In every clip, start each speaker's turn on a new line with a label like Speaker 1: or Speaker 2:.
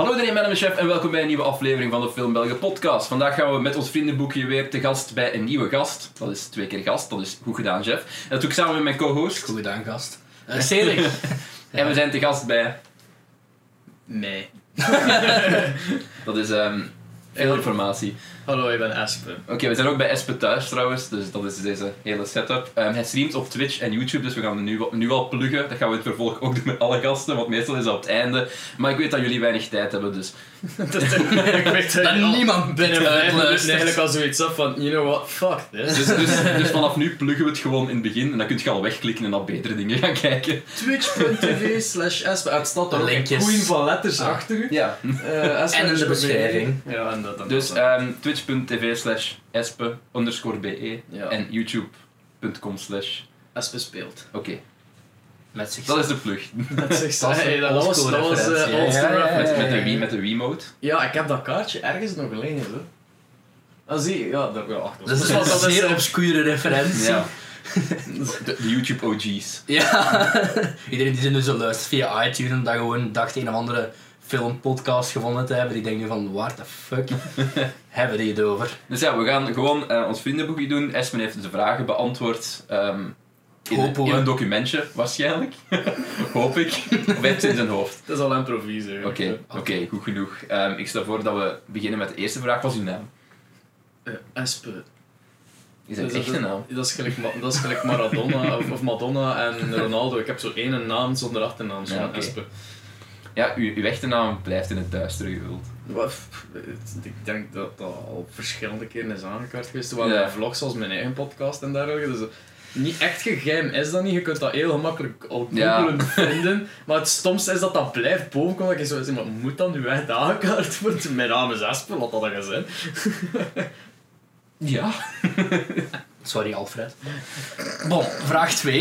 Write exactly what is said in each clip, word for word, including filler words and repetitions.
Speaker 1: Hallo iedereen, mijn naam is Chef en welkom bij een nieuwe aflevering van de Film België podcast. Vandaag gaan we met ons vriendenboekje weer te gast bij een nieuwe gast. Dat is twee keer gast, dat is goed gedaan, Chef. En dat doe ik samen met mijn co-host.
Speaker 2: Goed gedaan, gast. Uh, Cedric.
Speaker 1: En we zijn te gast bij...
Speaker 2: Nee.
Speaker 1: Dat is um, veel informatie.
Speaker 3: Hallo, ik ben Espe.
Speaker 1: Oké, okay, we zijn ook bij Espe thuis trouwens, dus dat is deze hele setup. Um, hij streamt op Twitch en YouTube, dus we gaan hem nu, nu al pluggen. Dat gaan we in het vervolg ook doen met alle gasten, want meestal is dat op het einde. Maar ik weet dat jullie weinig tijd hebben, dus...
Speaker 3: dat is, ik weet dat,
Speaker 2: dat niemand
Speaker 3: binnen vijf minuten eigenlijk al zoiets op van, you know what, fuck this.
Speaker 1: Dus, dus, dus vanaf nu pluggen we het gewoon in het begin en dan kun je al wegklikken en naar betere dingen gaan kijken.
Speaker 3: Twitch.tv slash Espe. Het staat er ook een queen van letters ah. achter u.
Speaker 1: Ja.
Speaker 3: Uh,
Speaker 2: en in de beschrijving.
Speaker 3: Ja, en dat dan.
Speaker 1: Dus um, twitch.tv slash espe underscore be ja. En youtube.com slash
Speaker 3: Espe speelt.
Speaker 1: Oké. Okay.
Speaker 2: Met zich.
Speaker 1: Dat is de plug.
Speaker 3: Met zichzelf. Hey, dat was, dat was uh,
Speaker 2: ja, ja, ja, ja,
Speaker 1: met, met, de Wii, met de Wiimote.
Speaker 3: Ja, ik heb dat kaartje ergens nog liggen. Zo. Ah, zie ja, dat wel achter.
Speaker 2: Dat is een dat zeer is, obscure referentie.
Speaker 1: Ja. De, de YouTube O G's.
Speaker 2: Ja. Iedereen die ze nu zo luistert via iTunes en dat gewoon dacht een of andere filmpodcast gevonden te hebben, die denken van, what the fuck hebben die het over?
Speaker 1: Dus ja, we gaan gewoon uh, ons vriendenboekje doen. Espen heeft de vragen beantwoord. Um, in, een, in een documentje, waarschijnlijk. Hoop ik. Of heeft het in zijn hoofd?
Speaker 3: Dat is al improviser.
Speaker 1: Oké, okay, oké, okay, goed genoeg. Um, ik stel voor dat we beginnen met de eerste vraag. Wat is uw naam?
Speaker 3: Uh, Espe.
Speaker 1: Is dat een echte naam?
Speaker 3: Dat is gelijk, dat is gelijk Maradona of, of Madonna en Ronaldo. Ik heb zo één naam zonder achternaam, zo'n ja, okay. Espe.
Speaker 1: Ja, uw, uw echte naam blijft in het duister gehuld.
Speaker 3: Ik denk dat dat al verschillende keren is aangekaart geweest. Zowel ja. Mijn vlogs als mijn eigen podcast en dergelijke. Dus niet echt geheim is dat niet. Je kunt dat heel gemakkelijk al googlen ja. vinden. Maar het stomste is dat dat blijft bovenkomen. Dat je zo zeg, maar moet dat nu echt aangekaart worden? Mijn naam is Espe, laat dat dan gaan zijn.
Speaker 1: Ja.
Speaker 2: Sorry, Alfred. Bon, vraag twee.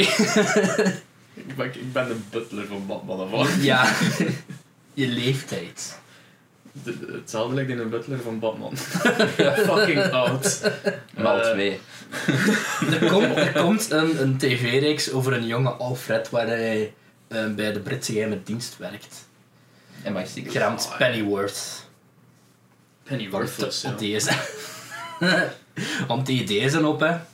Speaker 3: Ik ben, ik ben de butler van Batman af.
Speaker 2: Ja, je leeftijd.
Speaker 3: De, de, hetzelfde lijkt in een butler van Batman. Fucking oud.
Speaker 1: Maal twee.
Speaker 2: Er komt, er komt een, een tv-reeks over een jonge Alfred waar hij uh, bij de Britse geheime dienst werkt.
Speaker 1: M I six.
Speaker 2: Genaamd oh, Pennyworth.
Speaker 3: Pennyworth was,
Speaker 2: ja. Deze. Want die ideeën zijn op, hè.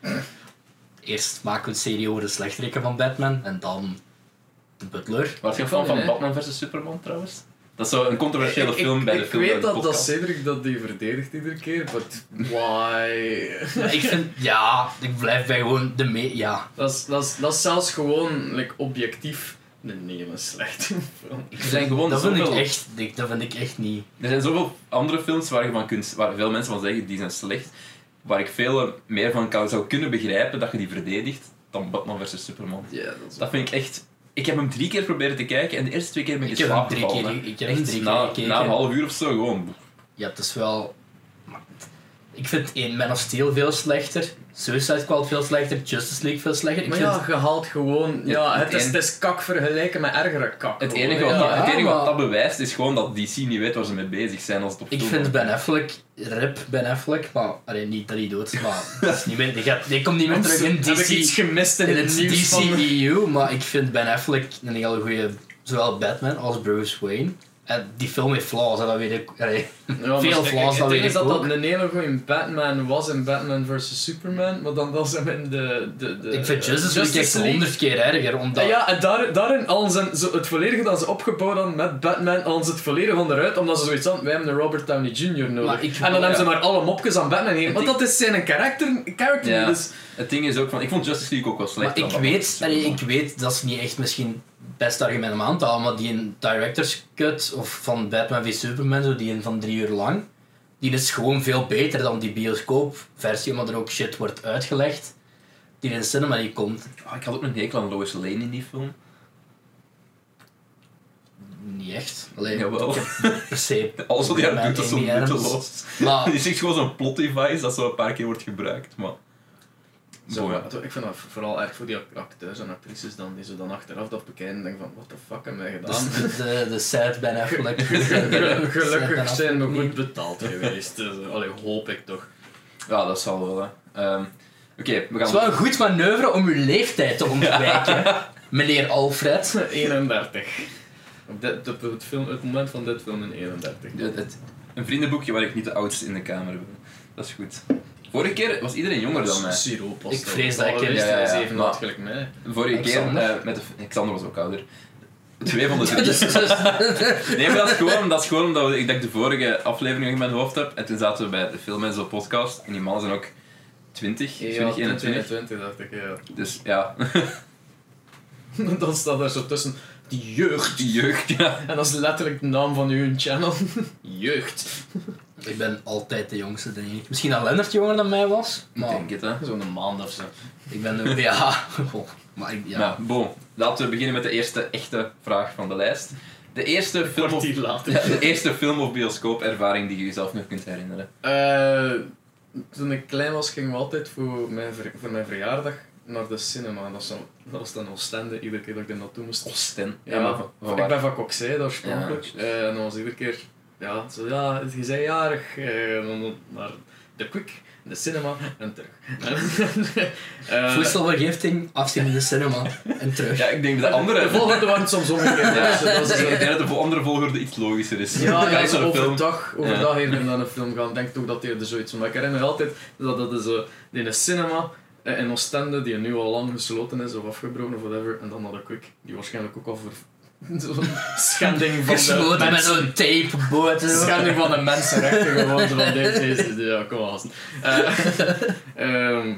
Speaker 2: Eerst maken we een serie over de slechterikken van Batman en dan de Butler.
Speaker 1: Was je fan van nee. Batman versus Superman trouwens? Dat is zo een controversiële ik, film
Speaker 3: ik,
Speaker 1: bij
Speaker 3: ik
Speaker 1: de film.
Speaker 3: Ik weet dat, dat Cedric dat die verdedigt iedere keer, but why?
Speaker 2: Ja, ik vind, ja, ik blijf bij gewoon de me... Ja.
Speaker 3: Dat is, dat is, dat is zelfs gewoon like, objectief een hele slechte film.
Speaker 1: Er zijn gewoon
Speaker 2: dat,
Speaker 1: zoveel...
Speaker 2: vind ik echt, dat vind ik echt niet.
Speaker 1: Er zijn zoveel andere films waar, je van kunt, waar veel mensen van zeggen die zijn slecht, waar ik veel meer van kan, zou kunnen begrijpen dat je die verdedigt dan Batman versus Superman.
Speaker 3: Ja, dat, is
Speaker 1: dat vind ik echt... Ik heb hem drie keer proberen te kijken en de eerste twee keer ben ik,
Speaker 2: ik
Speaker 1: in slaap gevallen.
Speaker 2: Ik heb hem drie keer
Speaker 1: na,
Speaker 2: gekeken.
Speaker 1: Na een half uur of zo gewoon.
Speaker 2: Ja, het is wel... Ik vind één Man of Steel veel slechter, Suicide Squad veel slechter, Justice League veel slechter. Ik
Speaker 3: maar
Speaker 2: vind...
Speaker 3: ja, je haalt gewoon... Ja, het, het, het, is, het is kak vergelijken met ergere kak.
Speaker 1: Het enige, wat,
Speaker 2: ja,
Speaker 1: dat, het enige
Speaker 2: maar...
Speaker 1: wat dat bewijst is gewoon dat D C niet weet waar ze mee bezig zijn als het op
Speaker 2: Ik vind wordt. Ben Affleck, rip Ben Affleck, maar allee, niet dat hij dood is, maar dat is niet meer, die, gaat, die komt niet meer terug in D C.
Speaker 3: Heb ik iets gemist in, in het, het
Speaker 2: D C E U, maar ik vind Ben Affleck een hele goede, zowel Batman als Bruce Wayne. En die film heeft flaws, dat weet ik. Allee,
Speaker 3: ja,
Speaker 2: veel flaws, dat weet ik
Speaker 3: is dat
Speaker 2: ook.
Speaker 3: dat een hele goede Batman was in Batman versus Superman, maar dan was hem in de... de, de
Speaker 2: ik vind Justice,
Speaker 3: Justice
Speaker 2: League echt honderd keer erger, omdat...
Speaker 3: Ja, ja en daar, daarin al zijn, zo het volledige dat ze opgebouwd hadden met Batman, al ze het volledige onderuit, omdat ze zoiets hadden, wij hebben een Robert Downey junior nodig. Ik, en dan ja. hebben ze maar alle mopjes aan Batman heen, want dat is zijn karakter, character
Speaker 1: ja.
Speaker 3: dus...
Speaker 1: Het ding is ook van, ik vond Justice League ook wel slecht.
Speaker 2: Maar ik weet, allee, ik weet, dat is niet echt misschien het beste argument om aan te halen, maar die een director's cut of van Batman v Superman, zo die een van drie uur lang, die is gewoon veel beter dan die bioscoopversie, omdat er ook shit wordt uitgelegd die in de cinema niet komt.
Speaker 1: Oh, ik had ook een hekel aan Lois Lane in die film.
Speaker 2: Niet echt. Alleen,
Speaker 1: jawel.
Speaker 2: Per se.
Speaker 1: Alles wat hij aan doet is zo nutteloos. Maar... Die is echt gewoon zo'n plot device dat zo een paar keer wordt gebruikt. Maar...
Speaker 3: Zo, ja. Ik vind dat vooral erg voor die acteurs en actrices dan, die zo dan achteraf dat bekijken en denken van, what the fuck hebben wij gedaan?
Speaker 2: Dus de, de, de sad Ben Affleck.
Speaker 3: Gelukkig zijn we goed betaald geweest. Dus, allee, hoop ik toch.
Speaker 1: Ja, dat zal wel, hè. Um, Oké, okay, we gaan...
Speaker 2: Het is wel een goed manoeuvre om uw leeftijd te ontwijken, ja. Meneer Alfred.
Speaker 3: eenendertig. Op, dit, op het, film, het moment van dit film in eenendertig.
Speaker 1: Het, het, een vriendenboekje waar ik niet de oudste in de kamer ben. Dat is goed. Vorige keer was iedereen jonger dan mij.
Speaker 3: Siroop was
Speaker 2: Ik vrees dat ik...
Speaker 3: Ja,
Speaker 1: ja, ja,
Speaker 3: even
Speaker 1: maar-
Speaker 3: oud gelijk mij.
Speaker 1: Vorige keer,
Speaker 2: Xander?
Speaker 1: uh, met de, Xander was ook ouder. Twee van de drie.
Speaker 2: Dus, dus,
Speaker 1: Nee, maar dat is gewoon, dat is gewoon omdat we, ik denk de vorige aflevering in mijn hoofd heb. En toen zaten we bij de Film en Zo podcast. En die mannen zijn ook twintig,
Speaker 3: Ja,
Speaker 1: twintig, eenentwintig.
Speaker 3: eenentwintig dacht ik, ja.
Speaker 1: Dus ja,
Speaker 3: Dan staat er zo tussen, die jeugd.
Speaker 1: die jeugd, ja.
Speaker 3: En dat is letterlijk de naam van uw channel. Jeugd.
Speaker 2: ik ben altijd de jongste, denk ik. Misschien dat Lennart jonger dan mij was,
Speaker 1: Ik
Speaker 2: maar
Speaker 1: denk het, hè.
Speaker 3: Zo'n maand of zo.
Speaker 2: ik ben... ook- Ja, goh, maar ik... Ja.
Speaker 1: Ja, bon. Laten we beginnen met de eerste echte vraag van de lijst. De eerste film of,
Speaker 3: Kwartier later.
Speaker 1: ja, de eerste film of bioscoopervaring die je jezelf nog kunt herinneren.
Speaker 3: Eh, toen ik klein was, gingen we altijd voor mijn, ver- voor mijn verjaardag naar de cinema. Dat was, zo, dat was dan Oostende, iedere keer dat ik er naartoe moest.
Speaker 1: Osten.
Speaker 3: Ja,
Speaker 1: maar van, van
Speaker 3: ik
Speaker 1: waar?
Speaker 3: ben van Coxey, oorspronkelijk. Eh, en dan was iedere keer, ja, zo, ja, je bent jarig. eh, en dan naar de Quick, de cinema en terug. Eh,
Speaker 2: Voedselvergifting, afzien in de cinema en terug.
Speaker 1: Ja, ik denk de
Speaker 3: De
Speaker 1: andere...
Speaker 3: volgende waren soms omgekeerd.
Speaker 1: Ja,
Speaker 3: Dus dat was
Speaker 1: ik
Speaker 3: zo-
Speaker 1: denk dat de vo- andere volgorde iets logischer is.
Speaker 3: Ja,
Speaker 1: Ga
Speaker 3: ja
Speaker 1: je
Speaker 3: zo
Speaker 1: naar een film.
Speaker 3: overdag, overdag
Speaker 1: Ja.
Speaker 3: eerder naar een film gaan. Ik denk toch dat hij er zoiets van. Maar ik herinner me altijd dat dat is zo in een cinema eh, in Oostende, die nu al lang gesloten is of afgebroken of whatever, en dan naar de Quick, die waarschijnlijk ook al voor zo'n schending van de
Speaker 2: Gesloten met
Speaker 3: mensen.
Speaker 2: zo'n tapeboot. en zo.
Speaker 3: Schending van de mensenrechten gewoon, zo van deze, deze, ja, kom aan. Eh, ehm,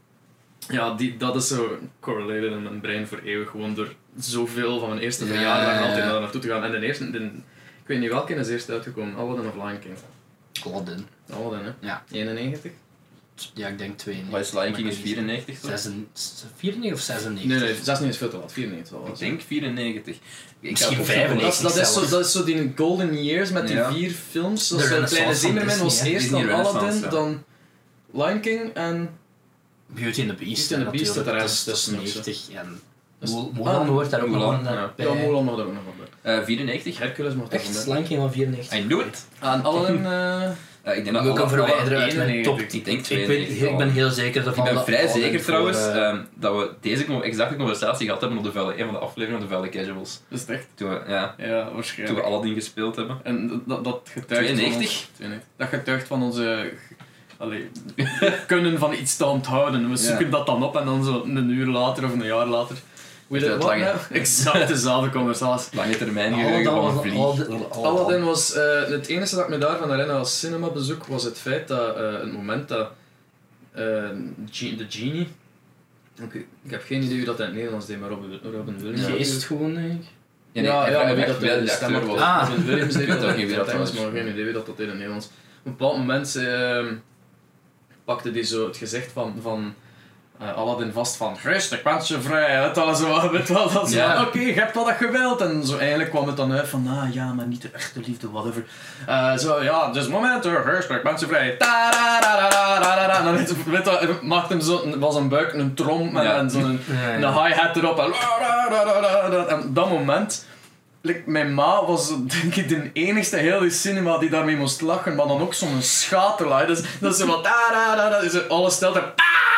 Speaker 3: ja, die, dat is zo correlated in mijn brein voor eeuwig, gewoon door zoveel van mijn eerste
Speaker 2: Ja,
Speaker 3: verjaardag
Speaker 2: ja, ja.
Speaker 3: altijd naar naartoe te gaan. En de eerste, de, ik weet niet welke is eerst uitgekomen, Aladdin of Lion King?
Speaker 2: Aladdin.
Speaker 3: Aladdin, hè?
Speaker 2: Ja.
Speaker 3: eenennegentig?
Speaker 2: Ja, ik denk tweeënnegentig.
Speaker 1: Wat is Lion King
Speaker 2: maar
Speaker 1: is
Speaker 2: ik weet niet
Speaker 1: vierennegentig, toch?
Speaker 2: zesennegentig. vierennegentig of zesennegentig?
Speaker 3: Nee, nee, zesentien is veel te laat, vierennegentig wel.
Speaker 1: Ik denk vierennegentig. Ik
Speaker 2: Misschien
Speaker 1: ga het
Speaker 2: vijfennegentig.
Speaker 3: Dat, is- dat, is zo,
Speaker 2: zelfs.
Speaker 3: dat is zo die golden years met die
Speaker 1: Ja.
Speaker 3: vier films. Dat
Speaker 2: De
Speaker 3: is zo
Speaker 2: Renaissance
Speaker 3: Kleine
Speaker 2: van
Speaker 3: Zeemermin was
Speaker 2: Disney, hè?
Speaker 3: eerst, dan
Speaker 1: Disney
Speaker 3: Aladdin,
Speaker 1: Renaissance, ja.
Speaker 3: dan Lion King en...
Speaker 2: Beauty and the Beast.
Speaker 3: Beauty and the Beast
Speaker 2: natuurlijk.
Speaker 3: zit er
Speaker 2: Dat is- dat is
Speaker 3: ergens tussen of
Speaker 2: negentig. En
Speaker 3: Dat is-
Speaker 2: Mo- Mulan
Speaker 3: Ah,
Speaker 2: hoort daar ook
Speaker 1: Mulan,
Speaker 2: nog aan
Speaker 1: ja.
Speaker 2: bij.
Speaker 3: Ja, Mulan mag er ook nog van bij.
Speaker 1: Uh, vierennegentig?
Speaker 3: Hercules mag er
Speaker 2: Echt,
Speaker 3: van bij.
Speaker 2: Lion King van vierennegentig.
Speaker 1: I knew it.
Speaker 3: Aan Aladdin... eh
Speaker 1: Uh, ik denk
Speaker 2: Ik
Speaker 1: dat
Speaker 2: moet hem
Speaker 1: alle-
Speaker 2: verwijderen uit mijn
Speaker 3: eenennegentig.
Speaker 2: top tien.
Speaker 1: Ik denk
Speaker 2: Ik, weet,
Speaker 1: tweeënnegentig
Speaker 2: ik ben heel zeker ervan
Speaker 1: Ik ben
Speaker 2: dat
Speaker 1: vrij
Speaker 2: Aladdin
Speaker 1: zeker
Speaker 2: voor,
Speaker 1: trouwens
Speaker 2: eh,
Speaker 1: ehm, dat we deze con- exacte conversatie gehad hebben op de vuile, een van de afleveringen van de Vuile Casuals.
Speaker 3: Dat is het echt?
Speaker 1: Toen we, ja,
Speaker 3: Ja,
Speaker 1: toen
Speaker 3: waarschijnlijk.
Speaker 1: we Aladdin gespeeld hebben.
Speaker 3: En dat, dat getuigt van
Speaker 1: tweeënnegentig?
Speaker 3: ons- tweeënnegentig. Dat getuigt van onze... Allee, kunnen van iets te onthouden. We zoeken
Speaker 1: Ja.
Speaker 3: dat dan op en dan zo een uur later of een jaar later... Hoe heet
Speaker 1: Dat
Speaker 3: het? Wat
Speaker 1: lange-
Speaker 3: nou? Exact dezelfde conversatie.
Speaker 1: Lange termijn
Speaker 2: Aladdin
Speaker 1: geheugen van een
Speaker 2: was-
Speaker 1: vlieg.
Speaker 2: Aladdin-
Speaker 3: Aladdin was... eh, het enige dat ik me daarvan herinner als cinemabezoek was het feit dat eh, het moment dat eh, Ge- de Genie... Oké, ik heb geen idee wie dat in het Nederlands deed, maar Robin, Robin Williams.
Speaker 2: Geest gewoon, denk ik.
Speaker 1: Ja, nee,
Speaker 3: Ja,
Speaker 1: hij-
Speaker 3: ja,
Speaker 1: hij
Speaker 3: maar wie
Speaker 1: werd
Speaker 3: dat
Speaker 1: wel
Speaker 3: de
Speaker 1: de
Speaker 3: stem
Speaker 1: acteur
Speaker 3: was.
Speaker 1: was.
Speaker 2: Ah.
Speaker 3: Robin Williams deed
Speaker 1: Ik weet
Speaker 3: dat
Speaker 1: ook niet wie dat
Speaker 3: in het
Speaker 1: was.
Speaker 3: Engels, maar geen idee wie dat, dat deed in het Nederlands. Op een bepaald moment eh, pakte hij zo het gezicht van... van uh, Aladdin vast van, Christ, ik wens je vrijheid, alles zo, weet wel, dat zo,
Speaker 1: Ja.
Speaker 3: oké, je hebt wat je wilt. En zo eigenlijk kwam het dan uit van, ah ja, maar niet de echte liefde, whatever. Uh, zo, ja, dus moment, Christ, ik wens je vrijheid. Ta-ra-ra-ra-ra-ra-ra. En dan weet je, weet je, maakt hem zo, was een buik, een trom en,
Speaker 1: Ja.
Speaker 3: en zo'n
Speaker 2: Ja,
Speaker 3: een
Speaker 2: ja.
Speaker 3: hi-hat erop en la-ra-ra-ra-ra. En op dat moment... like, mijn ma was denk ik de enigste heel die cinema die daarmee moest lachen, maar dan ook zo'n schatelaar. Dus, dat is zo wat... Dus alles stelt er...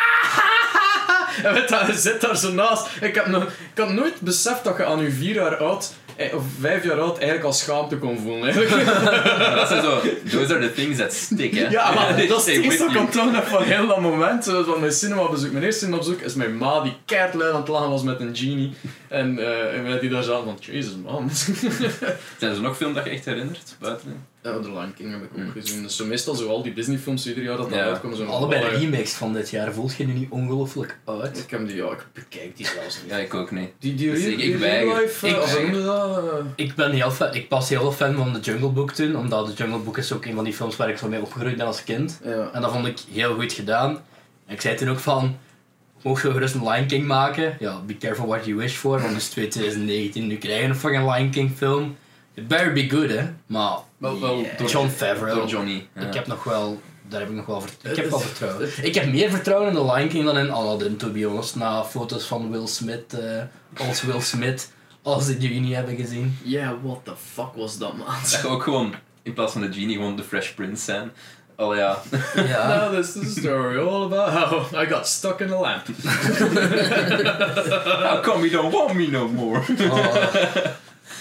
Speaker 3: En weet je, je zit daar zo naast. Ik, heb nog, ik had nooit beseft dat je aan je vier jaar oud, eh, of vijf jaar oud, eigenlijk al schaamte kon voelen. Eigenlijk.
Speaker 1: Dat zijn zo, those are the things that stick, hè.
Speaker 3: Ja, maar
Speaker 1: They
Speaker 3: dat is
Speaker 1: stay
Speaker 3: het eerste
Speaker 1: with
Speaker 3: dat ik
Speaker 1: you.
Speaker 3: onthouden heb van heel dat moment. Zo van mijn cinemabezoek. Mijn eerste cinemabezoek is mijn ma die keihard aan het lachen was met een genie. En, uh, en wij die daar zaten van, jezus man.
Speaker 1: Zijn er nog films dat je echt herinnert? Buiten?
Speaker 3: Ja, The Lion King heb ik ook
Speaker 1: Mm.
Speaker 3: gezien. Dus zo meestal zo al die Disney films ieder jaar dat dat
Speaker 1: Ja.
Speaker 3: uitkomen. Zo
Speaker 2: Allebei de
Speaker 3: alle-
Speaker 2: remakes van dit jaar. Voelt je nu niet ongelooflijk uit?
Speaker 3: Ik heb die, ja, ik bekijk die zelfs niet.
Speaker 1: Ja, ik ook niet.
Speaker 3: Die, die,
Speaker 1: Dus
Speaker 3: real,
Speaker 1: ik-
Speaker 3: die
Speaker 1: ik
Speaker 3: real
Speaker 1: weiger.
Speaker 3: life, eh,
Speaker 2: Ik
Speaker 3: of hoe
Speaker 2: weiger.
Speaker 3: noem je dat? eh,
Speaker 2: Ik, ben heel fan, ik was heel fan van The Jungle Book toen, omdat The Jungle Book is ook een van die films waar ik zo mee opgegroeid ben als kind.
Speaker 3: Ja.
Speaker 2: En dat vond ik heel goed gedaan. En ik zei toen ook van, mogen we gerust een Lion King maken? Ja, be careful what you wish for, want het is twintig negentien, nu krijgen we een fucking Lion King film. It better be good, hè. Maar,
Speaker 3: Wel, wel,
Speaker 2: yeah.
Speaker 3: door-
Speaker 2: John Favreau,
Speaker 1: Door Johnny. Ja.
Speaker 2: ik heb nog wel, daar heb ik nog wel vertrouwen. Ik heb
Speaker 3: Het-
Speaker 2: wel vertrouwen. Ik heb meer vertrouwen in The Lion King dan in Aladdin, to be honest, na foto's van Will Smith, uh, als Will Smith, als die jullie niet hebben gezien.
Speaker 3: Yeah, what the fuck was dat, man?
Speaker 1: Dat je ook gewoon, in plaats van de genie, gewoon de Fresh Prince zijn. Al ja.
Speaker 2: Ja.
Speaker 3: Now this is the story all about how I got stuck in a lamp.
Speaker 1: How come you don't want me no more?
Speaker 2: Oh.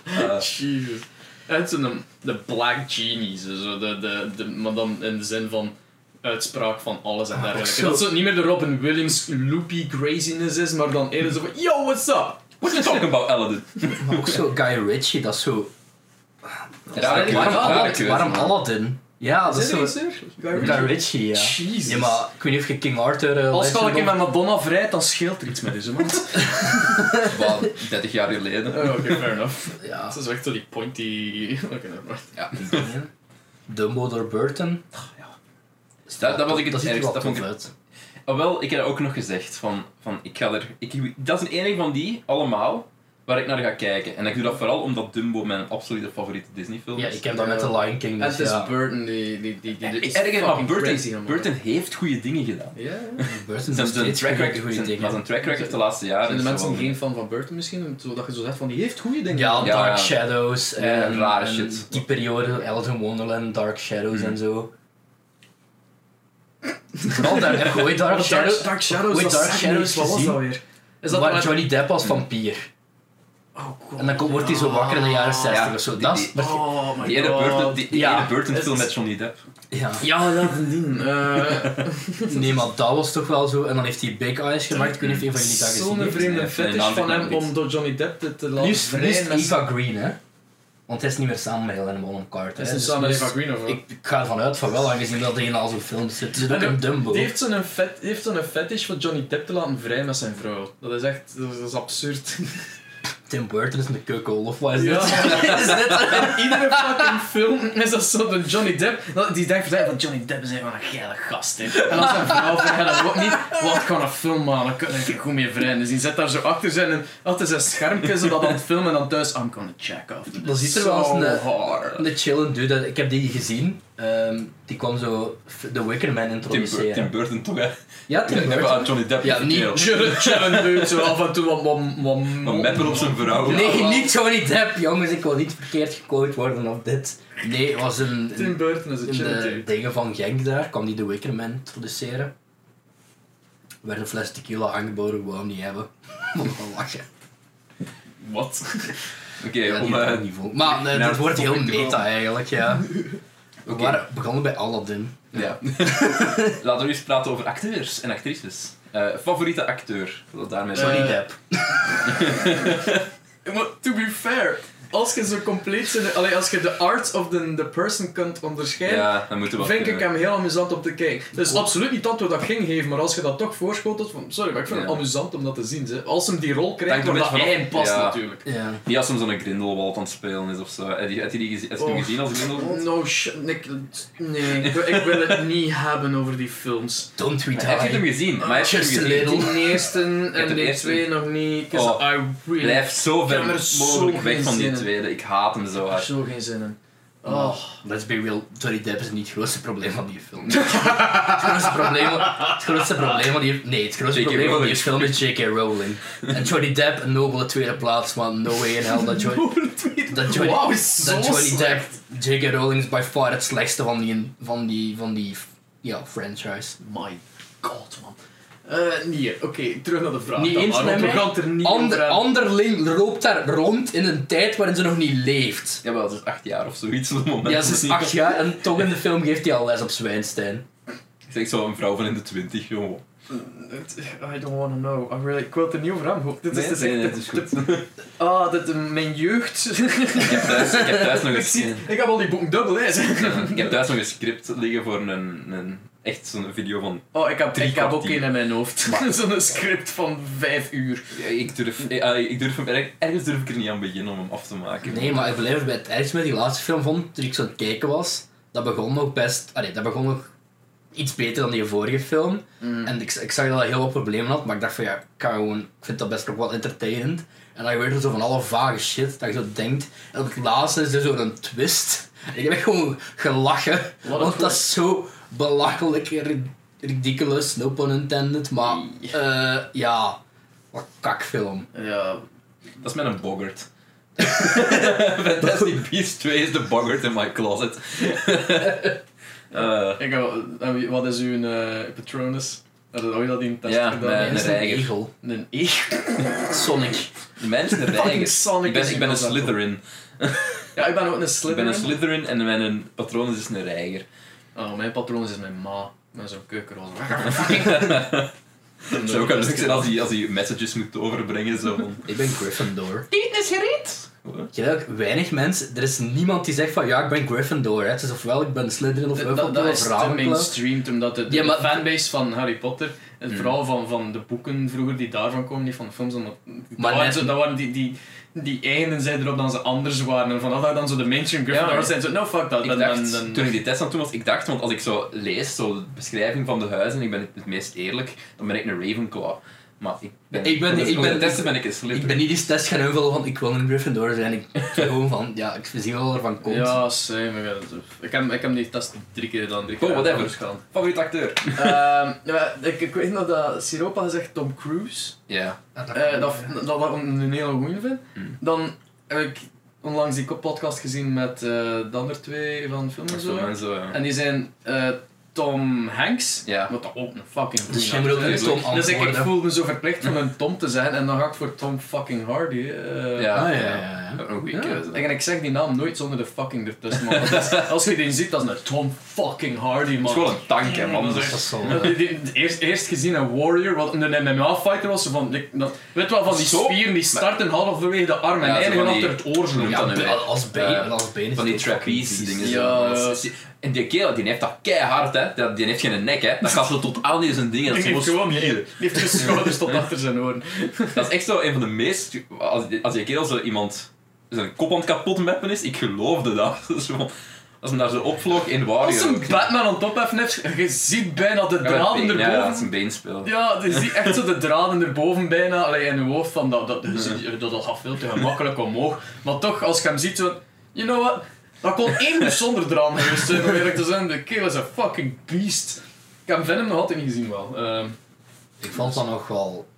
Speaker 1: Uh,
Speaker 3: Jesus. Het is een de Black Genies, zo, de, de, de, maar dan in de zin van uitspraak van alles en dergelijke.
Speaker 2: zo.
Speaker 3: Dat het niet meer de Robin Williams loopy craziness is, maar dan eerder zo van yo, what's up?
Speaker 1: what you talking about, Aladdin?
Speaker 2: Maar ook zo Guy Ritchie, dat is zo...
Speaker 1: Ja, ik
Speaker 2: waarom,
Speaker 1: weet
Speaker 2: Aladdin,
Speaker 1: het, ik
Speaker 2: waarom
Speaker 1: weet het.
Speaker 2: Aladdin? Ja, dat is zo...
Speaker 3: Guy
Speaker 2: Guy Ritchie, ja.
Speaker 3: Jesus.
Speaker 2: Ja, maar ik weet niet of je King Arthur... Uh,
Speaker 3: Als
Speaker 2: Legend
Speaker 3: ik met
Speaker 2: of-
Speaker 3: Madonna vrijt, dan scheelt er iets met deze man.
Speaker 1: Wel, dertig jaar geleden.
Speaker 3: Oh, oké, fair enough.
Speaker 2: Ja,
Speaker 3: Dat is echt zo die pointy... Oké, okay, nevermind.
Speaker 1: Ja.
Speaker 2: die dingen. Dumbo door Burton.
Speaker 1: Dat, dat was ik het
Speaker 2: dat ziet er
Speaker 1: ergste.
Speaker 2: wel
Speaker 1: Dat vond
Speaker 2: tof
Speaker 1: ik...
Speaker 2: uit.
Speaker 1: Oh, wel, ik heb ook nog gezegd van, van ik ga er... Ik, dat is een enige van die, allemaal, waar ik naar ga kijken. En ik doe dat vooral omdat Dumbo mijn absolute favoriete Disney film is.
Speaker 2: Ja, ik heb dat met The Lion King,
Speaker 3: En
Speaker 2: dus
Speaker 3: het is
Speaker 2: ja.
Speaker 3: Burton die... die, die, die, die
Speaker 1: Ik
Speaker 3: is
Speaker 1: erger, maar
Speaker 3: fucking
Speaker 1: Burton,
Speaker 3: crazy, man.
Speaker 1: Burton heeft goede dingen gedaan.
Speaker 3: Ja, ja.
Speaker 2: Burton
Speaker 1: Zijn,
Speaker 2: doet
Speaker 1: zijn
Speaker 2: steeds
Speaker 1: track
Speaker 2: goede
Speaker 1: record,
Speaker 2: goede
Speaker 1: zijn,
Speaker 2: dingen.
Speaker 1: maar zijn track record de laatste jaren
Speaker 3: Zijn de
Speaker 1: is
Speaker 3: mensen
Speaker 1: wel-
Speaker 3: geen fan van Burton misschien? Zodat je zo zegt van die heeft goede dingen.
Speaker 2: Ja,
Speaker 1: Ja,
Speaker 2: Dark
Speaker 1: ja.
Speaker 2: Shadows
Speaker 1: Ja,
Speaker 2: en,
Speaker 1: rare
Speaker 2: en
Speaker 1: shit.
Speaker 2: die periode, Alice in Wonderland, Dark Shadows
Speaker 1: Mhm.
Speaker 2: en zo. Vooral daar, heb je ooit Dark
Speaker 3: Dark,
Speaker 2: Shadows,
Speaker 3: Dark Shadows,
Speaker 2: ooit
Speaker 3: dat
Speaker 2: Dark
Speaker 3: zegt
Speaker 2: Shadows
Speaker 3: niks. Wat was
Speaker 2: gezien?
Speaker 3: dat weer? Is dat
Speaker 2: waar
Speaker 3: met-
Speaker 2: Johnny Depp als vampier.
Speaker 3: Oh god.
Speaker 2: En dan komt- wordt hij zo wakker in de jaren zestig
Speaker 1: Ja,
Speaker 2: of zo.
Speaker 1: die-
Speaker 2: Dat
Speaker 1: die-
Speaker 2: is... maar-
Speaker 3: Oh my
Speaker 1: Die ene
Speaker 3: god.
Speaker 1: Burton, die, die
Speaker 2: Ja.
Speaker 1: ene Burton
Speaker 3: Het
Speaker 1: film
Speaker 3: is-
Speaker 1: met Johnny Depp.
Speaker 2: Ja.
Speaker 3: Ja, ja, van die. Eh,
Speaker 2: Nee, maar dat was toch wel zo. En dan heeft hij Big Eyes gemaakt. Ik weet niet of een van jullie dat gezien
Speaker 3: Zo'n
Speaker 2: heeft.
Speaker 3: vreemde
Speaker 1: Nee,
Speaker 3: fetish
Speaker 1: nee,
Speaker 3: van
Speaker 1: naam
Speaker 3: hem
Speaker 1: weet ik
Speaker 3: om door Johnny Depp te, te
Speaker 2: Nu
Speaker 3: laten
Speaker 2: is, nu is
Speaker 3: vrijen
Speaker 2: het
Speaker 3: met
Speaker 2: Eva Green, hè. Want hij is niet meer samen met Helena Bonham Carter.
Speaker 3: Is
Speaker 2: hè.
Speaker 3: het
Speaker 2: Dus
Speaker 3: samen
Speaker 2: nu
Speaker 3: met
Speaker 2: is-
Speaker 3: Eva Green of wat?
Speaker 2: Ik, ik ga ervan uit van wel, aangezien dat hij in al zijn films zit. Er zit ook
Speaker 3: En
Speaker 2: een Dumbo.
Speaker 3: Die heeft zo'n vet, die heeft zo'n fetish voor Johnny Depp te laten vrijen met zijn vrouw. Dat is echt, dat is, dat is absurd.
Speaker 2: Tim Burton is een kukkel, of wat is
Speaker 3: Ja.
Speaker 2: dit? is dit?
Speaker 3: In iedere fucking film is dat zo de Johnny Depp. dat- Die denkt van Johnny Depp is gewoon een geile gast. Hè. En als zijn vrouw van dat wordt niet. Wat kan een film maken? Dan kan ik goed mee vrijen. Dus die zit daar zo achter zijn, achter zijn schermpje zodat aan het filmen en dan thuis. I'm gonna check after
Speaker 2: Dan
Speaker 3: this.
Speaker 2: ziet er wel eens
Speaker 3: So
Speaker 2: een-
Speaker 3: hard.
Speaker 2: Een chillen dude, ik heb die gezien. Ehm, die kwam zo The Wicker Man
Speaker 1: Tim, Bur
Speaker 2: introduceren.
Speaker 1: Tim Burton toch, hè?
Speaker 2: Ja, Tim
Speaker 1: Hebben
Speaker 2: Burton.
Speaker 1: aan Johnny Depp
Speaker 2: Ja, niet-
Speaker 1: verkeerd.
Speaker 3: Chillen, chillen dude. Zo af en toe wat. wat, wat
Speaker 1: Een mepper op zijn vrouw.
Speaker 2: Nee, niet Johnny Depp, jongens, ik wil niet verkeerd gequote worden op dit. Nee, het was een...
Speaker 3: Tim Burton is een
Speaker 2: in
Speaker 3: chillen
Speaker 2: de
Speaker 3: dude.
Speaker 2: dingen van Genk daar, kwam die The Wicker Man introduceren. Er werd een fles tequila aangeboden, we hem niet hebben. Moet wel lachen.
Speaker 3: Wat?
Speaker 1: Oké,
Speaker 2: Ja,
Speaker 1: om...
Speaker 2: niet op
Speaker 1: eh,
Speaker 2: dat niveau. Maar eh,
Speaker 1: naar
Speaker 2: dit wordt
Speaker 1: het
Speaker 2: heel
Speaker 1: topic te
Speaker 2: meta
Speaker 1: komen.
Speaker 2: eigenlijk, ja. We
Speaker 1: Oké.
Speaker 2: waren begonnen bij Aladdin.
Speaker 1: Ja. Laten we nu eens praten over acteurs en actrices. Eh, favoriete acteur? Dat daarmee
Speaker 2: Johnny
Speaker 3: Eh,
Speaker 2: Depp.
Speaker 3: Maar to be fair, als je zo compleet zijn, allee, als je de art of the, the person kunt onderscheiden,
Speaker 1: Ja, dan moeten we wat
Speaker 3: vind ik
Speaker 1: kunnen.
Speaker 3: hem heel amusant om te kijken. Dus absoluut niet dat we dat ging geven, maar als je dat toch voorschotelt, van, sorry, maar ik vind
Speaker 1: Ja.
Speaker 3: het amusant om dat te zien. Ze. Als hem die rol krijgt,
Speaker 1: Hangt er
Speaker 3: waar dat
Speaker 1: net
Speaker 3: hij
Speaker 1: vanaf.
Speaker 3: in past
Speaker 1: Ja.
Speaker 3: natuurlijk.
Speaker 2: Ja.
Speaker 1: Niet als hem zo'n Grindelwald aan het spelen is of zo. Heb je, heb je die gezien, heb je die
Speaker 3: Oh.
Speaker 1: gezien als Grindelwald?
Speaker 3: No shit, Nick, nee, ik, ik wil het niet hebben over die films.
Speaker 2: Don't tweet
Speaker 1: Heb je hem
Speaker 2: high.
Speaker 1: gezien? Maar heb je hem
Speaker 2: Just a
Speaker 1: gezien?
Speaker 2: little.
Speaker 3: Die eerste
Speaker 1: hebt
Speaker 3: en
Speaker 1: de
Speaker 3: die
Speaker 1: eerste?
Speaker 3: twee nog niet. 'Cause
Speaker 1: Oh,
Speaker 3: I really
Speaker 1: Blijf zo ver
Speaker 3: Ik heb er zo
Speaker 1: mogelijk weg
Speaker 3: geen
Speaker 1: van die
Speaker 3: zin in.
Speaker 1: tweede. Ik haat hem zo
Speaker 3: heb
Speaker 1: hard.
Speaker 3: zo geen zin in. Oh.
Speaker 2: Let's be real, Johnny Depp is niet het grootste probleem van die film. het, grootste probleem, het grootste probleem van die nee, het grootste
Speaker 1: J K
Speaker 2: probleem van die
Speaker 1: Rowling.
Speaker 2: film is J K Rowling. En Johnny Depp een nobele tweede plaats, maar no way in hell dat Johnny, dat Johnny,
Speaker 3: Wauw, is zo
Speaker 2: dat Johnny Depp,
Speaker 3: slecht.
Speaker 2: J K Rowling is by far het slechtste van die, van die, van die ja, franchise.
Speaker 3: My god, man. Eh, nee, oké, terug naar de vraag.
Speaker 2: Niet
Speaker 3: dan,
Speaker 2: eens
Speaker 3: maar,
Speaker 2: met
Speaker 3: want we
Speaker 2: mij?
Speaker 3: gaan het er niet
Speaker 2: Ander,
Speaker 3: over hebben.
Speaker 2: Anderling loopt daar rond in een tijd waarin ze nog niet leeft.
Speaker 1: Ja, wel, het is acht jaar of zoiets op het moment.
Speaker 2: Ja, ze is acht jaar en toch in de film geeft hij al les op Zwijnstein.
Speaker 1: Ik zeg zo een vrouw van in de twintig, joh.
Speaker 3: I don't want to know. I really, ik wil het er niet over hebben. Dit is,
Speaker 1: Nee,
Speaker 3: dit is
Speaker 1: nee,
Speaker 3: echt...
Speaker 1: nee,
Speaker 3: dit-
Speaker 1: het is goed.
Speaker 3: dit- Ah, dit, uh, mijn jeugd.
Speaker 1: Ik heb thuis, ik heb thuis nog
Speaker 3: ik,
Speaker 1: een
Speaker 3: zie, ik heb al die boeken dubbel lezen.
Speaker 1: Ik heb thuis nog een script liggen voor een, een echt zo'n video van...
Speaker 3: Oh, ik heb,
Speaker 1: Drie
Speaker 3: ik heb ook
Speaker 1: kwartier.
Speaker 3: één in mijn hoofd.
Speaker 1: Maar-
Speaker 3: Zo'n script van vijf uur.
Speaker 1: Ja, ik durf, eh, ik durf hem, erg- ergens durf ik er niet aan beginnen om hem af te maken.
Speaker 2: Nee, maar ik blijf erbij. Het ergste met die laatste film vond, toen ik zo aan het kijken was, dat begon nog best... Allee, dat begon nog iets beter dan die vorige film.
Speaker 3: Mm.
Speaker 2: En ik, ik zag dat hij heel wat problemen had, maar ik dacht van ja, ik, kan gewoon, ik vind dat best nog wel entertainend. En dan gebeurt er zo van alle vage shit, dat je zo denkt. En op het laatste is er zo een twist. En ik heb echt gewoon gelachen,
Speaker 3: Wat een
Speaker 2: want dat is zo belachelijk, ri- ridiculous, no pun intended. Maar eh ja, wat kakfilm.
Speaker 3: Ja,
Speaker 1: Dat is met een boggart. Fantastic Beasts twee is de boggart in my closet. Eh,
Speaker 3: ik heb, en wie- wat is uw uh, patronus? Had je ooit dat in een test
Speaker 1: Ja,
Speaker 3: gedaan?
Speaker 1: nee.
Speaker 2: Dat is
Speaker 1: een
Speaker 2: een
Speaker 1: reiger.
Speaker 2: egel.
Speaker 3: Een egel.
Speaker 2: Sonic.
Speaker 1: De mensen een
Speaker 3: Fucking
Speaker 1: reiger.
Speaker 3: Sonic
Speaker 1: Ik ben,
Speaker 3: is
Speaker 1: ik ben een
Speaker 3: iemand dat-
Speaker 1: Slytherin.
Speaker 3: Ja, ik ben ook een
Speaker 1: Ik
Speaker 3: Slytherin.
Speaker 1: ben een Slytherin en mijn patroon is dus een reiger.
Speaker 3: Oh, mijn patroon is mijn ma. Met zo'n keukenrol.
Speaker 1: Het zou ook wel leuk zijn als hij, als hij messages moet overbrengen. Zo van...
Speaker 2: Ik ben Gryffindor.
Speaker 1: Eten is gereed!
Speaker 2: Je hebt ook weinig mensen, er is niemand die zegt van ja, ik ben Gryffindor. Hè. Het is ofwel ik ben Slytherin of
Speaker 3: Dat,
Speaker 2: Hufflepuff
Speaker 3: dat
Speaker 2: of
Speaker 3: is te
Speaker 2: Ravenclaw.
Speaker 3: mainstreamed, omdat de, de
Speaker 2: Ja, maar-
Speaker 3: fanbase van Harry Potter, en
Speaker 1: Mm.
Speaker 3: vooral van, van de boeken vroeger die daarvan komen, niet van de films, omdat,
Speaker 2: Maar
Speaker 3: dat, waren
Speaker 2: net-
Speaker 3: zo, dat waren die, die, die eigenen zij erop dan ze anders waren. En vanaf dat dan zo de mainstream Gryffindors
Speaker 1: Ja,
Speaker 3: zijn, zo, no fuck dat.
Speaker 1: Ik
Speaker 3: Dan-
Speaker 1: dacht,
Speaker 3: dan- dan-
Speaker 1: toen ik die test aan het doen was, ik dacht, want als ik zo lees, zo de beschrijving van de huizen, ik ben het meest eerlijk, dan ben ik een Ravenclaw. Maar ik ben...
Speaker 2: Ik ben-
Speaker 1: dus
Speaker 2: ik
Speaker 1: voor
Speaker 2: ben-
Speaker 1: de testen ben ik een Slytherin.
Speaker 2: Ik ben niet die test gaan invullen van ik wil een Gryffindor zijn. Ik gewoon van ja, ik zie wel wat er van komt.
Speaker 3: Ja, same. maar ja, dat- Ik heb, ik heb die test drie keer gedaan. Drie keer
Speaker 1: Oh, whatever.
Speaker 3: anders gedaan.
Speaker 1: Favoriet acteur?
Speaker 3: Ehm, ja, ik, ik weet nog dat Siropa gezegd Tom Cruise.
Speaker 1: Ja.
Speaker 2: Ja, dat
Speaker 3: Eh,
Speaker 2: kan,
Speaker 3: dat,
Speaker 2: ja.
Speaker 3: dat wat ik een hele goeie vind.
Speaker 1: Hmm.
Speaker 3: Dan heb ik onlangs die podcast gezien met eh, de andere twee van film en zo.
Speaker 1: en zo, ja.
Speaker 3: En die zijn eh, Tom Hanks,
Speaker 1: Ja.
Speaker 3: wat dat ook een fucking goeie
Speaker 2: Dus jij moet ook
Speaker 3: acteur
Speaker 2: niet
Speaker 3: is.
Speaker 2: Tom
Speaker 3: Dus ik, ik
Speaker 2: antwoorden.
Speaker 3: voel me zo verplicht om een Tom te zijn en dan ga ik voor Tom fucking Hardy. eh.
Speaker 1: Ja.
Speaker 2: Ah, ja, ja, ja.
Speaker 1: Ook een goede
Speaker 2: Ja.
Speaker 1: keuze.
Speaker 3: En ik zeg die naam nooit zonder de fucking ertussen, man. Want dat is- als je die ziet, dat is een Tom fucking Hardy,
Speaker 1: Het
Speaker 3: man.
Speaker 1: is gewoon een tank, hè, man.
Speaker 3: Dat
Speaker 1: Dus-
Speaker 3: is
Speaker 2: Dat is zo.
Speaker 3: Ja, die- die- eerst, eerst gezien een warrior, wat een M M A-fighter was, zo van, die- dat, weet je wel, van die
Speaker 1: Zo?
Speaker 3: spieren die starten halverwege de arm en
Speaker 1: Ja, zo
Speaker 3: eindigen
Speaker 1: van
Speaker 3: achter
Speaker 1: die-
Speaker 3: het oor. zo.
Speaker 1: noemt
Speaker 2: Ja,
Speaker 1: dat nu weer?
Speaker 2: als been,
Speaker 1: Eh,
Speaker 2: als been is
Speaker 1: Van die
Speaker 2: het ook fucking
Speaker 1: trapeze
Speaker 2: vies.
Speaker 1: dingen.
Speaker 3: Ja,
Speaker 1: zo.
Speaker 3: ja.
Speaker 1: Dat is- En die kerel, die heeft dat keihard, hè. Dat- Die heeft geen nek, hè. Dat gaat zo tot aan die zijn dingen. Dat
Speaker 3: Die
Speaker 1: is
Speaker 3: heeft
Speaker 1: gewoon
Speaker 3: gewoon
Speaker 1: spieren.
Speaker 3: die heeft de schouders tot achter zijn oren.
Speaker 1: Dat is echt zo een van de meest... Als, als die kerel zo iemand... Zijn kop aan het kapot meppen is, ik geloofde dat. Dat is zo van- Als hem daar zo opvloog in Warrior.
Speaker 3: Als een Batman aan het opheffen heeft, je ziet bijna de
Speaker 1: Ja, met
Speaker 3: draden
Speaker 1: been- Ja, ja, dat is
Speaker 3: erboven.
Speaker 1: een beenspel.
Speaker 3: Ja, je ziet echt zo de draden erboven bijna, allee, in je hoofd van dat, dat, je ziet, dat, dat gaat veel te gemakkelijk omhoog. Maar toch, als je hem ziet, zo, you know what, dat kon één uur zonder draden geweest zijn, om eerlijk te zijn. De kerel is een fucking beast. Ik heb Venom nog altijd niet gezien wel. Ehm,
Speaker 2: Ik vond dat nog wel...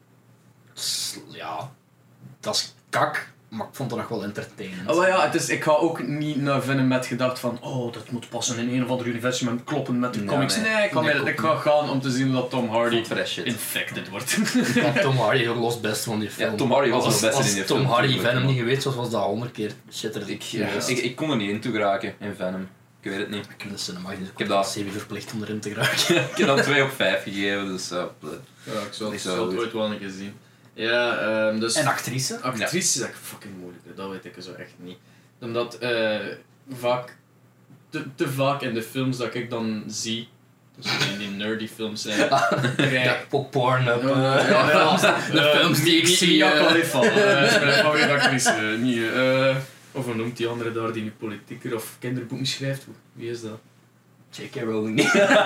Speaker 2: s- Ja... Dat is kak, maar ik vond dat nog wel entertainend.
Speaker 3: Oh, maar ja, het is, ik ga ook niet naar Venom met gedacht van oh, dat moet passen in een of ander universum en kloppen met de
Speaker 1: Nee,
Speaker 3: comics.
Speaker 1: nee.
Speaker 3: Nee, ik ga,
Speaker 2: Nee,
Speaker 3: met-
Speaker 2: ik
Speaker 3: ik ga gaan om te zien dat Tom Hardy
Speaker 1: Fresh shit.
Speaker 3: infected wordt.
Speaker 2: Ja, Tom Hardy lost best van die film.
Speaker 1: Ja, Tom Hardy was
Speaker 2: als,
Speaker 1: wel best
Speaker 2: als
Speaker 1: in die
Speaker 2: Tom
Speaker 1: film,
Speaker 2: Hardy
Speaker 1: natuurlijk,
Speaker 2: Venom
Speaker 1: maar-
Speaker 2: niet geweest was, was dat honderd keer shitter.
Speaker 1: Ik, ja,
Speaker 2: geweest.
Speaker 1: ik, ik kon er niet in toe geraken in Venom. Ik weet het niet.
Speaker 2: Ik heb de cinema gezien, dus ik
Speaker 1: heb
Speaker 2: heb
Speaker 1: dat-
Speaker 2: dat serie verplicht om erin te geraken.
Speaker 1: Ik heb dan twee op vijf gegeven, dus... Uh,
Speaker 3: Ja, ik zal,
Speaker 1: Niet
Speaker 3: ik
Speaker 1: zo
Speaker 3: zal het
Speaker 1: goed.
Speaker 3: ooit wel een keer zien. Ja, ehm, dus...
Speaker 2: En actrice?
Speaker 3: actrice is echt fucking moeilijk, hè. Dat weet ik zo echt niet. Omdat eh, vaak, te, te vaak in de films dat ik dan zie, dus in die nerdy films zijn,
Speaker 2: Ja,
Speaker 3: krijg
Speaker 2: op Pornhub.
Speaker 3: Ja,
Speaker 2: eh,
Speaker 3: ja, ja.
Speaker 2: de
Speaker 3: Eh,
Speaker 2: films die ik
Speaker 3: niet-
Speaker 2: zie.
Speaker 3: Niet
Speaker 2: eh,
Speaker 3: Jacques Khalif van, eh, is mijn favoriete actrice. eh, Niet, eh, of hoe noemt die andere daar die nu politieker of kinderboeken schrijft? Wie is dat?
Speaker 2: J K Rowling.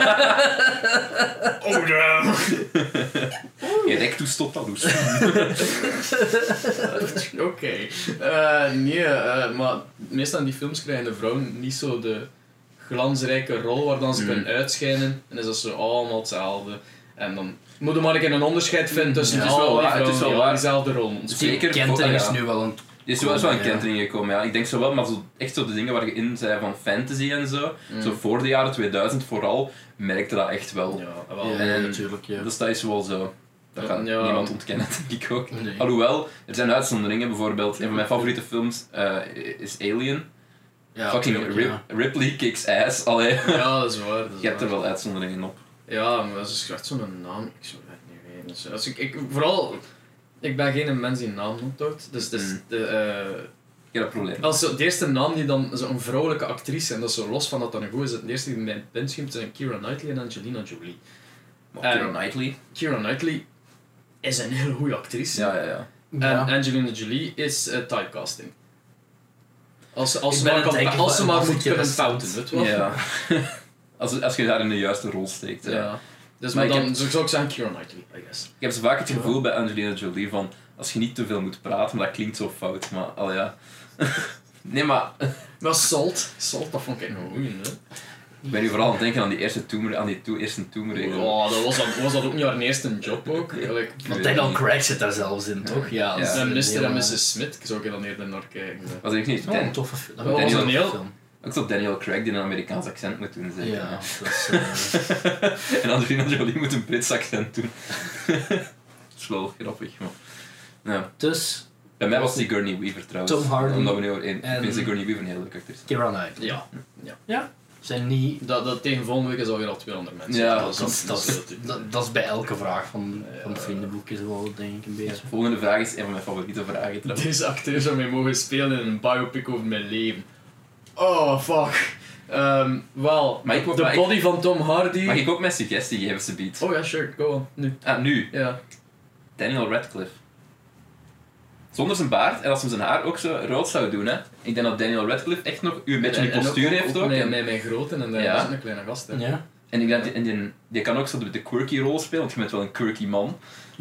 Speaker 3: Oh, damn!
Speaker 1: je rectus totalus.
Speaker 3: Oké. Eh, nee, eh, maar meestal in die films krijgen de vrouwen niet zo de glansrijke rol waar dan ze
Speaker 1: Mm.
Speaker 3: kunnen uitschijnen. En is dat zo allemaal hetzelfde. En dan moet je maar een keer een onderscheid vinden tussen
Speaker 1: Ja, het is wel
Speaker 3: al die
Speaker 1: waar, het is
Speaker 3: vrouwen
Speaker 1: wel
Speaker 3: die
Speaker 1: waar.
Speaker 3: al diezelfde rol moeten spelen.
Speaker 1: Zeker.
Speaker 2: Kentering is
Speaker 1: ja.
Speaker 2: nu wel een...
Speaker 1: Die is wel zo aan
Speaker 2: Ja.
Speaker 1: kentering gekomen, ja. Ik denk zo wel, maar zo, echt zo de dingen waar je in zei van fantasy en zo,
Speaker 3: Mm.
Speaker 1: zo voor de jaren tweeduizend vooral, merkte dat echt wel.
Speaker 3: Ja, wel.
Speaker 2: Ja,
Speaker 1: En-
Speaker 2: natuurlijk, ja.
Speaker 1: Dus dat is wel zo. Dat kan
Speaker 3: Ja.
Speaker 1: niemand ontkennen, denk ik ook.
Speaker 2: Nee.
Speaker 1: Alhoewel, er zijn uitzonderingen. Bijvoorbeeld, een van mijn favoriete films eh, is Alien.
Speaker 2: Ja,
Speaker 1: Fucking
Speaker 2: natuurlijk,
Speaker 1: Rip-
Speaker 2: ja.
Speaker 1: Ripley kicks ass. Allee,
Speaker 3: Ja, dat is waar. Dat is
Speaker 1: je hebt er
Speaker 3: waar.
Speaker 1: wel uitzonderingen op.
Speaker 3: Ja, maar dat is echt zo'n naam. Ik zou het niet weten. Dus als ik, ik, vooral, ik ben geen mens die naam onthoudt. Dus, dus
Speaker 1: Mm.
Speaker 3: de, eh,
Speaker 1: Ik heb dat probleem.
Speaker 3: als zo, de eerste naam die dan zo'n vrouwelijke actrice, en dat is zo los van dat dat een goed is, de eerste die mij binnenschiet zijn Keira Knightley en Angelina Jolie.
Speaker 1: Maar
Speaker 3: En-
Speaker 1: Keira Knightley.
Speaker 3: Keira Knightley is een heel goede actrice.
Speaker 1: Ja, ja, ja.
Speaker 3: En
Speaker 2: Ja.
Speaker 3: Angelina Jolie is uh, typecasting. Als, ze- als
Speaker 2: Ik
Speaker 3: ze
Speaker 2: ben
Speaker 3: maar,
Speaker 2: aan het
Speaker 3: kan,
Speaker 2: denken
Speaker 3: als ze
Speaker 2: van,
Speaker 3: maar
Speaker 2: als
Speaker 3: moet
Speaker 2: ik je
Speaker 3: kunnen
Speaker 2: bestaat.
Speaker 3: fouten, weet je wel?
Speaker 1: ja. als, als je daar in de juiste rol steekt. Ja.
Speaker 3: Ja. Dus
Speaker 1: Maar
Speaker 3: maar
Speaker 1: ik
Speaker 3: dan
Speaker 1: heb-
Speaker 3: zou zou ik zeggen Keira Knightley, I guess.
Speaker 1: Ik heb zo vaak het gevoel bij Angelina Jolie van, als je niet te veel moet praten, maar dat klinkt zo fout, maar al ja. Nee, maar
Speaker 3: Maar Salt, Salt, dat vond ik een goeie, hè?
Speaker 1: ik ben nu vooral aan het denken aan die eerste Tomb, aan die to eerste Tomb Raider.
Speaker 3: Oh, dat was, dat, was dat ook niet haar eerste job ook? Like,
Speaker 1: weet
Speaker 2: Want Daniel
Speaker 1: niet.
Speaker 2: Craig zit daar zelfs in, toch? Ja, dat is
Speaker 3: en
Speaker 2: een
Speaker 3: mister en
Speaker 2: hele-
Speaker 3: missus Smith, ik zou er dan eerder naar kijken. hè.
Speaker 1: Was ik niet?
Speaker 2: Oh, een toffe film. Dat
Speaker 3: Dat was
Speaker 2: een
Speaker 3: een heel-
Speaker 2: film.
Speaker 1: Ook zo Daniel Craig die een Amerikaans accent moet doen, zeker.
Speaker 2: Ja, dat is... Uh...
Speaker 1: en Angelina Jolie moet een Brits accent doen. Dat is wel grappig, maar... Ja.
Speaker 2: Dus...
Speaker 1: Bij mij was Sigourney Weaver trouwens.
Speaker 2: Tom Hardy.
Speaker 1: Omdat we nu over één...
Speaker 2: En...
Speaker 1: Ik vind Sigourney Weaver een hele leuke actrice.
Speaker 2: Keira Knightley.
Speaker 3: Ja. Ja.
Speaker 2: Ja. Zijn niet...
Speaker 3: Dat, dat tegen volgende week is alweer al tweehonderd mensen.
Speaker 1: Ja,
Speaker 3: dat,
Speaker 2: Dat
Speaker 3: is,
Speaker 2: is, dat, is, dat, dat is bij elke vraag van,
Speaker 3: Ja.
Speaker 2: van het vriendenboekje zo, denk ik een beetje.
Speaker 1: De volgende vraag is een van mijn favoriete vragen trouwens.
Speaker 3: Deze acteur zou mij mogen spelen in een biopic over mijn leven. Oh, fuck. Um, Wel,
Speaker 1: Maar ik-
Speaker 3: de
Speaker 1: maar ik-
Speaker 3: body van Tom Hardy.
Speaker 1: Mag ik ook mijn suggestie geven, subiet?
Speaker 3: Oh ja, sure, go on. Nu.
Speaker 1: Ah, nu.
Speaker 3: Ja.
Speaker 1: Daniel Radcliffe. Zonder zijn baard, en als hij zijn haar ook zo rood zou doen, hè. Ik denk dat Daniel Radcliffe echt nog een beetje
Speaker 3: En-
Speaker 1: die
Speaker 3: en
Speaker 1: postuur
Speaker 3: ook-
Speaker 1: heeft
Speaker 3: ook
Speaker 1: ook.
Speaker 3: Met,
Speaker 1: En,
Speaker 3: met mijn grote en
Speaker 1: Ja.
Speaker 3: dat is een kleine gast. Hè.
Speaker 2: Ja.
Speaker 1: en ik denk dat die, en die, die kan ook zo de, de quirky rol spelen, want je bent wel een quirky man.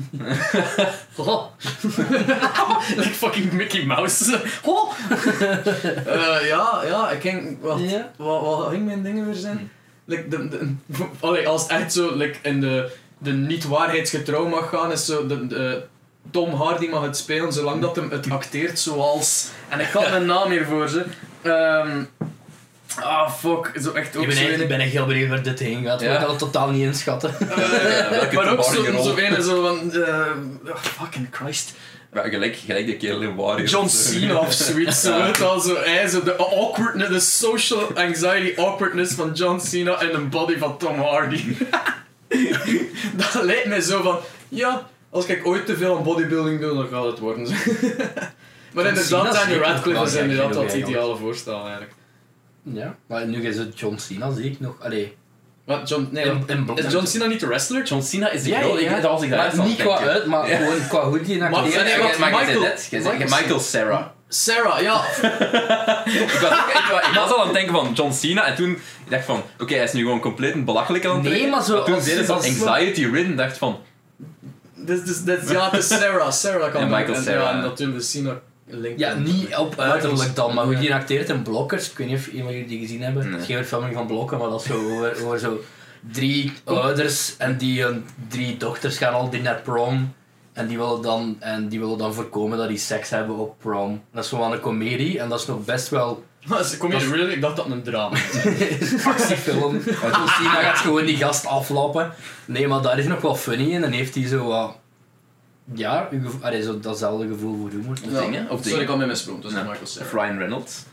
Speaker 3: Oh. Like fucking Mickey Mouse. Oh. uh, ja, ja, ik ging... Wat,
Speaker 2: Ja.
Speaker 3: wat, wat ging mijn dingen weer zijn? Like de, de, allee, als het echt zo like in de, de niet-waarheidsgetrouw mag gaan, is zo... De, de, Tom Hardy mag het spelen, zolang dat hem het acteert zoals... En ik had mijn naam hiervoor, ze. Um, ah, fuck. Zo echt ook
Speaker 2: Ik ben,
Speaker 3: zo
Speaker 2: echt,
Speaker 3: een-
Speaker 2: ik ben echt heel benieuwd waar dit heen gaat,
Speaker 1: Ja.
Speaker 2: want ik kan het totaal niet inschatten.
Speaker 1: Ja, welke
Speaker 3: maar ook
Speaker 1: Tom Hardy
Speaker 3: zo,
Speaker 1: rol.
Speaker 3: zo een zo van... Uh, oh, fucking Christ.
Speaker 1: Ja, gelijk, gelijk de kerel in Warrior.
Speaker 3: John Cena of zoiets. Zo, weet je wel, zo, hij, zo de awkwardness, de social anxiety awkwardness van John Cena en een body van Tom Hardy. Dat lijkt mij zo van, ja, als ik ooit te veel aan bodybuilding doe, dan gaat het worden. Maar
Speaker 2: John Cena
Speaker 3: inderdaad,
Speaker 2: is
Speaker 3: Daniel
Speaker 2: zeker
Speaker 3: Radcliffe is
Speaker 2: wel
Speaker 3: inderdaad
Speaker 2: gek
Speaker 3: dat
Speaker 2: genoeg,
Speaker 3: ideale voorstel eigenlijk.
Speaker 2: Ja, maar nu is het John Cena, zie ik nog. Allee,
Speaker 3: Wat, John, nee,
Speaker 2: in, in Black-
Speaker 3: is John Cena niet de wrestler?
Speaker 1: John Cena is de
Speaker 2: Ja,
Speaker 1: grote...
Speaker 2: ja, ja.
Speaker 1: ik- Dat was ik daar
Speaker 2: Maar
Speaker 1: juist aan
Speaker 2: niet
Speaker 1: het
Speaker 2: qua
Speaker 1: denken.
Speaker 2: uit, maar
Speaker 1: Ja.
Speaker 2: gewoon qua hoe die
Speaker 3: Maar-
Speaker 2: acteert.
Speaker 1: Ja, nee,
Speaker 3: wat,
Speaker 1: maar je zei
Speaker 3: Michael-
Speaker 1: net, je zei-
Speaker 3: Michael-
Speaker 1: Michael Cera.
Speaker 3: Sarah, ja.
Speaker 1: ik, was, ik, was, ik was al aan het denken van John Cena en toen ik dacht van, oké, hij is nu gewoon compleet een belachelijk aan het
Speaker 2: Nee,
Speaker 1: trekken.
Speaker 2: maar zo
Speaker 1: toen
Speaker 2: als-
Speaker 1: deden ze
Speaker 2: als-
Speaker 1: anxiety ridden, dacht van,
Speaker 3: Dus, dus, dus, ja, het is Sarah. Sarah kan
Speaker 1: Ja,
Speaker 3: dat.
Speaker 1: Michael
Speaker 3: En,
Speaker 1: Cera,
Speaker 3: ja,
Speaker 1: ja.
Speaker 3: en natuurlijk Cena linkt.
Speaker 2: Ja,
Speaker 3: hem.
Speaker 2: niet op uiterlijk dan, maar hoe die acteert in Blokkers. Ik weet niet of een van jullie die gezien hebben.
Speaker 1: Nee.
Speaker 2: Geen verfilming van Blokken, maar dat is zo over, over zo drie ouders en die hun drie dochters gaan al die naar prom. En die, willen dan, en die willen dan voorkomen dat die seks hebben op prom. Dat is gewoon een komedie en dat is nog best wel
Speaker 3: Kom je really? Ik dacht dat het een drama was.
Speaker 2: actiefilm. John Cena gaat gewoon die gast aflappen. Nee, maar daar is nog wel funny in en heeft hij zo wat... Ja, uw gevo- allee, zo datzelfde gevoel voor humor.
Speaker 1: Of dingen, of
Speaker 3: Sorry,
Speaker 1: dingen.
Speaker 3: ik had met mijn sprong, dus
Speaker 1: Ja.
Speaker 3: Michael
Speaker 1: Of
Speaker 3: Cera.
Speaker 1: Ryan Reynolds.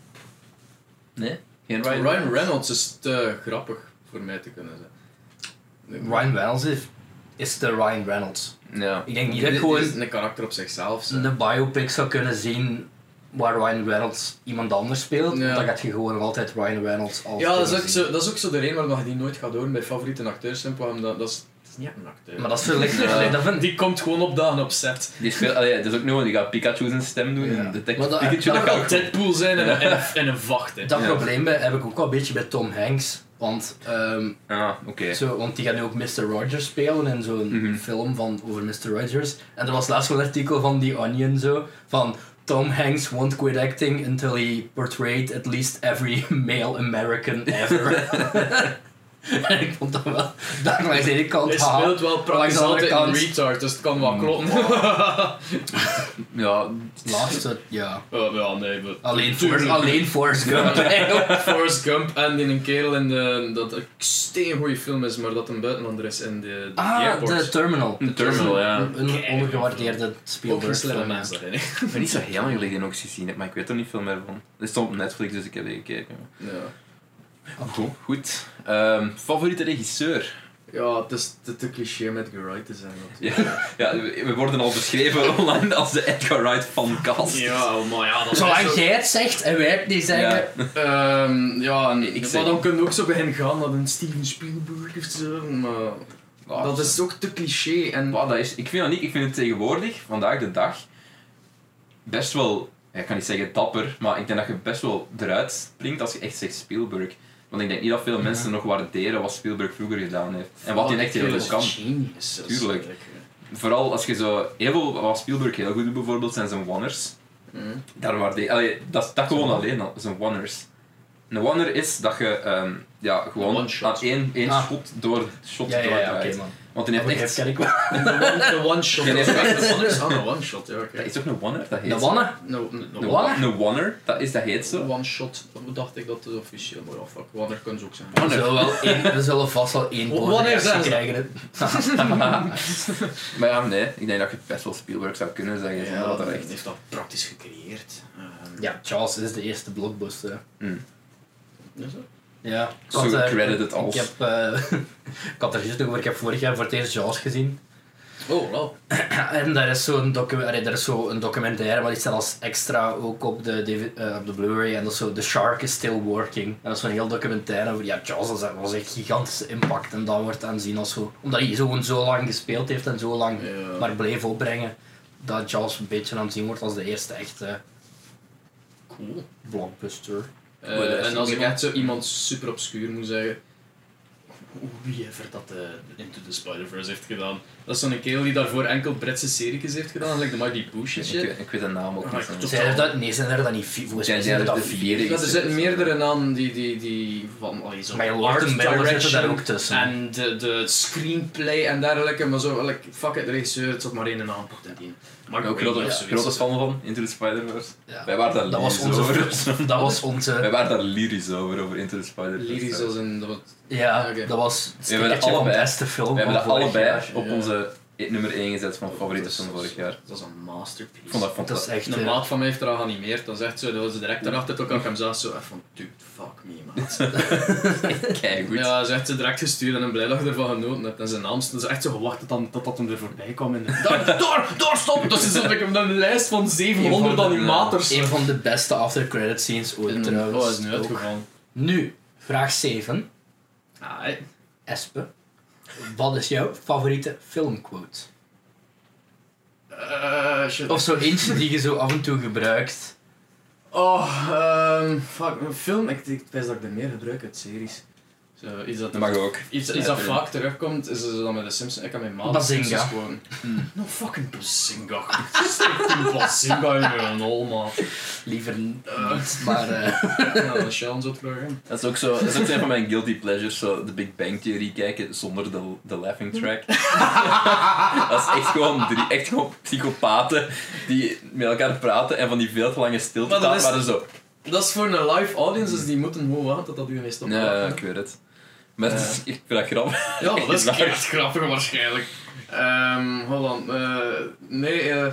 Speaker 1: Nee? Geen Ryan,
Speaker 3: Ryan Reynolds is te grappig voor mij te kunnen zijn.
Speaker 2: Ryan Reynolds is, is de Ryan Reynolds.
Speaker 1: Ja.
Speaker 2: Ik denk niet
Speaker 3: Dit
Speaker 2: dat ik
Speaker 3: is
Speaker 2: gewoon
Speaker 3: een karakter op zichzelf. Zo.
Speaker 2: een biopic zou kunnen zien waar Ryan Reynolds iemand anders speelt.
Speaker 3: Ja.
Speaker 2: Dan gaat je gewoon altijd Ryan Reynolds als
Speaker 3: Ja, dat is,
Speaker 2: kunnen
Speaker 3: ook
Speaker 2: zien.
Speaker 3: zo, dat is ook zo de reden waarom je die nooit gaat horen bij favoriete acteurs. Simpel, omdat dat is, dat is niet echt een acteur.
Speaker 2: Maar dat is verlicht.
Speaker 1: Ja.
Speaker 2: Dat vind
Speaker 3: Die komt gewoon opdagen op set.
Speaker 1: Die speelt, allee, dat is ook nog, die gaat Pikachu zijn stem doen.
Speaker 2: Ja.
Speaker 1: En Detective
Speaker 2: Maar dat-
Speaker 1: Pikachu,
Speaker 2: dat
Speaker 1: dat
Speaker 3: Dat
Speaker 1: gaat
Speaker 3: kan
Speaker 1: ook
Speaker 3: Deadpool zijn en, en, en een vacht. Hè.
Speaker 2: dat
Speaker 1: Ja.
Speaker 2: probleem bij, heb ik ook wel een beetje bij Tom Hanks. Want, ehm,
Speaker 1: Ah, oké.
Speaker 2: zo, want die gaat nu ook mister Rogers spelen in zo'n
Speaker 1: Mhm.
Speaker 2: film van, over mister Rogers. En er was laatst wel een artikel van The Onion zo, van Tom Hanks won't quit acting until he portrayed at least every male American ever. En ik vond dat wel, dat langs de ene kant
Speaker 3: Hij
Speaker 2: haha,
Speaker 3: speelt wel
Speaker 2: langs
Speaker 3: praktisch
Speaker 2: de andere
Speaker 3: altijd een
Speaker 2: kant,
Speaker 3: retard, dus het kan wel kloppen.
Speaker 1: Ja,
Speaker 2: laatste, ja.
Speaker 3: Oh, ja, nee, maar...
Speaker 2: Alleen,
Speaker 3: Tuurlijk.
Speaker 2: Forrest, alleen Forrest Gump.
Speaker 3: Forrest Gump en die een kerel in de... Dat een steengoeie film is, maar dat een buitenlander is in de, de
Speaker 2: Ah,
Speaker 3: airport.
Speaker 2: de Terminal.
Speaker 1: een Terminal, ja.
Speaker 2: Een een ondergewaardeerde
Speaker 3: Ook
Speaker 2: Spielberg
Speaker 3: een slimme
Speaker 2: film.
Speaker 3: mens daarin. hè.
Speaker 1: Ik ben niet zo heel lang geleden nog gezien heb, maar ik weet er niet veel meer van. Het stond op Netflix, dus ik heb die gekeken.
Speaker 3: Ja.
Speaker 1: Goed. Goed. Ehm, favoriete regisseur?
Speaker 3: Ja, het is te, te cliché met Edgar Wright te zijn natuurlijk.
Speaker 1: Ja, we we worden al beschreven online als de Edgar Wright fancast.
Speaker 3: Ja, maar ja, dat is
Speaker 2: Zolang
Speaker 3: zo-
Speaker 2: jij het zegt en wij het niet zeggen.
Speaker 1: Ja.
Speaker 3: Ehm, ja, en
Speaker 1: Ik
Speaker 3: ik
Speaker 1: zeg-
Speaker 3: dan kun je ook zo beginnen gaan naar een Steven Spielberg of zo, maar
Speaker 1: Ah,
Speaker 3: dat is ook te cliché en...
Speaker 1: Wat, dat is, ik vind dat niet. Ik vind het tegenwoordig, vandaag de dag, best wel, ja, ik kan niet zeggen dapper, maar ik denk dat je best wel eruit springt als je echt zegt Spielberg. Want ik denk niet dat veel mensen nog waarderen wat Spielberg vroeger gedaan heeft. En wat hij echt heel goed kan.
Speaker 3: Genius,
Speaker 1: Tuurlijk. Vooral als je zo... Heel veel wat Spielberg heel goed doet bijvoorbeeld, zijn zijn wonders.
Speaker 3: Mm.
Speaker 1: Daar waardeer... Allee, dat, dat gewoon alleen al, zijn wonders. Een one-er is dat je um, ja, gewoon aan één, één
Speaker 2: ah.
Speaker 1: shot door het shot
Speaker 2: Ja, ja, ja, oké,
Speaker 1: doordraait.
Speaker 2: man.
Speaker 1: Want die heeft echt...
Speaker 2: ken ik wel.
Speaker 3: De one-shot.
Speaker 1: Nee, nee, nee.
Speaker 3: De one is aan een one-shot, ja, oké.
Speaker 1: Dat is ook een one-er? Dat heet
Speaker 2: De
Speaker 1: zo.
Speaker 2: wanne?
Speaker 3: No, no,
Speaker 1: Een
Speaker 3: no,
Speaker 2: one-er?
Speaker 1: Een one-er, dat, is, dat heet zo.
Speaker 3: one-shot, dan dacht ik dat het officieel, maar ja, fuck, one-er kan ze ook zijn.
Speaker 2: We zullen, wel één, we zullen vast wel één
Speaker 3: Wanneer
Speaker 2: bovenreactie
Speaker 3: zijn ze?
Speaker 2: krijgen.
Speaker 1: Maar ja, nee, ik denk dat je best wel Spielberg zou kunnen zeggen.
Speaker 3: Ja,
Speaker 1: zonder dat er
Speaker 3: hij
Speaker 1: echt...
Speaker 3: heeft dat praktisch gecreëerd. Um,
Speaker 2: Ja, Jaws is de eerste blockbuster.
Speaker 1: Mm.
Speaker 3: Is dat?
Speaker 2: Ja, ik
Speaker 1: Zo
Speaker 2: had, eh,
Speaker 1: gecredited als.
Speaker 2: Ik, heb, uh, ik had er juist over, ik heb vorig jaar voor het eerst Jaws gezien.
Speaker 3: Oh, wow.
Speaker 2: En daar is zo'n docu er is zo een documentaire, maar die staat als extra ook op de, D V uh, op de Blu-ray. En dat is zo The Shark is Still Working. En dat is zo'n heel documentaire over, ja, Jaws, dat was echt gigantische impact. En dat wordt aanzien als zo, omdat hij zo, zo lang gespeeld heeft en zo lang
Speaker 3: Ja.
Speaker 2: maar bleef opbrengen, dat Jaws een beetje aanzien wordt als de eerste echte
Speaker 3: Cool.
Speaker 2: blockbuster.
Speaker 3: Uh, en als ik echt zo iemand super obscuur moet zeggen, wie ever dat uh, Into the Spider-Verse heeft gedaan. Dat is zo'n kerel die daarvoor enkel Britse series heeft gedaan, like de Mighty Boosh en
Speaker 1: Ik,
Speaker 3: shit.
Speaker 1: ik, ik weet de naam ook
Speaker 3: Ah,
Speaker 1: niet.
Speaker 3: ik
Speaker 1: zo.
Speaker 3: toch-
Speaker 2: Zijn er dat, nee, zijn er dan niet vier? Volgens mij
Speaker 1: Ja,
Speaker 2: zijn er
Speaker 1: ja,
Speaker 2: dat
Speaker 1: de
Speaker 2: vier.
Speaker 1: vier.
Speaker 3: Ja, er zitten meerdere namen die, die, die van allee, zo
Speaker 2: Maar
Speaker 3: art
Speaker 2: Lord Miller zit er
Speaker 3: direction
Speaker 2: daar ook tussen.
Speaker 3: en de, de screenplay en dergelijke, maar zo, like, fuck it, de regisseur, het zat maar één naam pakt en die. Maar
Speaker 1: Ik ben ook
Speaker 3: weet
Speaker 1: grote,
Speaker 3: niet of zoiets
Speaker 1: grote
Speaker 3: is.
Speaker 1: fan van Into the Spider-Verse.
Speaker 2: Ja.
Speaker 1: Wij waren daar
Speaker 2: Dat was
Speaker 1: lyrisch
Speaker 2: onze,
Speaker 1: over.
Speaker 2: dat was onze,
Speaker 1: Wij waren daar lyrisch over, over Into the Spider-Verse.
Speaker 3: Lyrisch als een... Dat wat,
Speaker 2: ja,
Speaker 3: Oké.
Speaker 2: dat was het
Speaker 1: We hebben dat
Speaker 2: stickertje van de
Speaker 1: allebei-
Speaker 2: beste film
Speaker 1: We hebben dat
Speaker 2: van vorig
Speaker 1: allebei
Speaker 2: jaar.
Speaker 1: op
Speaker 3: Ja.
Speaker 1: onze e- nummer één gezet van favoriete
Speaker 3: dat is-
Speaker 1: film vorig jaar.
Speaker 3: Dat is een masterpiece.
Speaker 1: Ik vond dat, vond
Speaker 2: Dat is
Speaker 1: dat
Speaker 2: echt...
Speaker 3: Een
Speaker 2: eh,
Speaker 3: maat van mij heeft eraan geanimeerd, dat is echt zo, dat was direct daarachter tot ik hem zag, zo echt van, dude, fuck me, man.
Speaker 1: keigoed.
Speaker 3: Ja, hij is echt zo direct gestuurd en een blij dat je ervan genoten hebt. En zijn naam stond, is echt zo gewacht tot, dan, tot dat hem er voorbij kwam. En daar, daar, daar, stop! Dat is zo like, een lijst van zevenhonderd
Speaker 2: Een van de-
Speaker 3: animators.
Speaker 2: Een van de beste after credit scenes ooit
Speaker 3: En,
Speaker 2: trouwens.
Speaker 3: oh, hij is nu
Speaker 2: ook.
Speaker 3: uitgevallen.
Speaker 2: Nu, vraag zeven.
Speaker 3: Ah, hey.
Speaker 2: Espe, wat is jouw favoriete filmquote?
Speaker 3: Uh, shit.
Speaker 2: Of zo eentje die je zo af en toe gebruikt.
Speaker 3: Oh, um, fuck, een film, ik, ik wijs dat ik er meer gebruik uit series. Zo, iets dat,
Speaker 1: Dat mag ook.
Speaker 3: iets, iets dat vaak terugkomt, is dan met de Simpsons. Ik heb mijn maat
Speaker 2: Bazinga.
Speaker 3: gewoon. No fucking Bazinga. Fucking Bazinga in mijn hol, man.
Speaker 2: Liever niet, maar... eh,
Speaker 3: Ja, dat is Sean zo terug.
Speaker 1: Dat is ook zo, dat is ook een van mijn guilty pleasures, zo de Big Bang Theory kijken zonder de, de laughing track. Dat is echt gewoon drie, echt gewoon psychopaten die met elkaar praten en van die veel te lange stilte
Speaker 3: Maar dat is-
Speaker 1: waren zo.
Speaker 3: Dat is voor een live audience, dus die moeten gewoon wachten tot dat u mee stopt.
Speaker 1: Ja, ik weet het. Maar het is, ik vind dat grappig.
Speaker 3: Ja, dat is
Speaker 1: Waar?
Speaker 3: echt grappig waarschijnlijk. Um, hold on. Uh, nee, eh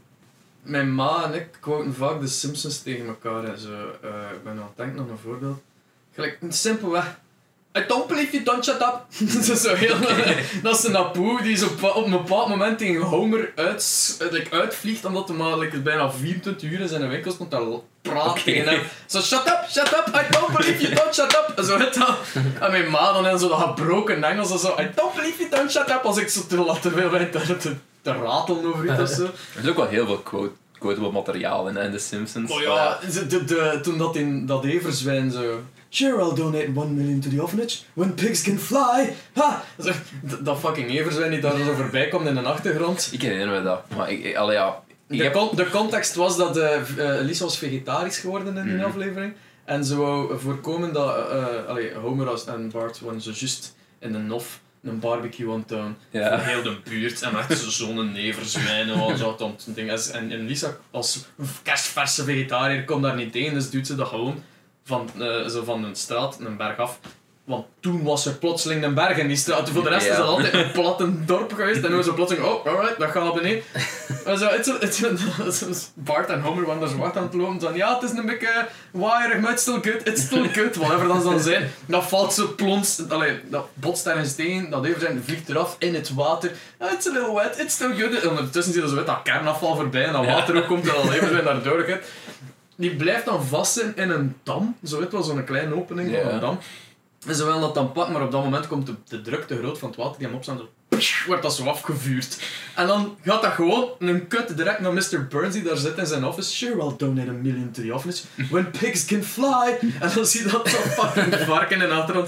Speaker 3: mijn ma en ik quoten vaak de Simpsons tegen elkaar. En zo. Uh, ik ben aan het denken aan een voorbeeld. Gelijk, simpelweg. I don't believe you don't shut up. Dat is zo heel... Dat is een Apu die zo pa- op een bepaald moment tegen Homer uit, like, uitvliegt, omdat hij maar like, bijna vierentwintig uur in zijn winkel stond te praten
Speaker 1: Oké.
Speaker 3: tegen hem. Zo, shut up, shut up, I don't believe you don't shut up. En zo weet dat. En mijn ma dan in zo dat gebroken Engels en zo, I don't believe you don't shut up, als ik zo te laten wil bij te, te, te ratelen over iets of zo.
Speaker 1: Er is ook wel heel veel quote, quotable materiaal in, in The Simpsons.
Speaker 3: Oh ja, de, de, de, toen dat in dat everzwijn zo... Sure, I'll donate one million to the orphanage when pigs can fly. Ha! Zo, dat, dat fucking everzwijn die daar zo voorbij komt in de achtergrond.
Speaker 1: Ik herinner me dat. Maar ik, ik, allee, ja, ik
Speaker 3: De,
Speaker 1: heb...
Speaker 3: con- de context was dat uh, uh, Lisa was vegetarisch geworden in die
Speaker 1: Mhm.
Speaker 3: aflevering. En ze wou voorkomen dat uh, uh, allee, Homer was- en Bart waren zo juist in de nof een barbecue aan het doen.
Speaker 1: Ja.
Speaker 3: Voor heel de buurt. En echt zo- zo'n neverzwijnen. En, zo, om te dingen. En, en Lisa als kerstverse vegetariër komt daar niet tegen, dus doet ze dat gewoon van, uh, zo van een straat, een berg af. Want toen was er plotseling een berg in die straat. Voor de rest
Speaker 1: Ja.
Speaker 3: is dat altijd een platte dorp geweest. En toen was er plotseling, oh, alright, dat gaat naar beneden. En zo, het, het, het, het, Bart en Homer waren daar zo hard aan het lopen. Van, ja, het is een beetje waaierig, maar it's still good, it's still good. Whatever dat dan zijn. Dat valt zo plons, allee, dat botst daar een steen, dat even vliegt eraf in het water. Ah, it's a little wet, it's still good. En ondertussen zie je zo wet dat kernafval voorbij en dat water ook komt en dat even naar door gaat. Die blijft dan vastzitten in een dam. Zo weet wel, zo'n kleine opening van
Speaker 1: Ja.
Speaker 3: een dam. En ze willen dat dan pakken, maar op dat moment komt de, de druk te groot van het water die hem opstaat. Zo psh, wordt dat zo afgevuurd. En dan gaat dat gewoon een cut direct naar mister Burns die daar zit in zijn office. Sure, I'll donate a million to the orphanage when pigs can fly. En dan zie je dat zo'n fucking varken in de achtergrond.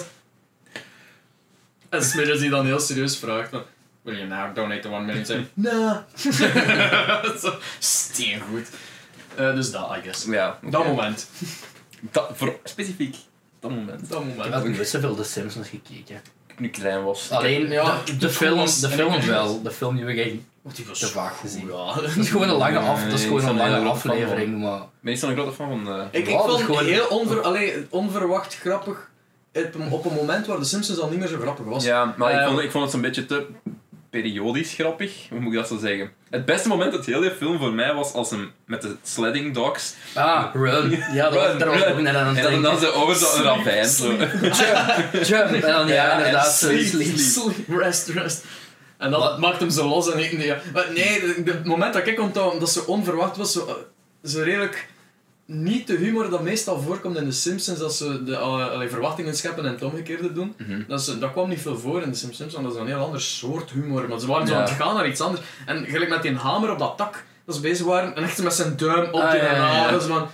Speaker 3: En Smithers die dan heel serieus vraagt van, will you now donate the one million? Zeggen, nah. Zo steengoed. Uh, dus dat, I guess.
Speaker 1: Ja, oké.
Speaker 3: Dat moment.
Speaker 1: Dat, voor, specifiek Dat moment.
Speaker 3: Dat
Speaker 2: Ik
Speaker 3: moment.
Speaker 2: heb niet zoveel The Simpsons gekeken.
Speaker 1: Ik nu klein was.
Speaker 2: Alleen,
Speaker 3: ja,
Speaker 2: de, de
Speaker 3: de
Speaker 2: film,
Speaker 3: was-
Speaker 2: de
Speaker 3: en
Speaker 2: film
Speaker 3: ik-
Speaker 2: wel. De film die we echt
Speaker 3: Want die was
Speaker 2: te
Speaker 3: zo
Speaker 2: vaak
Speaker 3: goed,
Speaker 2: gezien.
Speaker 3: ja.
Speaker 2: Het is gewoon een lange, af, het is
Speaker 1: Nee,
Speaker 2: gewoon
Speaker 1: ik
Speaker 2: een
Speaker 1: ben
Speaker 2: lange
Speaker 1: heel erg fan
Speaker 2: aflevering, maar...
Speaker 1: Ben je zo'n grote fan van... Uh...
Speaker 3: Ik, ik
Speaker 2: Ja, dat
Speaker 3: vond
Speaker 2: is
Speaker 3: het
Speaker 2: gewoon-
Speaker 3: heel onver, allee, onverwacht grappig op een, op een moment waar de Simpsons al niet meer zo grappig was.
Speaker 1: Ja, maar ik,
Speaker 3: Eh,
Speaker 1: vond, ik vond het zo'n beetje te periodisch grappig. Hoe moet ik dat zo zeggen? Het beste moment uit heel die film voor mij was als hem met de sledding dogs...
Speaker 2: Ah, Run. Ja, dat was,
Speaker 1: Run,
Speaker 2: daar was ik
Speaker 1: run.
Speaker 2: ook net aan het
Speaker 1: En dan,
Speaker 2: denken.
Speaker 1: dan ze over zo'n ravijn. Zo.
Speaker 2: Jump, jump. En dan, ja,
Speaker 1: Ja, en
Speaker 2: inderdaad, zo
Speaker 3: sleep,
Speaker 2: sleep.
Speaker 3: sleep, rest, rest. En dan
Speaker 2: Wat?
Speaker 3: maakt hem ze los en ik... Ja. Maar nee, de- de- het moment dat ik onthoud, dat zo onverwacht was, zo, eh, zo redelijk... Niet de humor dat meestal voorkomt in de Simpsons, dat ze de uh, allee, verwachtingen scheppen en het omgekeerde doen.
Speaker 1: Mhm.
Speaker 3: Dat, is, dat kwam niet veel voor in de Simpsons, want dat is een heel ander soort humor. Maar ze waren zo
Speaker 1: Ja.
Speaker 3: aan het gaan naar iets anders. En gelijk met die hamer op dat dak, dat ze bezig waren, en echt met zijn duim op
Speaker 2: Ah,
Speaker 3: die
Speaker 2: ja, ja, ja.
Speaker 3: dat is van...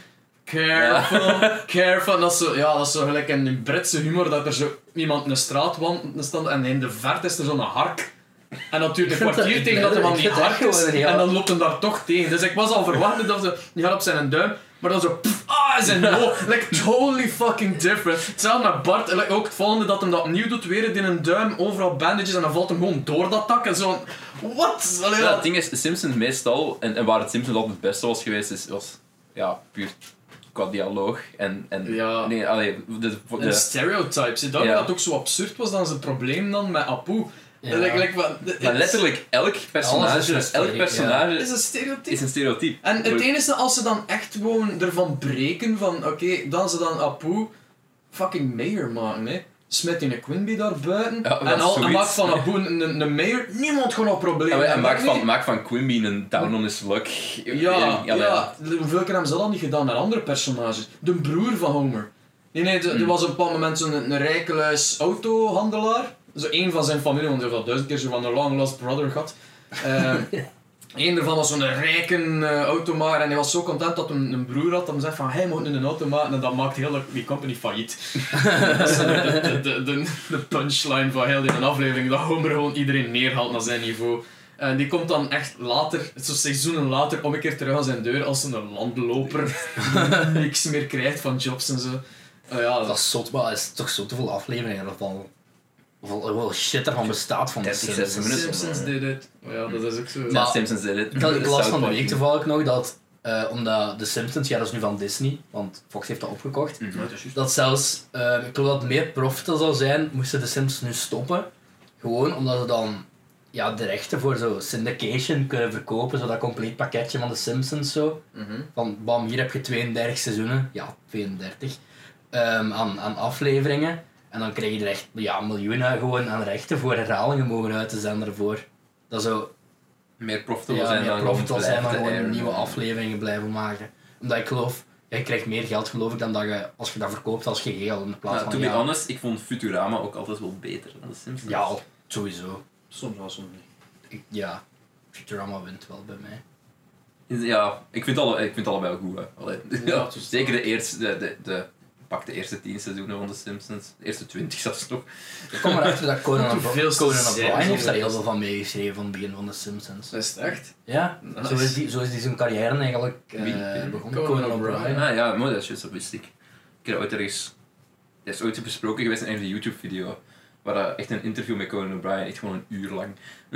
Speaker 3: Careful, careful. Dat is zo, ja, dat is zo gelijk in een Britse humor, dat er zo iemand in een straatwand staat en in de verte is er zo'n hark. En dat duurt een
Speaker 2: vind dat-
Speaker 3: kwartier
Speaker 2: ik
Speaker 3: tegen dat
Speaker 2: vind
Speaker 3: hij
Speaker 2: dat-
Speaker 3: van die
Speaker 2: ik vind
Speaker 3: hark
Speaker 2: dat
Speaker 3: is,
Speaker 2: gewoon, ja.
Speaker 3: en dan loopt hem daar toch tegen. Dus ik was al verwacht dat ze, die gaat op zijn duim, maar dan zo, pff, ah, zijn hoofd. Like, totally fucking different. Hetzelfde met Bart, en like, ook het volgende dat hem dat opnieuw doet, weer in een duim, overal bandages, en dan valt hem gewoon door dat dak en zo. What? Allee,
Speaker 1: Ja,
Speaker 3: ja.
Speaker 1: het ding is, Simpsons meestal, en, en waar het Simpsons altijd het beste was geweest, is, was ja, puur qua dialoog. En, en,
Speaker 3: Ja.
Speaker 1: Nee, allee, de, de,
Speaker 3: En
Speaker 1: de-
Speaker 3: stereotypes. Daarom
Speaker 1: Ja.
Speaker 3: dat het ook zo absurd was dan zijn probleem dan met Apu.
Speaker 2: Ja.
Speaker 3: Like, like, wat- de-
Speaker 1: maar
Speaker 3: het
Speaker 1: letterlijk elk
Speaker 2: Alles is
Speaker 1: personage,
Speaker 2: een
Speaker 1: elk
Speaker 2: stereo-
Speaker 1: personage
Speaker 3: is een stereotype.
Speaker 1: is een stereotype.
Speaker 3: En het enige als ze dan echt gewoon ervan breken van oké, dan ze dan Apu fucking mayor maken, hè. Smet in een Quimby daar buiten
Speaker 1: Ja, dat
Speaker 3: en,
Speaker 1: is
Speaker 3: al, en
Speaker 1: zoiets.
Speaker 3: maakt van Apu een, een, een mayor, niemand gewoon een probleem.
Speaker 1: Ja, en
Speaker 3: hebben,
Speaker 1: maak
Speaker 3: niet?
Speaker 1: van, maak van Quimby een down on his luck.
Speaker 3: Ja,
Speaker 1: allee,
Speaker 3: ja, hoeveel keer hebben ze dat niet gedaan naar andere personages? De broer van Homer. Nee, nee, er
Speaker 1: Hmm.
Speaker 3: was op een bepaald moment zo'n een rijkeluis autohandelaar. Zo één van zijn familie, want hij heeft al duizend keer zo van een long lost brother gehad. Eén Eén daarvan was zo'n rijke uh, automaker en hij was zo content dat hij een, een broer had dat hij zei van hij moet nu een auto maken en dat maakt heel de, die company failliet. Dat is de, de, de, de, de punchline van heel die aflevering, dat Homer gewoon iedereen neerhaalt naar zijn niveau. En die komt dan echt later, zo seizoenen later, om een keer terug aan zijn deur als een landloper die niks meer krijgt van jobs en zo. Uh, ja,
Speaker 2: Dat is zot, maar het is toch zo te veel afleveringen ervan. Hoeveel, hoeveel shit ervan bestaat van de
Speaker 1: dertig,
Speaker 2: Simpsons.
Speaker 1: zestig minuten.
Speaker 3: Simpsons did it. Ja, dat is ook zo.
Speaker 1: Ja,
Speaker 2: Maar-
Speaker 1: Simpsons did it.
Speaker 2: Ik, had- ik las
Speaker 1: South
Speaker 2: van de
Speaker 1: Park
Speaker 2: week
Speaker 1: niet.
Speaker 2: toevallig nog dat, uh, omdat de Simpsons, ja dat is nu van Disney, want Fox heeft dat opgekocht,
Speaker 1: Mhm.
Speaker 2: dat zelfs, uh, ik geloof dat het meer profitable zou zijn, moesten de Simpsons nu stoppen. Gewoon omdat ze dan ja, de rechten voor zo syndication kunnen verkopen, zo dat compleet pakketje van de Simpsons zo.
Speaker 3: Mhm.
Speaker 2: Van bam, hier heb je tweeëndertig seizoenen, ja tweeëndertig, um, aan, aan afleveringen. En dan krijg je er echt ja, miljoenen gewoon aan rechten voor herhalingen mogen uit te zenden ervoor. Dat zou
Speaker 1: Meer profitable
Speaker 2: ja,
Speaker 1: zijn
Speaker 2: meer
Speaker 1: dan
Speaker 2: profitable
Speaker 1: gewoon
Speaker 2: zijn dan
Speaker 1: blijven
Speaker 2: gewoon
Speaker 1: airen.
Speaker 2: nieuwe afleveringen blijven maken. Omdat ik geloof, ja, je krijgt meer geld geloof ik dan dat je, als je dat verkoopt als geheel in plaats
Speaker 1: Ja,
Speaker 2: van
Speaker 1: to be
Speaker 2: ja,
Speaker 1: honest, ik vond Futurama ook altijd wel beter dan de Simpsons.
Speaker 2: ja, sowieso.
Speaker 3: Soms wel, soms niet.
Speaker 2: Ik, ja, Futurama wint wel bij mij.
Speaker 1: Ja, ik vind, alle, ik vind allebei wel goed. Hè. Allee,
Speaker 3: Ja,
Speaker 1: ja,
Speaker 3: het is-
Speaker 1: zeker de eerste, de, de, de, pak de eerste tien seizoenen van de Simpsons. De eerste twintig zelfs nog.
Speaker 2: Ik kom erachter dat Conan
Speaker 3: Wat
Speaker 2: O'Brien
Speaker 3: hoeveelste
Speaker 2: Conan
Speaker 3: serie
Speaker 2: O'Brien heeft
Speaker 3: is
Speaker 2: daar
Speaker 3: dat?
Speaker 2: heel veel van meegeschreven van het begin van de Simpsons.
Speaker 3: Is het echt?
Speaker 2: Ja,
Speaker 3: Nice.
Speaker 2: zo is die, zo is die zijn carrière eigenlijk uh,
Speaker 1: Wie?
Speaker 2: begonnen.
Speaker 3: Conan
Speaker 2: Conan
Speaker 3: O'Brien.
Speaker 2: O'Brien.
Speaker 1: Ah ja, mooi, dat is juist, dat wist ik. Ik heb ooit ergens... Dat is ooit besproken geweest in een YouTube-video. Waar dat echt een interview met Conan O'Brien, echt gewoon een uur lang.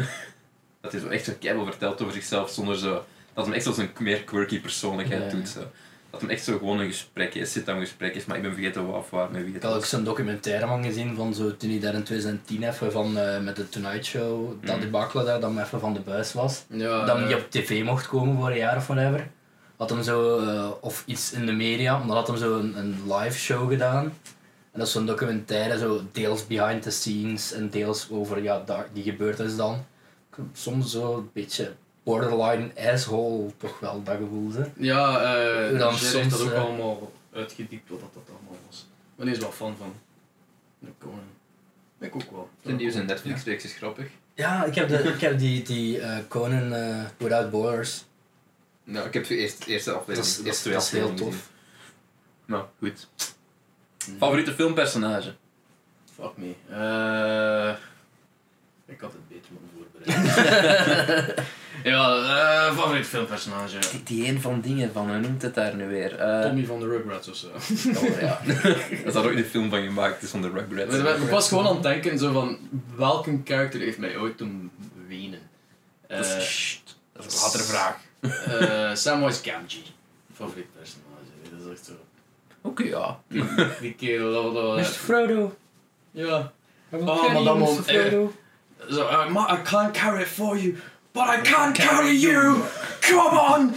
Speaker 1: Dat hij zo echt zo keihard vertelt over zichzelf zonder zo... Dat hem echt zo een meer quirky persoonlijkheid
Speaker 2: Ja.
Speaker 1: doet. Zo. Dat hem echt zo gewoon een gesprek is, zit aan een gesprek is, maar ik ben vergeten wat of waar, met wie het
Speaker 2: Ik had ook
Speaker 1: was.
Speaker 2: zo'n documentaire van gezien van zo, toen hij daar in twintig tien even van uh, met de Tonight Show, dat
Speaker 1: Mm.
Speaker 2: debacle daar, dat hem even van de buis was.
Speaker 3: Ja.
Speaker 2: dat hij
Speaker 3: eh,
Speaker 2: niet op tv mocht komen voor een jaar of whatever. Had hem zo, uh, of iets in de media, omdat had hem zo een, een live show gedaan. En dat is zo'n documentaire, zo deels behind the scenes en deels over ja, daar, die gebeurtenis dan. Soms zo een beetje borderline asshole, toch wel, dat gevoel. Hè.
Speaker 3: Ja, eh
Speaker 2: Dan
Speaker 3: dan heeft
Speaker 2: soms,
Speaker 3: dat ook
Speaker 2: eh,
Speaker 3: allemaal uitgediept wat dat, dat allemaal was. Maar die is wel fan van de Conan. Ik ook wel.
Speaker 1: Zijn die zijn Netflix-reeks is grappig.
Speaker 2: Ja, ik heb, de, ik heb die, die uh, Conan uh, Without Borders.
Speaker 1: Nou, ik heb de eerste, eerste
Speaker 2: Dat
Speaker 1: aflevering,
Speaker 2: is,
Speaker 1: de
Speaker 2: dat,
Speaker 1: eerste
Speaker 2: is-
Speaker 1: twee
Speaker 2: dat is heel
Speaker 1: afleveringen
Speaker 2: tof.
Speaker 1: gezien. Nou, goed. Favoriete filmpersonage?
Speaker 3: Fuck me. Eh ik had het beter moeten voorbereiden. ja, eh favoriet filmpersonage?
Speaker 1: Die, die een van dingen van, hoe noemt het daar nu weer? Uh,
Speaker 3: Tommy van de Rugrats of zo.
Speaker 1: Oh, ja. Dat is daar ook een film van gemaakt, is van de Rugrats.
Speaker 3: Ik was gewoon aan het denken zo van, welke character heeft mij ooit doen wenen? Uh,
Speaker 1: dat is, dat is een latere vraag.
Speaker 3: Uh, Samwise Gamgee. Favoriet personage, dat is echt zo.
Speaker 1: Oké, okay, ja.
Speaker 3: Die, die kerel, dat was...
Speaker 2: mister Frodo.
Speaker 3: Ja.
Speaker 2: Oh, maar dan mister Frodo.
Speaker 3: So, uh, I can't carry it for you, but I can't carry you! Come on!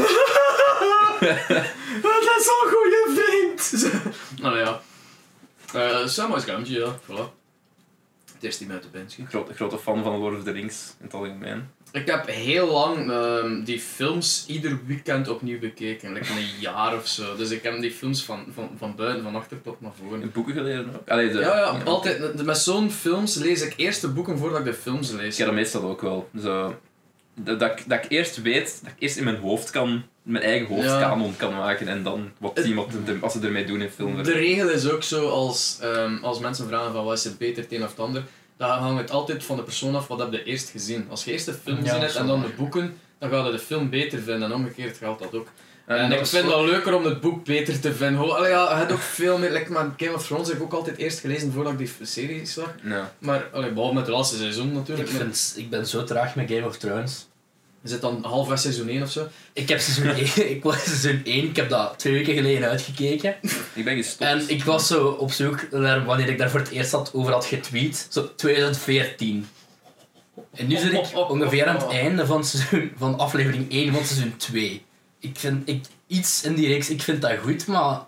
Speaker 3: Dat is zo'n goede vriend! Nou ja. Uh, Samwise Gamgee, ja, voilà. Het eerste die mij uit de band schiet.
Speaker 1: Grote, grote fan van Lord of the Rings, in het algemeen.
Speaker 3: Ik heb heel lang um, die films ieder weekend opnieuw bekeken, like een jaar of zo. Dus ik heb die films van, van, van buiten, van achter tot naar voren.
Speaker 1: In boeken gelezen ook? Allee, de,
Speaker 3: ja, ja,
Speaker 1: ja,
Speaker 3: altijd. Met zo'n films lees ik eerst de boeken voordat ik de films lees.
Speaker 1: Ik heb dat meestal ook wel. Zo, dat, dat, ik, dat ik eerst weet, dat ik eerst in mijn hoofd kan, mijn eigen hoofdkanon kan maken en dan wat zien wat, de, wat ze ermee doen in film.
Speaker 3: De regel is ook zo, als, um, als mensen vragen van wat is het beter het een of het ander, dan hangt het altijd van de persoon af wat heb je eerst gezien. Als je eerst de film
Speaker 2: Ja,
Speaker 3: gezien hebt en dan de
Speaker 2: waar.
Speaker 3: boeken, dan ga je de film beter vinden en omgekeerd geldt dat ook.
Speaker 1: En,
Speaker 3: En,
Speaker 1: dat
Speaker 3: ik
Speaker 1: is
Speaker 3: vind
Speaker 1: zo-
Speaker 3: het leuker om het boek beter te vinden. Ho, allee, ja, je hebt ook veel meer, like, maar Game of Thrones heb ik ook altijd eerst gelezen voordat ik die serie zag.
Speaker 1: Ja.
Speaker 3: Maar, allee, behalve met het laatste seizoen
Speaker 2: Ik,
Speaker 3: natuurlijk. Maar
Speaker 2: vind, ik ben zo traag met Game of Thrones.
Speaker 3: is het dan halfweg seizoen één of zo?
Speaker 2: Ik heb seizoen één, ik was seizoen één, ik heb dat twee weken geleden uitgekeken.
Speaker 1: Ik ben gestopt.
Speaker 2: En ik was zo op zoek naar wanneer ik daar voor het eerst had over had getweet. Zo twintig veertien. En nu zit ik ongeveer aan het einde van, seizoen, van aflevering één van seizoen twee. Ik vind ik, iets in die reeks, ik vind dat goed, maar...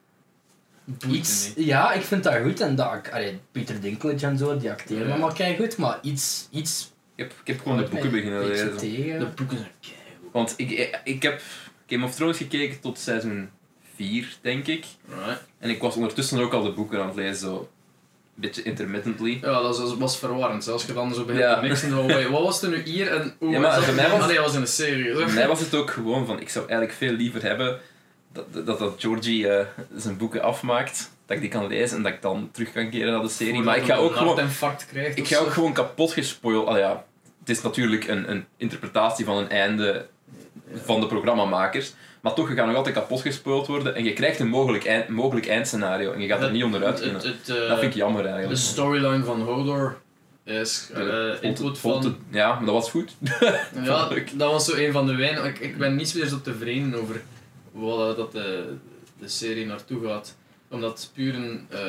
Speaker 2: Iets, ja, ik vind dat goed. En dat, allee, Peter Dinklage en zo, die acteren
Speaker 3: Ja.
Speaker 2: allemaal keigoed, maar iets... iets
Speaker 1: Ik heb, ik heb gewoon de boeken beginnen
Speaker 2: een beetje
Speaker 1: lezen.
Speaker 2: tegen.
Speaker 3: De boeken zijn keigoed.
Speaker 1: Want ik, ik, ik heb Game of Thrones gekeken tot seizoen vier, denk ik.
Speaker 3: Right.
Speaker 1: En ik was ondertussen ook al de boeken aan het lezen, zo een beetje intermittently.
Speaker 3: Ja, dat was, was verwarrend. Als je dan zo begint
Speaker 1: Ja.
Speaker 3: te mixen, dan wait, wat was er nu hier en hoe
Speaker 1: Ja, maar
Speaker 3: was dat?
Speaker 1: voor mij was-
Speaker 3: Ah, nee, dat was in een serie.
Speaker 1: Voor mij was het ook gewoon van, ik zou eigenlijk veel liever hebben dat, dat, dat Georgie eh, zijn boeken afmaakt, dat ik die kan lezen en dat ik dan terug kan keren naar de serie. Maar ik ga ook
Speaker 3: een
Speaker 1: gewoon,
Speaker 3: hartinfarct krijgt
Speaker 1: ik
Speaker 3: of
Speaker 1: ga
Speaker 3: zo.
Speaker 1: ook gewoon kapot gespoild. Al ja, het is natuurlijk een, een interpretatie van een einde van de programmamakers, maar toch, je gaat nog altijd kapot gespoild worden en je krijgt een mogelijk, eind, mogelijk eindscenario en je gaat er niet onderuit
Speaker 3: Het-
Speaker 1: kunnen.
Speaker 3: het, eh,
Speaker 1: Dat vind ik jammer
Speaker 3: De
Speaker 1: eigenlijk.
Speaker 3: storyline van Hodor is uh,
Speaker 1: De
Speaker 3: input
Speaker 1: volte-
Speaker 3: van...
Speaker 1: Ja, maar dat was goed.
Speaker 3: Ja,
Speaker 1: leuk.
Speaker 3: dat was zo een van de weinigen. Ik, ik ben niet zo zo tevreden over wat dat de, de serie naartoe gaat. Omdat het puur een uh,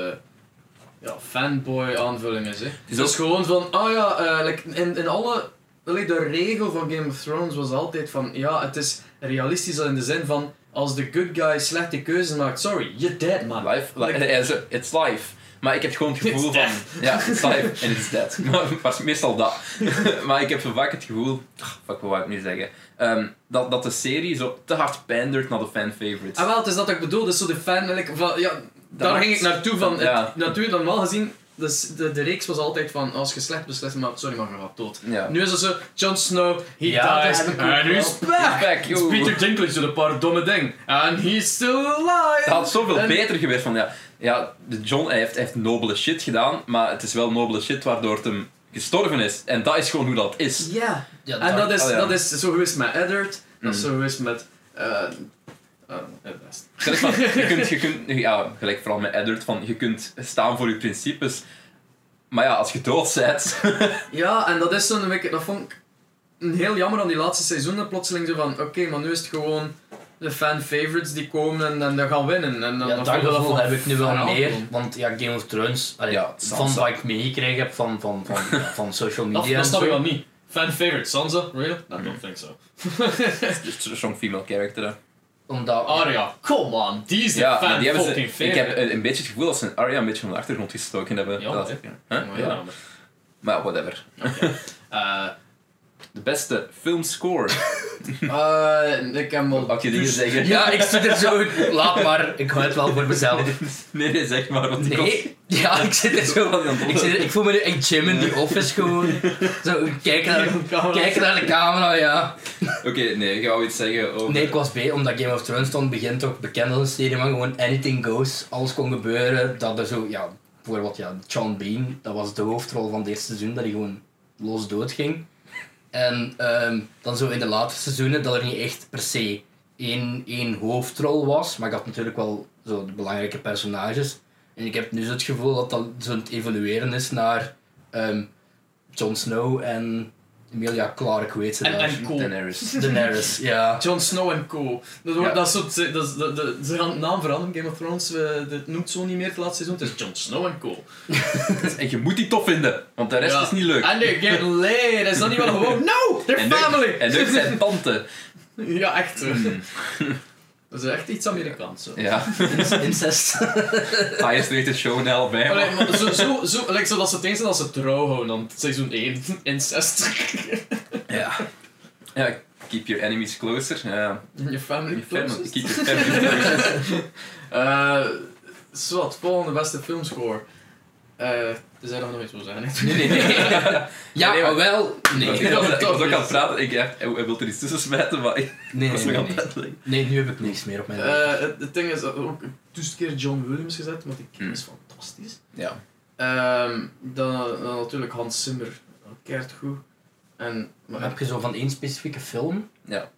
Speaker 3: ja, fanboy aanvulling is. Hè.
Speaker 1: is
Speaker 3: Het is
Speaker 1: ook-
Speaker 3: gewoon van, ah ja, uh, like in, in alle... Like de regel van Game of Thrones was altijd van, ja, het is realistisch in de zin van, als de good guy slechte keuzes maakt, sorry, you're dead man.
Speaker 1: Life, li- eh, eh, it's life. Maar ik heb gewoon het gevoel
Speaker 3: It's
Speaker 1: van... Ja, it's life and it's dead. Maar, maar meestal dat. Maar ik heb zo vaak het gevoel... Ach, fuck, wat wou ik nu zeggen? Ehm, dat, dat de serie zo te hard pandert naar de fan-favorites.
Speaker 3: Ah wel, het is dat ik bedoel, dus zo de fan, like, van, ja, daar
Speaker 1: maakt-
Speaker 3: ging ik naartoe van,
Speaker 1: Ja.
Speaker 3: het, natuurlijk normaal gezien, dus de, de reeks was altijd van, als je slecht beslist maakt, sorry maar je gaat dood.
Speaker 1: Ja.
Speaker 3: Nu is het zo, Jon Snow, he
Speaker 2: Ja,
Speaker 3: dies,
Speaker 2: heb ik ook
Speaker 3: and
Speaker 2: wel.
Speaker 3: he's back!
Speaker 1: He's back,
Speaker 3: It's
Speaker 1: yo.
Speaker 3: Peter Dinklage doet een paar domme dingen, and he's still alive!
Speaker 1: Het had zoveel
Speaker 3: En-
Speaker 1: beter geweest van... Ja, ja de John hij heeft, hij heeft nobele shit gedaan, maar het is wel nobele shit waardoor het hem gestorven is. En dat is gewoon hoe dat is.
Speaker 3: Ja,
Speaker 2: Ja,
Speaker 3: en dat is,
Speaker 1: oh ja.
Speaker 3: dat is zo geweest met Eddard, dat is
Speaker 1: Mm.
Speaker 3: zo geweest met... Uh, uh, het best.
Speaker 1: Gelijk van, je kunt, je kunt, ja, gelijk vooral met Eddard, van je kunt staan voor je principes. Maar ja, als je dood bent...
Speaker 3: Ja, en dat is zo'n week, dat vond ik heel jammer aan die laatste seizoenen. Plotseling zo van, oké, maar nu is het gewoon de fan-favorites die komen en, en dan gaan winnen. En dan,
Speaker 2: Ja,
Speaker 3: dan
Speaker 2: dat
Speaker 3: vond ik
Speaker 2: gevoel
Speaker 3: van
Speaker 2: heb ik nu wel
Speaker 3: verhaal
Speaker 2: meer,
Speaker 3: gewoon.
Speaker 2: want ja, Game of Thrones, allee,
Speaker 1: Ja,
Speaker 2: van
Speaker 1: Sansa.
Speaker 2: wat ik meegekregen heb van, van, van, ja, van social
Speaker 3: Dat,
Speaker 2: media
Speaker 3: dat
Speaker 2: en
Speaker 3: snap ik
Speaker 2: zo.
Speaker 3: wel niet. Fan-favorite, Sansa? Really? I don't think so.
Speaker 1: Dus een strong female character, hè.
Speaker 2: Omdat,
Speaker 3: Arya, come on, die is de
Speaker 1: Ja,
Speaker 3: fan
Speaker 1: maar die hebben ze,
Speaker 3: fucking
Speaker 1: ik
Speaker 3: favorite.
Speaker 1: heb een, een beetje het gevoel dat ze een Arya een beetje van de achtergrond gestoken hebben.
Speaker 3: Ja,
Speaker 1: Dat-
Speaker 3: hè.
Speaker 1: Huh?
Speaker 3: Maar
Speaker 1: Ja.
Speaker 3: ja.
Speaker 1: Maar whatever.
Speaker 3: Eh,
Speaker 1: De beste filmscore.
Speaker 3: eh, ik heb al...
Speaker 1: Mag je dingen zeggen?
Speaker 2: ja, ik zit er zo, laat maar, ik hou het wel voor mezelf.
Speaker 1: Nee, nee, zeg maar. Want ik was-
Speaker 2: Nee, ja, ik zit er zo, ik, zit er- ik voel me nu echt Jim in die office gewoon. Zo, kijken naar, kijken naar de camera, ja.
Speaker 1: Oké, nee, ik wou iets zeggen over...
Speaker 2: Nee, ik was bij, omdat Game of Thrones stond begint toch bekend als een serie van gewoon anything goes, alles kon gebeuren. Dat er zo, ja, bijvoorbeeld ja, John Bean, dat was de hoofdrol van het eerste seizoen, dat hij gewoon los dood ging. En um, dan zo in de latere seizoenen dat er niet echt per se één, één hoofdrol was, maar ik had natuurlijk wel zo de belangrijke personages. En ik heb nu zo het gevoel dat dat zo aan het evolueren is naar um, Jon Snow en Emilia Clarke, hoe heet ze
Speaker 3: En,
Speaker 2: daar?
Speaker 3: en Co.
Speaker 1: Daenerys.
Speaker 2: Daenerys, ja.
Speaker 3: Jon Snow en Co. Dat wordt,
Speaker 1: Ja.
Speaker 3: dat is zo, dat is, dat, dat, ze gaan de naam veranderen. Game of Thrones uh, dat noemt zo niet meer het laatste seizoen. Het is Jon Snow en Co.
Speaker 1: En je moet die tof vinden, want de rest
Speaker 3: Ja.
Speaker 1: is niet leuk.
Speaker 3: En they get laid. Is dat niet wel gewoon? No! They're
Speaker 1: En leuk-
Speaker 3: family!
Speaker 1: En leuk zijn tante.
Speaker 3: Ja, echt.
Speaker 1: Mm.
Speaker 3: Dat is echt iets Amerikaans. Zo.
Speaker 1: Ja,
Speaker 2: Incest.
Speaker 1: highest rated show in Alabama.
Speaker 3: Allee, maar zo, zo, zo, like, zodat ze het eens zijn als ze trouw houden dan seizoen één. Incest.
Speaker 2: Ja.
Speaker 1: Ja, keep your enemies closer. Ja.
Speaker 3: Je family
Speaker 1: Your family,
Speaker 3: closest.
Speaker 1: keep your family closer.
Speaker 3: Uh, zo, het volgende beste filmscore. Uh, tenzij dat we nog iets wil zeggen. hè.
Speaker 2: Nee, nee, nee. Ja,
Speaker 1: Nee, maar-
Speaker 2: wel. Nee.
Speaker 1: Ik
Speaker 2: Nee,
Speaker 1: was, ik was ook aan het praten, ik dacht, hij wil er iets tussen smijten, maar ik
Speaker 2: nee,
Speaker 1: was
Speaker 2: nee.
Speaker 1: nog aan
Speaker 2: Nee,
Speaker 1: het uitleggen.
Speaker 2: nee, nu heb ik niks meer op mijn
Speaker 3: Uh, het, het ding is dat ook duizend keer John Williams gezet, want die
Speaker 1: Hmm.
Speaker 3: is fantastisch.
Speaker 1: Ja.
Speaker 3: Um, dan, dan natuurlijk Hans Zimmer, keert goed. En, maar,
Speaker 2: Heb je zo van één specifieke film
Speaker 1: Ja.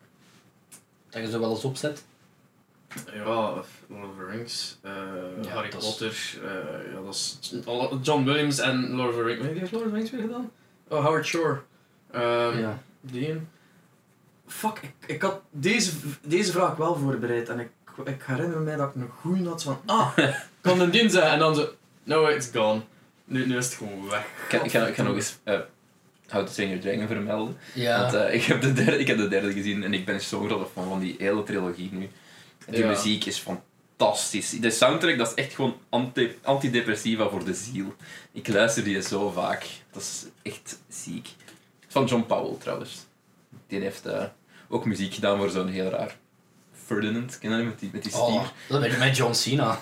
Speaker 2: dat je zo wel eens opzet?
Speaker 3: ja, Lord of the Rings, uh,
Speaker 2: Ja,
Speaker 3: Harry
Speaker 2: dat is-
Speaker 3: Potter, uh, ja, dat is alle- John Williams en Lord of the Rings. Wie heeft Lord of the Rings weer gedaan? Oh, Howard Shore. Um,
Speaker 2: Ja.
Speaker 3: Die een. Fuck, ik, ik had deze, deze vraag wel voorbereid en ik, ik herinner me dat ik een goeie had van ah, ik kan een dien zeggen en dan zo, no it's gone. Nu, nu is het gewoon weg.
Speaker 1: Ik ga, ik ga, ik ga nog eens uh, How to Train Your Dragon vermelden.
Speaker 2: Ja.
Speaker 1: Want uh, ik, heb de derde, ik heb de derde gezien en ik ben zo groot fan van die hele trilogie nu. Die
Speaker 3: Ja.
Speaker 1: muziek is fantastisch. De soundtrack, dat is echt gewoon anti, antidepressiva voor de ziel. Ik luister die zo vaak. Dat is echt ziek. Van John Powell trouwens. Die heeft uh, ook muziek gedaan voor zo'n heel raar Ferdinand, ken je dat met die, met die stier?
Speaker 2: Oh, dat ben ik met John Cena.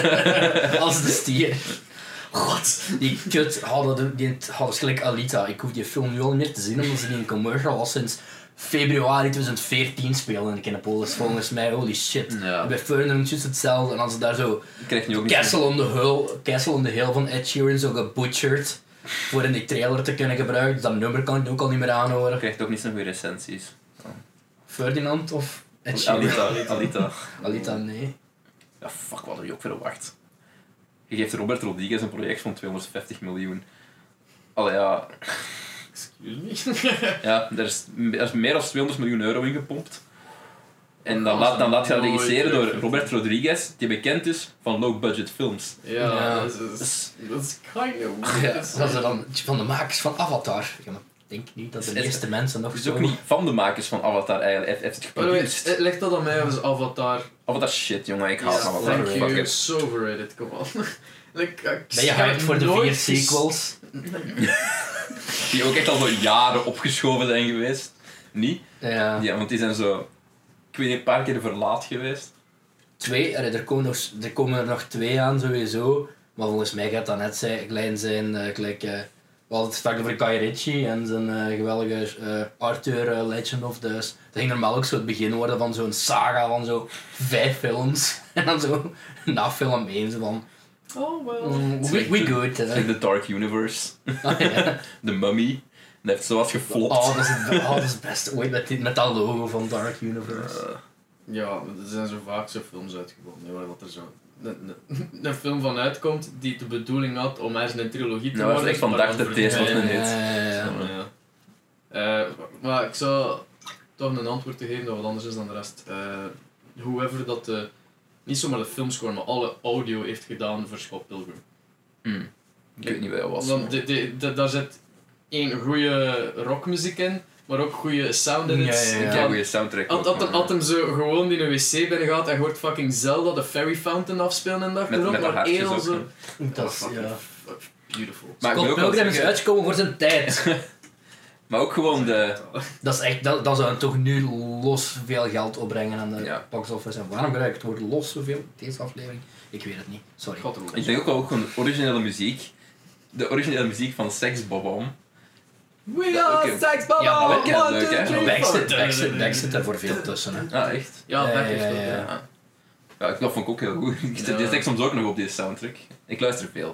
Speaker 2: Als de stier. God, die kut, oh, dat, die, oh, dat is gelijk Alita. Ik hoef die film nu al niet meer te zien, omdat ze die in commercial al sinds februari twintig veertien spelen in Kinepolis. Volgens mij, holy shit.
Speaker 1: Ja.
Speaker 2: Bij Ferdinand is hetzelfde. En als ze daar zo
Speaker 1: Ik krijg nu ook niet...
Speaker 2: Castle on the Hill, Castle on the Hill van Ed Sheeran zo gebutchered voor in die trailer te kunnen gebruiken. Dus dat nummer kan ik ook al niet meer aanhoren.
Speaker 1: Ik krijg ook niet zo'n goede recensies.
Speaker 2: Ferdinand of Ed Sheeran?
Speaker 1: Alita. Alita.
Speaker 2: Alita, nee.
Speaker 1: Ja, fuck, wat heb je ook verwacht? Je geeft Robert Rodriguez een project van tweehonderdvijftig miljoen. Allee, ja...
Speaker 3: Excuse me.
Speaker 1: Ja, er is, er is meer dan tweehonderd miljoen euro in gepompt. En dan laat, dan laat je dat
Speaker 3: Nooit
Speaker 1: regisseren door
Speaker 3: terug.
Speaker 1: Robert Rodriguez, die bekend is van low-budget films.
Speaker 3: Ja,
Speaker 2: Ja.
Speaker 3: dat is, dat is, dat is kind of
Speaker 2: Ja,
Speaker 3: weird.
Speaker 2: dat is dan van de makers van Avatar. Ja, maar ik denk niet dat de
Speaker 1: Is- is-
Speaker 2: meeste mensen nog
Speaker 1: Het is
Speaker 2: zo...
Speaker 1: ook niet van de makers van Avatar eigenlijk, hij heeft het
Speaker 3: By the way,
Speaker 1: geproduceerd.
Speaker 3: eh, leg dat aan mij als Avatar.
Speaker 1: Avatar shit, jongen, ik haat
Speaker 3: Ja,
Speaker 1: Avatar.
Speaker 3: thank
Speaker 1: Fuck
Speaker 3: you,
Speaker 1: it.
Speaker 3: so overrated, come on. like, ik
Speaker 2: Ben je
Speaker 3: heb
Speaker 2: hyped voor de
Speaker 3: nooit
Speaker 2: vier
Speaker 3: ges-
Speaker 2: sequels?
Speaker 1: Die ook echt al zo jaren opgeschoven zijn geweest. Niet?
Speaker 2: Ja.
Speaker 1: Ja, want die zijn zo... Ik weet niet, een paar keer verlaat geweest.
Speaker 2: Twee, allee, er, komen nog, er komen er nog twee aan sowieso. Maar volgens mij gaat dat net zijn, klein zijn, uh, gelijk... Uh, we hadden het straks over Guy Ritchie en zijn uh, geweldige uh, Arthur uh, Legend of the... Dat ging normaal ook zo het begin worden van zo'n saga van zo vijf films. En dan zo na film één zo van...
Speaker 3: Oh, well.
Speaker 2: Mm, we, we good.
Speaker 1: Het is
Speaker 2: Uh.
Speaker 1: like The Dark Universe.
Speaker 2: Ah, ja.
Speaker 1: The Mummy. Dat heeft zoals geflopt.
Speaker 2: Oh, dat is het, be- oh, dat is het beste ooit met, die, met dat logo van Dark Universe.
Speaker 1: Uh,
Speaker 3: Ja, er zijn zo vaak zo films uitgekomen, hè, waar dat er zo een, een, een film van uitkomt die de bedoeling had om ergens een trilogie te
Speaker 1: Nou, dat
Speaker 3: worden.
Speaker 1: is echt van
Speaker 3: maar
Speaker 1: dag
Speaker 3: dan
Speaker 1: tot deze
Speaker 3: verdwijnt.
Speaker 1: wat een hit.
Speaker 2: Ja, ja, ja.
Speaker 3: Ja, ja. Uh, maar ik zou toch een antwoord te geven dat wat anders is dan de rest. Uh, whoever dat de, niet zomaar de filmscore, maar alle audio heeft gedaan voor Scott Pilgrim.
Speaker 1: hmm. Ik weet niet wat dat was.
Speaker 3: Want de, de, de, daar zit één goede rockmuziek in, maar ook goede sound edits.
Speaker 2: Ja, ja, ja.
Speaker 1: Ja, goede soundtrack.
Speaker 3: Had,
Speaker 1: ook,
Speaker 3: had, hem,
Speaker 1: maar-
Speaker 3: had hem zo gewoon die een wc binnen gaat en je hoort fucking Zelda de Fairy Fountain afspelen en dag
Speaker 1: Met-
Speaker 3: erop,
Speaker 1: met de
Speaker 3: maar
Speaker 1: hartjes
Speaker 3: heel
Speaker 1: ook,
Speaker 3: zo...
Speaker 2: Dat is,
Speaker 3: fucking
Speaker 2: ja.
Speaker 3: f- beautiful.
Speaker 1: Maar ik wil
Speaker 2: Scott
Speaker 1: ook wel
Speaker 2: Pilgrim is
Speaker 1: zeggen-
Speaker 2: uitgekomen voor zijn tijd.
Speaker 1: Maar ook gewoon de...
Speaker 2: Dat is echt, dat, dat zou toch nu los veel geld opbrengen aan de
Speaker 1: Ja.
Speaker 2: box office. En waarom gebruik ik het woord los zoveel in deze aflevering? Ik weet het niet. Sorry.
Speaker 3: God erop.
Speaker 1: Ik denk ook wel ook gewoon de originele muziek. De originele muziek van Sex Bob-Omb.
Speaker 3: We
Speaker 1: Ja,
Speaker 3: are
Speaker 1: oké.
Speaker 3: sex baba!
Speaker 2: Ja, maar
Speaker 1: ik ken het leuk, hè.
Speaker 2: Back zit, back zit, back zit er voor veel tussen. Hè.
Speaker 1: Ah, echt?
Speaker 3: Ja,
Speaker 2: Ja,
Speaker 3: Beck
Speaker 2: ja,
Speaker 3: heeft dat,
Speaker 2: ja,
Speaker 3: ja.
Speaker 2: ja.
Speaker 1: Ja, ik- dat vond ik ook heel goed. Ik zet
Speaker 3: Ja.
Speaker 1: die tekst soms ook nog op die soundtrack. Ik luister veel.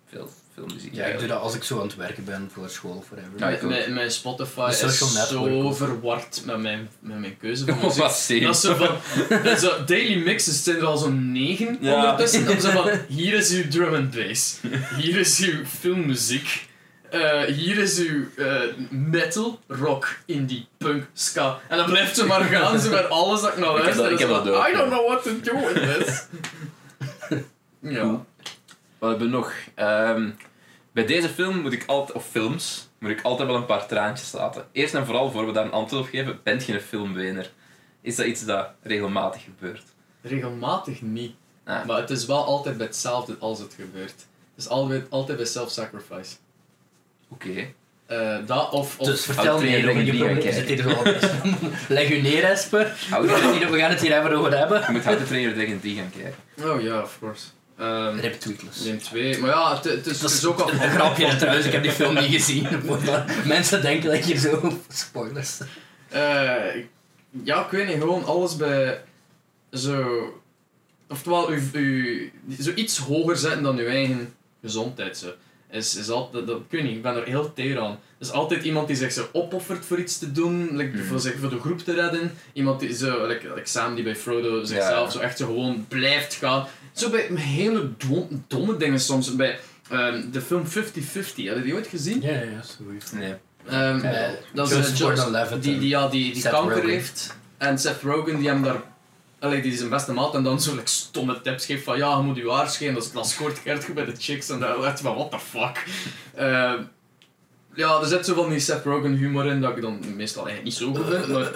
Speaker 1: veel, veel muziek.
Speaker 2: Ja, ik doe dat als ik zo aan het werken ben voor school of whatever.
Speaker 1: Ja,
Speaker 3: Mijn, mijn Spotify
Speaker 2: De
Speaker 3: is
Speaker 2: social network
Speaker 3: zo
Speaker 2: ook.
Speaker 3: verward met mijn, met mijn keuze van
Speaker 1: Oh,
Speaker 3: muziek.
Speaker 1: wat same.
Speaker 3: Dat is zo van, dat is zo, daily mixes zijn er al zo'n negen
Speaker 1: Ja.
Speaker 3: ondertussen. Dan zo van, hier is uw drum and bass, hier is uw filmmuziek, uh, hier is uw uh, metal, rock, indie, punk, ska. En dan blijft ze maar gaan, ze met alles dat ik naar
Speaker 1: Ik heb
Speaker 3: luister.
Speaker 1: dat- ik
Speaker 3: En
Speaker 1: heb
Speaker 3: zo
Speaker 1: dat
Speaker 3: van,
Speaker 1: ook,
Speaker 3: I don't
Speaker 1: ja.
Speaker 3: know what to do with this. Ja.
Speaker 1: Cool. Wat hebben we nog? Ehm, bij deze film moet ik altijd, of films, moet ik altijd wel een paar traantjes laten. Eerst en vooral, voor we daar een antwoord op geven, bent je een filmwener? Is dat iets dat regelmatig gebeurt?
Speaker 3: Regelmatig niet.
Speaker 1: Ah.
Speaker 3: Maar het is wel altijd bij hetzelfde als het gebeurt. Het is altijd, altijd bij self-sacrifice.
Speaker 1: Oké.
Speaker 3: Uh, dat of... of
Speaker 2: Dus vertel
Speaker 1: Oud
Speaker 2: me
Speaker 1: Trainer
Speaker 2: over je
Speaker 1: Dragon
Speaker 2: probleem.
Speaker 1: drie
Speaker 2: Zit hier zo wat- Leg u neer, Esper.
Speaker 1: Houd
Speaker 2: We gaan het- we gaan het hier even over hebben.
Speaker 1: Je moet How to Train Your Dragon drie gaan kijken.
Speaker 3: Oh ja, of course. Um,
Speaker 2: Rip Tweetless.
Speaker 3: Neem twee. Maar ja, het, het, is,
Speaker 2: Dat
Speaker 3: het
Speaker 2: is
Speaker 3: is ook al...
Speaker 2: een grapje trouwens, ik heb die film niet gezien. Voordat mensen denken dat ik hier zo... Spoilers.
Speaker 3: Uh, ja, ik weet niet, gewoon alles bij zo... Oftewel, u, u, zoiets hoger zetten dan uw eigen gezondheid. Zo. Is, is altijd, dat, ik weet niet, ik ben er heel teer aan. Er is altijd iemand die zich zo opoffert voor iets te doen, like,
Speaker 1: Mm.
Speaker 3: voor, zich, voor de groep te redden. Iemand die zo, like, like Sam die bij Frodo zichzelf
Speaker 1: Ja.
Speaker 3: zo echt zo gewoon blijft gaan. Zo bij hele dom, domme dingen soms. Bij um, de film fifty fifty, hadden die ooit gezien?
Speaker 2: Ja, ja, ja, zo.
Speaker 1: Nee.
Speaker 3: Um,
Speaker 2: Eh,
Speaker 3: dat
Speaker 2: Joseph
Speaker 3: is uh,
Speaker 2: Gordon-Levitt
Speaker 3: die,
Speaker 2: en
Speaker 3: die, ja, die, die
Speaker 2: Seth
Speaker 3: kanker
Speaker 2: Rogen.
Speaker 3: heeft. En Seth Rogen die hem daar... Allee, die is zijn beste maat en dan zo like, stomme tips geeft van ja, je moet je haar scheren. Dus dan scoort Gert goed bij de chicks en dan echt van what the fuck. Uh, ja, er zit zo van die Seth Rogen humor in dat ik dan meestal eigenlijk niet zo goed vind. Maar...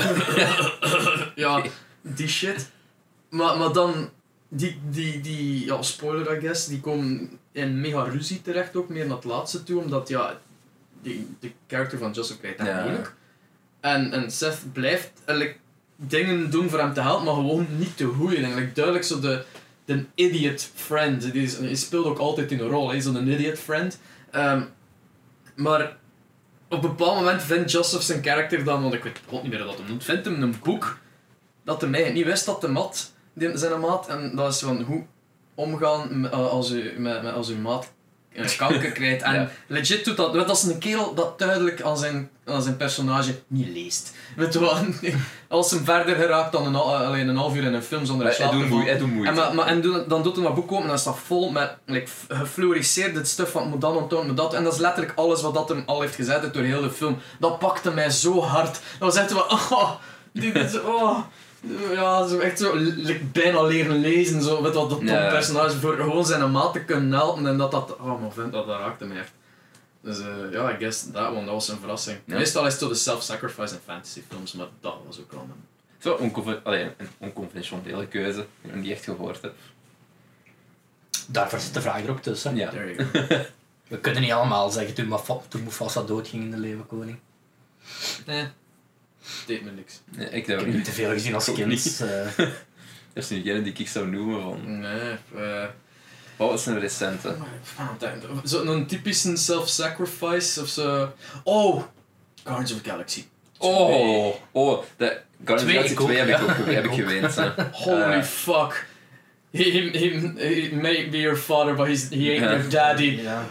Speaker 3: ja, die shit. Maar, maar dan... Die, die, die, ja, spoiler I guess, die komen in mega ruzie terecht ook, meer naar het laatste toe, omdat ja, die, de character van Joseph krijgt dat
Speaker 1: Ja.
Speaker 3: moeilijk. En, en Seth blijft eigenlijk dingen doen voor hem te helpen, maar gewoon niet de goeie dingen. Like, duidelijk zo de, de idiot friend. Die, is, die speelt ook altijd in een rol, hè, zo'n idiot friend. Um, maar op een bepaald moment vindt Joseph zijn karakter dan, want ik weet god niet meer wat hij noemt, vindt hem een boek dat hij mij niet wist dat de mat, die, zijn maat, en dat is van hoe omgaan met, als, u, met, met als uw maat een kanker krijgt. En
Speaker 1: Ja.
Speaker 3: legit doet dat, dat is een kerel dat duidelijk aan zijn, aan zijn personage niet leest. Weet je wat? Als hem verder geraakt dan een, al- alleen een half uur in een film zonder een
Speaker 1: Hij doet
Speaker 3: slaap te
Speaker 1: moeite.
Speaker 3: vallen.
Speaker 1: Hij doet moeite.
Speaker 3: En, maar, maar, en doe- dan doet hij dat boek open en dan staat vol met like, gefluoriseerde stuff van moet dan onttonen, moet dat. En dat is letterlijk alles wat dat hem al heeft gezet door heel de film. Dat pakte mij zo hard. Dat was echt van, oh, dit is, oh. Ja, zo echt zo like, bijna leren lezen, zo, weet wat dat
Speaker 1: Ja.
Speaker 3: personage voor gewoon zijn maat te kunnen helpen en dat dat, oh maar vent, dat, dat raakte me echt. Dus uh, ja, I guess that one, dat was een verrassing.
Speaker 1: Ja.
Speaker 3: Meestal is het zo de self-sacrifice en fantasy films, maar dat was ook wel een...
Speaker 1: Zo, onconven- allee, een onconventionele keuze, die ik nog niet echt gehoord heb.
Speaker 2: Daarvoor zit de vraag er ook tussen.
Speaker 1: Ja.
Speaker 3: There you go.
Speaker 2: We kunnen niet allemaal zeggen toen, Mafa- toen Mufasa doodging in de Leeuwenkoning.
Speaker 3: Nee, deed me niks.
Speaker 1: Nee, ik
Speaker 2: Ik
Speaker 1: heb
Speaker 2: heb
Speaker 1: niet.
Speaker 2: niet te veel gezien als
Speaker 1: Ook
Speaker 2: kind.
Speaker 1: niet.
Speaker 2: eh.
Speaker 1: Er is nu geen die ik zou noemen van.
Speaker 3: Nee, eh...
Speaker 1: Wat was een recente?
Speaker 3: Zo'n typische self-sacrifice of zo. Oh! Guardians of the Galaxy.
Speaker 1: Oh, oh, de Guardians of the
Speaker 2: Twee,
Speaker 1: Galaxy
Speaker 2: ik ook,
Speaker 1: twee heb ik
Speaker 2: ja.
Speaker 1: ook, heb ik
Speaker 2: Ik ook.
Speaker 1: geweend. hè.
Speaker 3: Holy
Speaker 1: Eh,
Speaker 3: fuck. He, he, he, he may be your father, but he's, he ain't
Speaker 1: Ja.
Speaker 3: your daddy.
Speaker 2: Ja.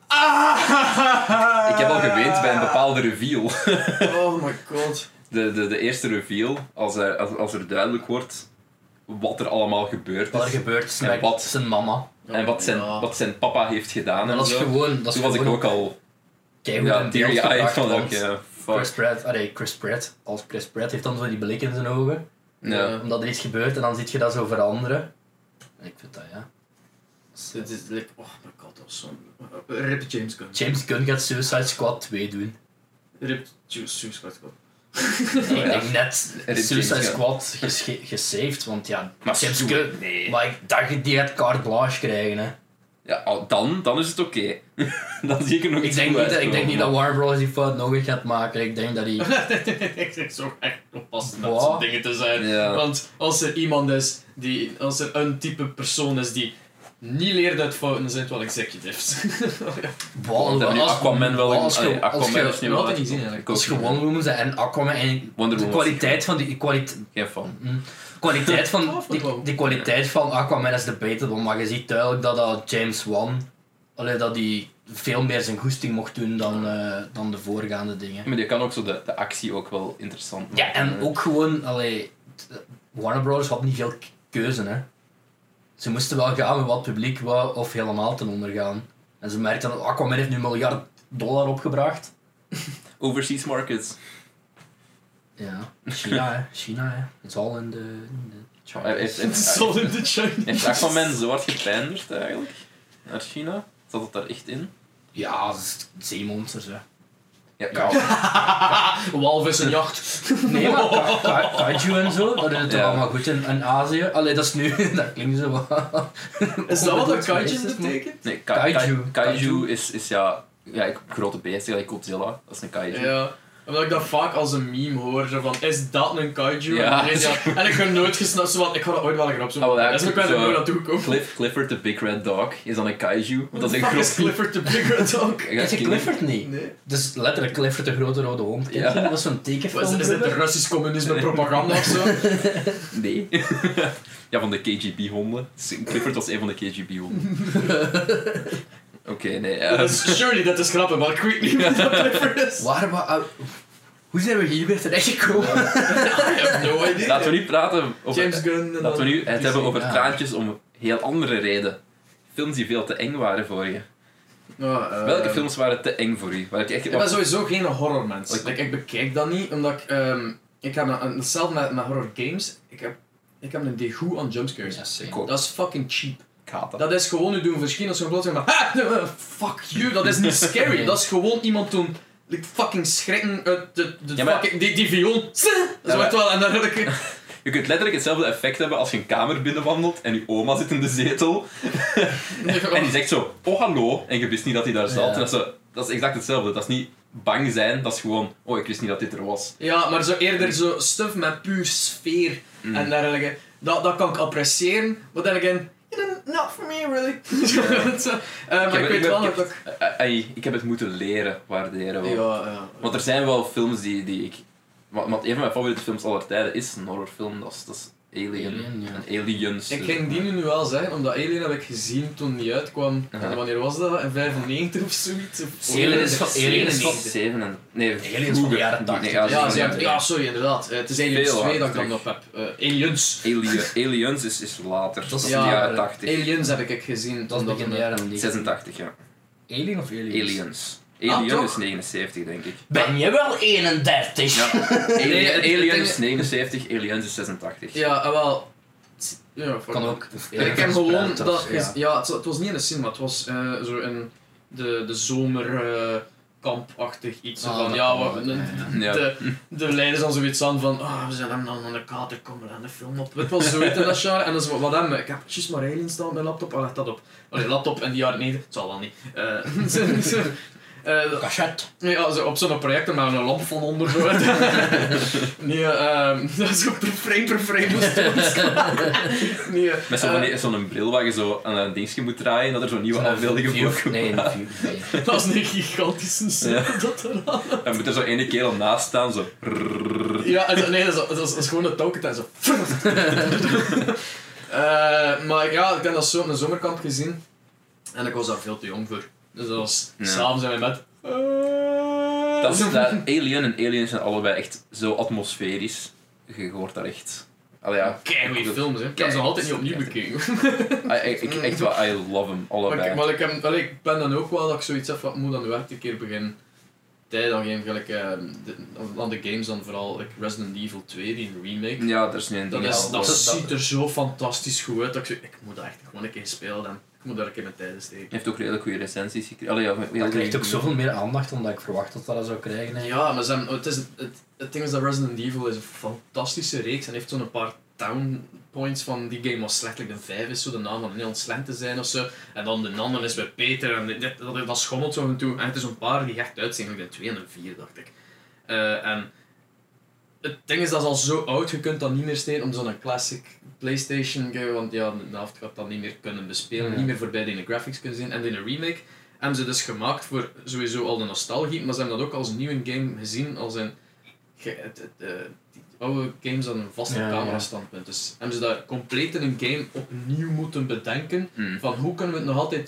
Speaker 3: Ah!
Speaker 1: Ik heb al geweend bij een bepaalde reveal.
Speaker 3: Oh my god.
Speaker 1: De, de, de eerste reveal, als er, als, als er duidelijk wordt wat er allemaal gebeurd
Speaker 2: Wat er
Speaker 1: is.
Speaker 2: gebeurt is
Speaker 1: En
Speaker 2: met
Speaker 1: wat?
Speaker 2: zijn mama.
Speaker 1: En wat zijn,
Speaker 3: Ja.
Speaker 1: wat zijn papa heeft gedaan.
Speaker 2: Dat
Speaker 1: en
Speaker 2: is
Speaker 1: zo.
Speaker 2: gewoon... Dat is
Speaker 1: Toen was ik
Speaker 2: gewoon
Speaker 1: ook al
Speaker 2: keigoed
Speaker 1: ja,
Speaker 2: in beeld
Speaker 1: teary-eyed
Speaker 2: gebracht,
Speaker 1: van
Speaker 2: want
Speaker 1: oké,
Speaker 2: Chris
Speaker 1: fuck.
Speaker 2: Pratt, allee, Chris Pratt, als Chris Pratt heeft dan zo die blik in zijn ogen,
Speaker 1: Ja.
Speaker 2: omdat er iets gebeurt en dan zie je dat zo veranderen. En ik vind dat, ja.
Speaker 3: Dit is like, oh my god, dat was zo'n... Rip James Gunn.
Speaker 2: James Gunn gaat Suicide Squad twee doen.
Speaker 3: Rip Suicide Squad.
Speaker 2: Ik denk net
Speaker 1: Rip
Speaker 2: Suicide
Speaker 1: James Gunn.
Speaker 2: Squad gesche- gesaved, want ja,
Speaker 1: Maar
Speaker 2: James
Speaker 1: Stu-
Speaker 2: Gunn...
Speaker 1: nee.
Speaker 2: Maar ik dacht, die gaat carte blanche krijgen, hè.
Speaker 1: Ja, al- dan, dan is het oké. Dan zie ik er nog
Speaker 2: Ik
Speaker 1: iets
Speaker 2: denk,
Speaker 1: goed
Speaker 2: niet, dat- ik
Speaker 1: uitkomen,
Speaker 2: denk niet dat
Speaker 1: maar-
Speaker 2: Warner Bros. die fout nog eens gaat maken. Ik denk dat hij...
Speaker 3: Ik zeg zo echt oppassen met
Speaker 2: Wow.
Speaker 3: zo'n dingen te zijn.
Speaker 1: Ja.
Speaker 3: Want als er iemand is, die, als er een type persoon is die niet leert uit fouten, dan zijn het wel executives.
Speaker 2: Wow,
Speaker 1: Want hebben nu
Speaker 2: als-
Speaker 1: Aquaman wel in...
Speaker 2: als je-
Speaker 1: allee,
Speaker 2: als
Speaker 1: Aquaman
Speaker 2: je-
Speaker 1: is nu
Speaker 3: nog
Speaker 1: wel
Speaker 3: altijd niet zien,
Speaker 1: uitgekomen.
Speaker 3: eigenlijk.
Speaker 1: Ik ook
Speaker 2: Als je
Speaker 1: niet.
Speaker 2: Wonder Woman zijn en Aquaman en
Speaker 1: Wonder
Speaker 2: de
Speaker 1: Woman was
Speaker 2: kwaliteit van die kwaliteit...
Speaker 1: Geen fan.
Speaker 2: Mm. kwaliteit van, die, die kwaliteit van Aquaman is debatable, maar je ziet duidelijk dat dat James Wan allee, dat hij veel meer zijn goesting mocht doen dan, uh, dan de voorgaande dingen.
Speaker 1: Maar die kan ook zo de, de actie ook wel interessant maken.
Speaker 2: Ja, en ook gewoon, allee, Warner Bros. Had niet veel keuze, hè. Ze moesten wel gaan met wat publiek wou of helemaal ten onder gaan. En ze merkten dat Aquaman heeft nu een miljard dollar opgebracht.
Speaker 1: Overseas markets.
Speaker 2: Ja, China, hè. China, hè. It's all in the... In the
Speaker 1: Oh, heeft, heeft,
Speaker 3: It's all in the China.
Speaker 1: heeft Aquaman zo hard gepijnderd eigenlijk? Naar China? Zat het daar echt in?
Speaker 2: Ja, dat is zeemonsters, hè.
Speaker 1: Ja, kan.
Speaker 3: Walvissenjacht.
Speaker 2: Nee, maar ka ka kaiju en zo, dat is het toch
Speaker 1: Ja.
Speaker 2: allemaal goed in, in Azië. Allee, dat is nu... dat klinkt zo wat...
Speaker 3: Is dat wat een kaiju
Speaker 2: Racist, man.
Speaker 3: betekent?
Speaker 1: Nee, ka
Speaker 2: Kaiju.
Speaker 1: kaiju. Kaiju
Speaker 2: Kaiju.
Speaker 1: is, is ja, ja, ik- grote beesten, like Godzilla. Dat is een kaiju.
Speaker 3: Ja. Omdat ik dat vaak als een meme hoor, zo van, is dat een kaiju?
Speaker 1: Ja.
Speaker 3: En, ja. en ik heb nooit gesnapt, zo van, ik ga dat ooit wel een grap zo.
Speaker 1: Oh, wel, ja,
Speaker 3: dat is ook wel
Speaker 1: zo-
Speaker 3: nooit naartoe gekomen.
Speaker 1: Cliff, Clifford the Big Red Dog is dan een kaiju. Want dat is een
Speaker 3: Fuck is
Speaker 1: groot...
Speaker 3: Clifford the Big Red Dog?
Speaker 1: Ja,
Speaker 2: Is het
Speaker 1: ken-
Speaker 2: Clifford niet?
Speaker 3: Nee.
Speaker 2: Dus letterlijk Clifford de grote rode hond. Ken je
Speaker 1: Ja.
Speaker 2: dat? Dat is zo'n
Speaker 3: Wat
Speaker 2: tekenfilm.
Speaker 3: Is, is dit de
Speaker 2: broer.
Speaker 3: Russisch communisme propaganda of zo?
Speaker 1: Nee. Ja, van de K G B-honden. Clifford was een van de K G B-honden. Oké, nee. eh,
Speaker 3: Dat is, surely, dat is grappig, maar ik weet niet wat dat Clifford is.
Speaker 2: Waar, waar, ah, hoe zijn we hier weer terechtgekomen?
Speaker 3: I have no idea.
Speaker 1: laten we nu praten over...
Speaker 3: James Gunn en
Speaker 1: Laten we nu het hebben over
Speaker 2: Ja.
Speaker 1: traantjes om een heel andere reden. Films die veel te eng waren voor je.
Speaker 3: Oh, uh,
Speaker 1: Welke films waren te eng voor u? Waar ik echt...
Speaker 3: Ik ben sowieso geen horrormens.
Speaker 1: Like-
Speaker 3: Like, ik bekijk dat niet, omdat ik... Um, ik heb een, een- hetzelfde met, met horror games. Ik heb, ik heb een degoe aan jumpscares.
Speaker 2: Ja, zeker.
Speaker 1: Ik ook.
Speaker 3: Dat is fucking cheap.
Speaker 1: Ik haat dat.
Speaker 3: Dat is gewoon u doen verschijnen als je gewoon zeggen maar "Ha, fuck you, dat is niet scary. Dat is gewoon iemand doen like, fucking schrikken uit de, de
Speaker 1: Ja, maar-
Speaker 3: fucking, die, die viool. Dat
Speaker 1: Ja,
Speaker 3: wordt wel en dan heb ik...
Speaker 1: Je kunt letterlijk hetzelfde effect hebben als je een kamer binnenwandelt en je oma zit in de zetel. En die zegt zo, oh hallo, en je wist niet dat hij daar zat.
Speaker 2: Ja.
Speaker 1: En dat, is zo, dat is exact hetzelfde. Dat is niet bang zijn, dat is gewoon, oh ik wist niet dat dit er was.
Speaker 3: Ja, maar zo eerder zo stuff met puur sfeer
Speaker 1: Mm.
Speaker 3: en dergelijke. Dat, dat kan ik appreciëren, maar dan again, you know, not for me really. Zo, uh, maar ik,
Speaker 1: heb-
Speaker 3: weet
Speaker 1: heb-
Speaker 3: wel
Speaker 1: ik
Speaker 3: dat
Speaker 1: heb-
Speaker 3: ik...
Speaker 1: eh, eh, ik heb het moeten leren waarderen. wel.
Speaker 3: Ja, ja.
Speaker 1: Want er zijn wel films die, die ik... Want want een van mijn favoriete films aller tijden is een horrorfilm, dat is, dat is Alien.
Speaker 2: Alien, ja.
Speaker 1: En Aliens.
Speaker 3: Ik
Speaker 1: dus-
Speaker 3: ging die nu wel zeggen, omdat Alien heb ik gezien toen die uitkwam.
Speaker 1: Aha.
Speaker 3: En wanneer was dat? In vijfennegentig of zoiets? Of
Speaker 2: Alien is van- Alien is van-
Speaker 1: zeven en... Nee,
Speaker 2: Alien is van de
Speaker 1: vroeger.
Speaker 2: jaren tachtig.
Speaker 1: Nee, ja,
Speaker 3: Ja, ze
Speaker 1: zeven en
Speaker 3: hebben- ja, sorry, inderdaad. Eh, Het is Aliens
Speaker 1: Veel
Speaker 3: twee dat ik dan
Speaker 1: later
Speaker 3: nog heb. Eh, Aliens.
Speaker 1: Alien, Aliens is, is later. Dat is
Speaker 3: Ja,
Speaker 1: in de jaren
Speaker 2: eh,
Speaker 1: tachtig.
Speaker 3: Aliens heb ik gezien.
Speaker 2: Dat is
Speaker 3: toen
Speaker 2: begin
Speaker 3: dat-
Speaker 2: jaren negentig.
Speaker 1: zesentachtig, ja.
Speaker 2: Alien of Aliens?
Speaker 1: Aliens.
Speaker 3: Ah,
Speaker 1: Alien
Speaker 3: toch?
Speaker 1: is negenenzeventig, denk ik.
Speaker 2: Ben je wel eenendertig?
Speaker 1: Ja. Alien,
Speaker 3: Nee, het- het
Speaker 1: Alien
Speaker 3: ding-
Speaker 1: is negenenzeventig, Aliens is zesentachtig.
Speaker 3: Ja, en wel. Ja, fuck.
Speaker 2: Kan ook.
Speaker 3: Ik heb gewoon
Speaker 2: Verspreid,
Speaker 3: dat.
Speaker 2: of-
Speaker 3: Ja, ja het, het was niet in de cinema, het was eh, zo in de, de zomerkampachtig iets. Zo
Speaker 2: Ah,
Speaker 3: van
Speaker 2: dat
Speaker 3: ja,
Speaker 2: kan
Speaker 3: wat,
Speaker 2: wel,
Speaker 3: de,
Speaker 1: ja.
Speaker 3: de, de leiders dan zoiets aan van. Ah, we zijn dan aan de kater komen en de film op. Het was zoiets in dat jaar. En dat is wat, wat hebben we? Ik heb juist maar Alien staan op mijn laptop. Oh, leg dat op. Allee, laptop in de jaren negentig. Het zal wel niet. Eh, zo- zo- eh,
Speaker 2: Cachet.
Speaker 3: Ja, zo op zo'n projector met een lamp van onder zo. Nee, ehm dat is ook per frame per frame moest Nee,
Speaker 1: Met zo'n
Speaker 3: eh,
Speaker 1: van die- zo'n bril waar je zo aan een dingetje moet draaien, dat er zo'n nieuwe afbeeldingen
Speaker 2: View-
Speaker 1: voor
Speaker 2: Nee,
Speaker 1: komen.
Speaker 2: een view, nee.
Speaker 3: dat is een gigantische set
Speaker 1: Ja.
Speaker 3: dat eraan.
Speaker 1: Dan moet er zo ene kerel naast staan, zo.
Speaker 3: Ja, en zo- nee, dat is, dat is, dat is gewoon een touwket en zo. Eh, maar ja, ik heb dat zo op een zomerkamp gezien. En ik was daar veel te jong voor. Dus dat was
Speaker 1: Ja.
Speaker 3: s'avonds zijn we met.
Speaker 1: Dat is, dat, Alien en Aliens zijn allebei echt zo atmosferisch. Je hoort daar echt... Allee, ja.
Speaker 3: Keigoeie films, hè. Ik heb ze nog altijd niet opnieuw bekeken.
Speaker 1: I, I, ik, echt wel, I love them,
Speaker 3: Maar,
Speaker 1: allebei.
Speaker 3: ik, maar ik, heb, allee, ik ben dan ook wel dat ik zoiets heb van, ik moet dan nu echt een keer beginnen tijd aan geven, gelijk eh, de, aan de games dan vooral, like Resident Evil twee, die remake.
Speaker 1: Ja, er is nu een
Speaker 3: Dat,
Speaker 1: ding.
Speaker 3: is,
Speaker 2: Ja,
Speaker 3: dat
Speaker 2: dat-
Speaker 3: ziet er zo fantastisch goed uit, dat ik, zo, ik moet dat echt gewoon een keer spelen en ik moet daar een keer mijn tijden steken.
Speaker 1: heeft ook redelijk goede recensies gekregen. Allee, ja, heel
Speaker 2: Dat krijgt ook
Speaker 1: goeie-
Speaker 2: zoveel meer aandacht dan dat ik verwacht dat dat dat zou krijgen. hè.
Speaker 3: Ja, maar ze hebben, het, is, het, het ding is dat Resident Evil is een fantastische reeks en heeft zo'n paar down points van die game was slecht, like de vijf is zo de naam van heel slecht te zijn of zo. En dan de ander is bij Peter en dit, dat, dat schommelt zo en toe. En het is een paar die echt uitzien, like de twee en de vier dacht ik. Uh, en het ding is dat is al zo oud, je kunt dat niet meer steken om zo'n classic PlayStation game, want ja, de helft gaat dat niet meer kunnen bespelen,
Speaker 2: Ja.
Speaker 3: niet meer voorbij die graphics kunnen zien. En in een remake hebben ze dus gemaakt voor sowieso al de nostalgie, maar ze hebben dat ook als nieuwe game gezien, als een ge- het, het, uh, die oude games aan een vaste
Speaker 2: Ja, ja.
Speaker 3: camerastandpunt. Dus hebben ze dat compleet in een game opnieuw moeten bedenken,
Speaker 1: Mm.
Speaker 3: van hoe kunnen we het nog altijd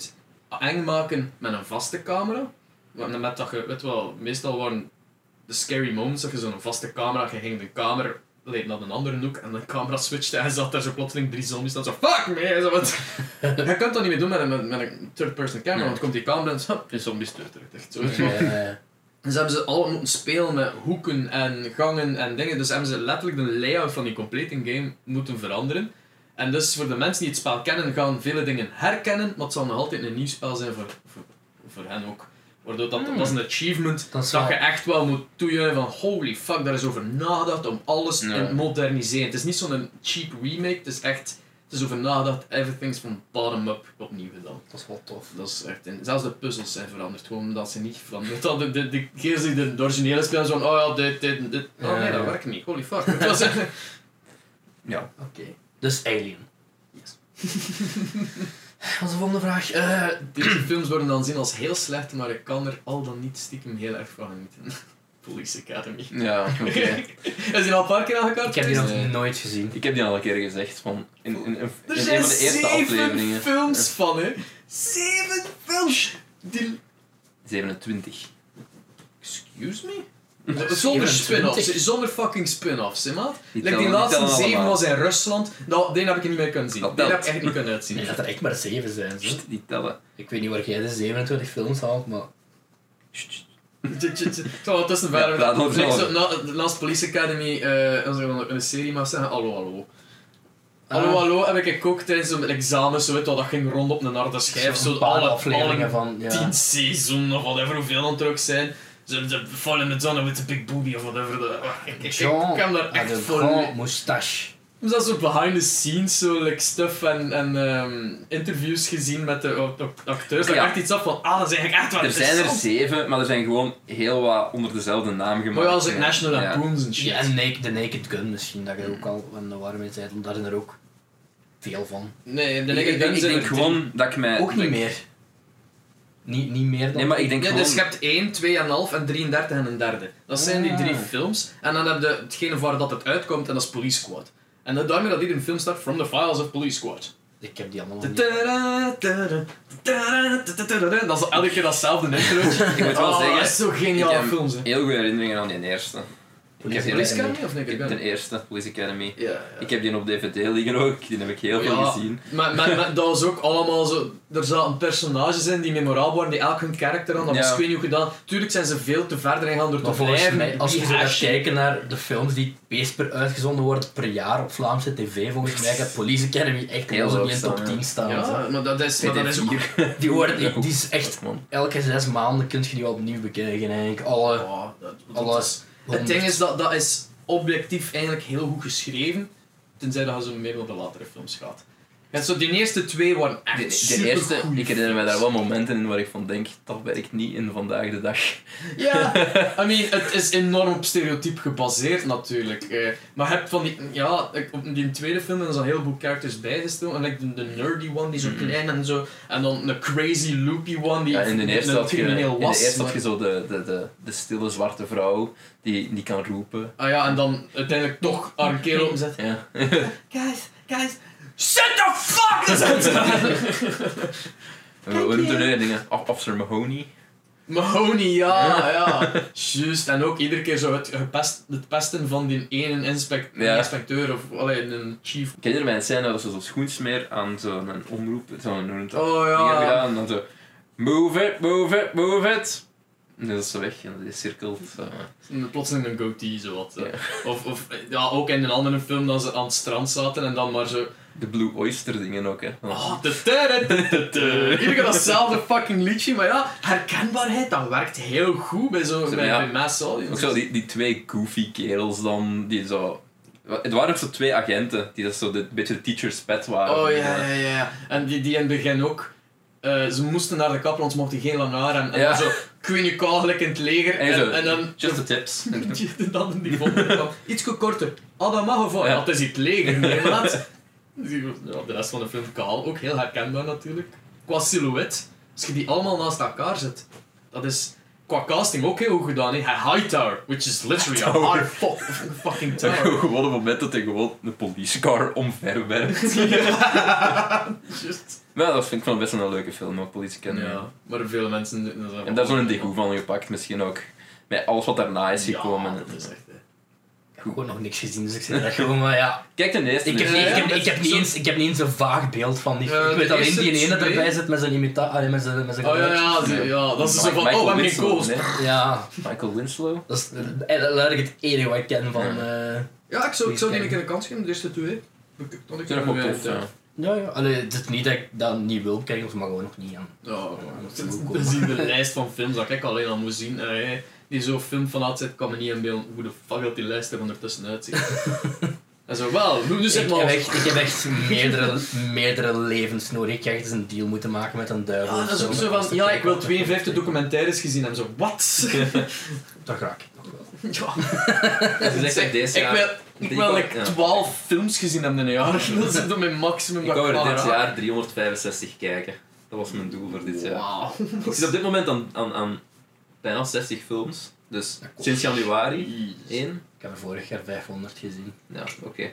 Speaker 3: eng maken met een vaste camera. Met dat je, weet je wel, meestal waren de scary moments dat je zo'n vaste camera, je ging de kamer leed naar een andere hoek en de camera switchte en zat daar zo plotseling drie zombies staan zo fuck me! Zo, wat. Je kunt dat niet meer doen met een, met, met een third-person camera, nee. Want komt die camera en zo, die zombies terug, terug, echt zo.
Speaker 2: Ja, ja, ja.
Speaker 3: En ze hebben ze allemaal moeten spelen met hoeken en gangen en dingen, dus hebben ze letterlijk de layout van die complete game moeten veranderen. En dus voor de mensen die het spel kennen, gaan vele dingen herkennen, maar het zal nog altijd een nieuw spel zijn voor, voor, voor hen ook. Waardoor dat, hmm. dat is een achievement dat, dat je echt wel moet toejuichen van holy fuck, daar is over nagedacht om alles te nee. moderniseren. Het is niet zo'n cheap remake, het is echt, het is over nagedacht, everything's van bottom-up opnieuw gedaan.
Speaker 2: Dat is wel tof.
Speaker 3: Dat is echt, in, zelfs de puzzels zijn veranderd, gewoon omdat ze niet veranderd hadden. De, de, de keer die de, de originele spelen zo van, oh ja, dit, dit, dit. Oh nee, dat werkt niet, holy fuck. Het was echt...
Speaker 2: Ja, oké. Okay. Dus Alien. Yes. Wat is de volgende vraag? Uh,
Speaker 3: Deze films worden dan zien als heel slecht, maar ik kan er al dan niet stiekem heel erg van genieten. Police Academy.
Speaker 1: Ja, oké. Okay.
Speaker 3: Is die al een paar keer aangekaart?
Speaker 2: Ik heb die nog nee. nooit gezien.
Speaker 1: Ik heb die al een keer gezegd. Van in, in, in, in
Speaker 3: er
Speaker 1: een
Speaker 3: zijn
Speaker 1: van de eerste
Speaker 3: zeven
Speaker 1: afleveringen.
Speaker 3: films van, hè? Zeven films! Die...
Speaker 1: zevenentwintig.
Speaker 3: Excuse me? Zonder spin-offs, zonder fucking spin-offs, hè maat? Die, like die laatste zeven
Speaker 1: allemaal.
Speaker 3: Was in Rusland, nou, die heb ik niet meer kunnen zien. Die heb ik echt niet kunnen uitzien.
Speaker 2: Nee, dat er echt maar zeven zijn. Zo.
Speaker 1: Die tellen.
Speaker 2: Ik weet niet waar jij de zevenentwintig films haalt, maar...
Speaker 3: Zo, tussen verder. Ja, na, na, naast Police Academy, uh, als ik een, een serie mag zeggen, hallo, hallo. Hallo, ah. hallo, heb ik ook tijdens een examen, zo weet wat, dat ging rond op een harde schijf, zo,
Speaker 2: zo alle afleveringen van, ja.
Speaker 3: tien seizoenen of whatever, hoeveel dan er ook zijn. Zo, de Fall in the Zone with the big booby of whatever. De, oh, ik, ik,
Speaker 2: John,
Speaker 3: ik kan daar echt
Speaker 2: de
Speaker 3: voor...
Speaker 2: Grand moustache.
Speaker 3: Ik heb zo behind the scenes, zo, like, stuff en, en um, interviews gezien met de uh, acteurs. Dat ja. echt iets af van, ah, dat is eigenlijk echt wel
Speaker 1: er zijn er zeven, maar er zijn gewoon heel wat onder dezelfde naam gemaakt.
Speaker 3: Maar ja, als ik National Lampoons ja. en shit.
Speaker 2: Ja, en Naked, The Naked Gun misschien, dat je ook al in de warme tijd, daar zijn er ook veel van.
Speaker 3: Nee, de Naked Gun
Speaker 1: Ik denk gewoon dat ik mij...
Speaker 2: Ook niet meer. Niet, niet meer dan...
Speaker 1: Nee, maar ik denk
Speaker 3: ja,
Speaker 1: gewoon...
Speaker 3: dus je hebt één, twee komma vijf en drieëndertig en een derde. Dat zijn die drie films. En dan heb je hetgene waar dat het uitkomt en dat is Police Squad. En dat daarmee dat hier een film staat, From the Files of Police Squad.
Speaker 2: Ik heb die allemaal niet.
Speaker 3: Dat is elke keer datzelfde intro.
Speaker 1: Ik moet wel
Speaker 3: oh,
Speaker 1: zeggen...
Speaker 3: Dat is zo geniale films, hè.
Speaker 1: Heel goede herinneringen aan die eerste.
Speaker 3: Police, Police Academy of Naked Gun?
Speaker 1: Ten eerste, Police Academy.
Speaker 3: Ja, ja.
Speaker 1: Ik heb die op D V D liggen ook, die heb ik heel veel
Speaker 3: ja,
Speaker 1: gezien.
Speaker 3: Maar, maar, maar dat was ook allemaal zo... Er zaten personages in die memorabel waren, die elk hun karakter hadden. Dat was ja. ik weet niet hoe gedaan. Tuurlijk zijn ze veel te verder ingegaan door te blijven.
Speaker 2: Mij, als je zo gaat kijken naar de films die per uitgezonden worden per jaar op Vlaamse tv, volgens mij gaat Police Academy echt heel niet in top tien staan.
Speaker 3: Ja,
Speaker 2: zo.
Speaker 3: maar dat is, maar dat is ook...
Speaker 2: Die, worden, die, die is echt... Elke zes maanden kun je die wel opnieuw bekijken, eigenlijk. Alle...
Speaker 3: Oh, dat, dat
Speaker 2: alles.
Speaker 3: Het ding is, dat, dat is objectief eigenlijk heel goed geschreven, tenzij dat je zo meer naar de latere films gaat. En zo, die eerste twee waren echt de, de super eerste,
Speaker 1: ik herinner
Speaker 3: films.
Speaker 1: mij daar wel momenten in waar ik van denk, dat werkt niet in vandaag de dag.
Speaker 3: Ja, I mean, het is enorm op stereotype gebaseerd natuurlijk. Eh, maar je hebt van die, ja, op die tweede film er zijn een heleboel characters bijgestoken. En like de, de nerdy one die zo mm-hmm. klein en zo. En dan een crazy loopy one die
Speaker 1: ja, in de eerste had je,
Speaker 3: crimineel was.
Speaker 1: In de eerste
Speaker 3: maar...
Speaker 1: had je zo de, de, de, de stille zwarte vrouw die, die kan roepen.
Speaker 3: Ah ja, en dan uiteindelijk toch haar keel opzet.
Speaker 1: Ja.
Speaker 3: Guys, guys. Shut the fuck up!
Speaker 1: Hoe noemt er dingen? Officer Mahoney?
Speaker 3: Mahoney, ja, ja. Juist. En ook iedere keer zo het, gepest, het pesten van die ene inspect, ja. inspecteur of allee, een chief.
Speaker 1: Ik herinner mij een scène dat ze zo'n schoensmeer aan zo'n omroep, zo'n
Speaker 3: oh, ja.
Speaker 1: gedaan en dan zo move it, move it, move it. En dat is zo weg en die cirkelt. Zo.
Speaker 3: Plotseling een goatee, zo wat. Ja. Of, of ja, ook in een andere film dat ze aan het strand zaten en dan maar zo...
Speaker 1: De Blue Oyster dingen ook, hè.
Speaker 3: Oh, iedere keer datzelfde fucking liedje, maar ja, herkenbaarheid, dat werkt heel goed bij zo'n bij, ja. bij mass audience.
Speaker 1: Ook zo die, die twee goofy kerels dan, die zo... Het waren ook zo twee agenten, die dat zo een beetje de teacher's pet waren.
Speaker 3: Oh ja, ja, ja. En die, die in het begin ook... Uh, ze moesten naar de kapper, want ze mochten geen lang haar en, en ja. dan zo, ik weet niet, gelijk in het leger.
Speaker 1: En, en,
Speaker 3: zo, en dan...
Speaker 1: Just the tips.
Speaker 3: En dan die vonden dan iets korter. Ah, dat mag of wat? Ja. Dat is het leger, nee, maat. Ja, de rest van de film kaal, ook heel herkenbaar natuurlijk. Qua silhouet, als je die allemaal naast elkaar zet, dat is qua casting ook heel goed gedaan. Hè. Hightower, which is literally a hard fucking tower.
Speaker 1: Gewoon op het moment dat hij gewoon een policecar omverwerkt.
Speaker 3: Ja, just.
Speaker 1: Maar dat vind ik wel best wel een leuke film, ook Politieacademy.
Speaker 3: Ja, maar veel mensen doen dat.
Speaker 1: En daar is zo'n degoe van gepakt, misschien ook. Met alles wat daarna is gekomen.
Speaker 3: Ja, dat is echt...
Speaker 2: Ik heb gewoon nog niks gezien, dus ik zeg dat gewoon, maar ja.
Speaker 1: Kijk de eerste.
Speaker 2: Ik heb,
Speaker 1: dus.
Speaker 2: niet, ik, heb,
Speaker 3: Ja,
Speaker 2: ik, heb niet eens, ik heb niet eens een vaag beeld van die.
Speaker 3: Uh,
Speaker 2: ik weet
Speaker 3: de
Speaker 2: alleen die
Speaker 3: eerste
Speaker 2: ene
Speaker 3: twee-
Speaker 2: erbij zit met zijn imitatie, met zijn, met zijn
Speaker 3: Oh ja,
Speaker 2: geluidjes.
Speaker 3: ja, ja, ja, dat is
Speaker 1: Ma-
Speaker 3: zo van,
Speaker 1: Michael
Speaker 3: oh, we hebben geen
Speaker 1: Winslow,
Speaker 3: goals.
Speaker 1: nee?
Speaker 2: Ja,
Speaker 1: Michael Winslow.
Speaker 2: dat is eh, letterlijk het enige wat ik ken van... eh
Speaker 3: Ja, ik zou, ik zou die een
Speaker 2: Kijken.
Speaker 3: keer een kans geven, de eerste twee. Dat ik
Speaker 1: Dat is nog wel tof, ja.
Speaker 2: ja, ja. Allee, het is niet dat ik dat niet wil kijken, of maar gewoon nog niet aan.
Speaker 3: Ja,
Speaker 2: dat is goed
Speaker 3: we
Speaker 2: komen.
Speaker 3: zien de lijst van films dat ik alleen al moet zien. En hij, die zo'n film van uitzet, kan me niet inbeelden hoe de fuck dat die lijst er ondertussen uitziet. En zo, wel, nu dus
Speaker 2: Ik
Speaker 3: zeg
Speaker 2: heb
Speaker 3: maar...
Speaker 2: echt, ik heb echt meerdere, meerdere levens nodig. Ik heb echt eens een deal moeten maken met een duivel.
Speaker 3: Ja,
Speaker 2: of
Speaker 3: dat is ook zo
Speaker 2: om eens te
Speaker 3: van, ja, ik
Speaker 2: kijken
Speaker 3: wil
Speaker 2: wat-
Speaker 3: tweeënvijftig documentaires gezien hebben. Zo, wat?
Speaker 2: Dat raak ik nog wel.
Speaker 3: Ja.
Speaker 1: Dus ik zeg deze
Speaker 3: Ik
Speaker 1: jaar...
Speaker 3: wil, ik
Speaker 1: drie
Speaker 3: wil
Speaker 1: kwart-
Speaker 3: like
Speaker 1: ja.
Speaker 3: twaalf films gezien hebben in een jaar. Dat is dan mijn maximum.
Speaker 1: Ik
Speaker 3: dat
Speaker 1: wou er
Speaker 3: kan
Speaker 1: dit
Speaker 3: raken.
Speaker 1: jaar driehonderdvijfenzestig kijken. Dat was mijn doel voor dit jaar.
Speaker 3: Wauw.
Speaker 1: Ik zit op dit moment aan, aan, aan bijna zestig films. Dus sinds januari één.
Speaker 2: Ik heb er vorig jaar vijfhonderd gezien.
Speaker 1: Ja, oké.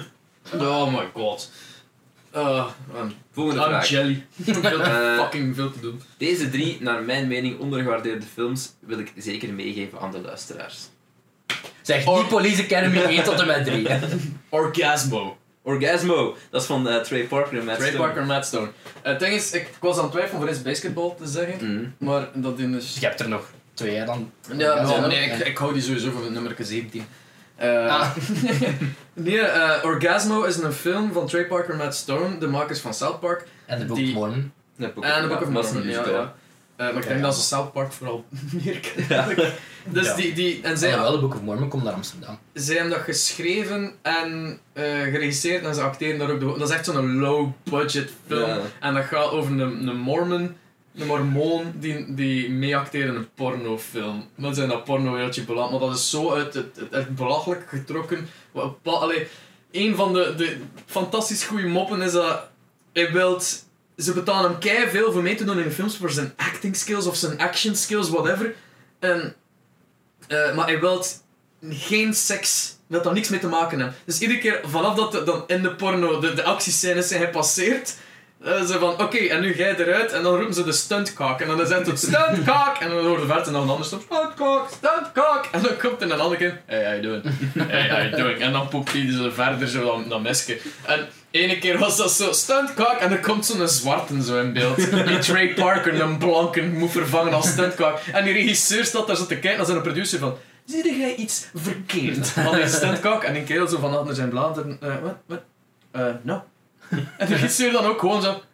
Speaker 3: Oh my god. Uh, I'm,
Speaker 1: Volgende
Speaker 3: I'm
Speaker 1: vraag.
Speaker 3: jelly. Veel te
Speaker 1: Eh,
Speaker 3: fucking veel te doen.
Speaker 1: Deze drie, naar mijn mening, ondergewaardeerde films wil ik zeker meegeven aan de luisteraars.
Speaker 2: Zeg,
Speaker 3: Or-
Speaker 2: niet Police Academy één tot en met drie. Hè.
Speaker 3: Orgasmo.
Speaker 1: Orgasmo, dat is van uh, Trey Parker en Matt
Speaker 3: Trey
Speaker 1: Stone.
Speaker 3: Parker en Matt Stone. Uh, het ding is, ik, ik was aan het twijfelen voor eens basketbal te zeggen.
Speaker 1: Mhm.
Speaker 3: Maar dat in de...
Speaker 2: Je hebt er nog twee hè, dan.
Speaker 3: Ja,
Speaker 2: Ja,
Speaker 3: ja,
Speaker 2: zo.
Speaker 3: nee, ik, ik hou die sowieso voor nummer zeventien. Uh,
Speaker 2: Ah.
Speaker 3: nee, uh, Orgasmo is een film van Trey Parker en Matt Stone, de makers van South Park.
Speaker 2: En de Book
Speaker 3: Die-
Speaker 2: of Mormon.
Speaker 1: Nee, Book
Speaker 3: En de Book of
Speaker 1: dat is een
Speaker 3: Mormon, ja,
Speaker 1: musical.
Speaker 3: ja. Uh, maar ik denk
Speaker 2: Ja.
Speaker 3: dat ze South Park vooral meer kennen. Dus
Speaker 2: Ja.
Speaker 3: die, die, en
Speaker 2: Zij
Speaker 3: zij,
Speaker 2: wel, de Book of Mormon komt naar Amsterdam.
Speaker 3: zij hebben dat geschreven en uh, geregisseerd en ze acteren daar ook de, dat is echt zo'n low budget film.
Speaker 1: Ja.
Speaker 3: En dat gaat over een, een mormon, een mormoon die, die meeacteert in een pornofilm. Dat zijn dat porno-wereldje beland, maar dat is zo uit het, het, het belachelijk getrokken. Wat- pa- Allee, een van de, de fantastisch goede moppen is dat hij wilt... Ze betalen hem kei veel voor mee te doen in de films voor zijn acting skills of zijn action skills, whatever. En, eh, maar hij wil geen seks, wil daar niks mee te maken hebben. Dus iedere keer vanaf dat de, dan in de porno de, de actiescènes zijn gepasseerd, uh, ze van oké, en nu jij eruit, en dan roepen ze de stuntcock. En dan is het stuntcock, en dan hoort de verte nog een ander stem, stuntcock, stuntcock. En dan komt er een andere keer, hey, how you doing? Hey, how you doing? En dan poept hij zo verder zo dat, dat mesje. En ene keer was dat zo stuntcock, en dan komt zo'n zwarte zo in beeld. Die Trey Parker, een blanke, moet vervangen als stuntcock. En die regisseur staat daar zo te kijken naar zijn producer van, zie jij iets verkeerd van die stuntcock? En die kerel zo van achter zijn bladeren, eh, wat, wat? Eh, no. En de regisseur dan ook gewoon zo...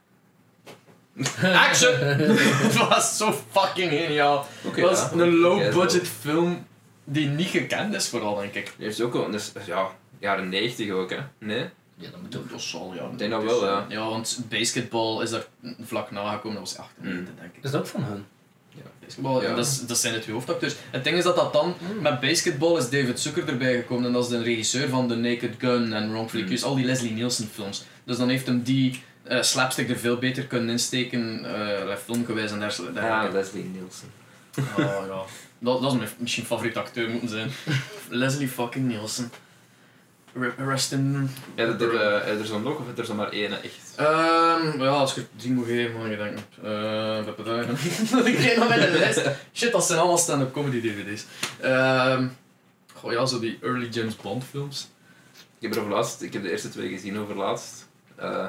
Speaker 3: Action! Het was zo fucking geniaal.
Speaker 1: Oké,
Speaker 3: Het was
Speaker 1: ja.
Speaker 3: een low
Speaker 1: Orgasmo.
Speaker 3: budget film die niet gekend is vooral, denk ik.
Speaker 1: Die heeft ook al, dus, ja, jaren negentig ook, hè? Nee?
Speaker 2: Ja, dat moet ook.
Speaker 3: Dat zal, ja.
Speaker 1: Ik denk dat wel, ja.
Speaker 3: Ja, want basketball is daar vlak na gekomen, dat was achtennegentig, denk ik.
Speaker 2: Is dat ook van hun?
Speaker 3: Basketball,
Speaker 1: Ja.
Speaker 3: dat, is, dat zijn de twee hoofdacteurs. Het ding is dat dat dan, met basketball is David Zucker erbij gekomen en dat is de regisseur van The Naked Gun en Wrongfully Accused, al die Leslie Nielsen films. Dus dan heeft hem die uh, slapstick er veel beter kunnen insteken, uh, filmgewijs en dergelijke.
Speaker 1: Ja, Leslie Nielsen.
Speaker 3: Oh ja, dat, dat is mijn misschien favoriete acteur moeten zijn. Leslie fucking Nielsen. Re- Rest in...
Speaker 1: Ja, dat er, uh, er is er nog of is er zo maar één echt?
Speaker 3: Ehm, ja, als je drie moet geven, moet je denken. Uh, dat ik geen nog in de lijst. Shit, dat zijn allemaal stand-up comedy D V D's. Ehm, goh ja, zo die early James Bond films.
Speaker 1: Ik heb er over laatst, ik heb de eerste twee gezien over laatst. Uh,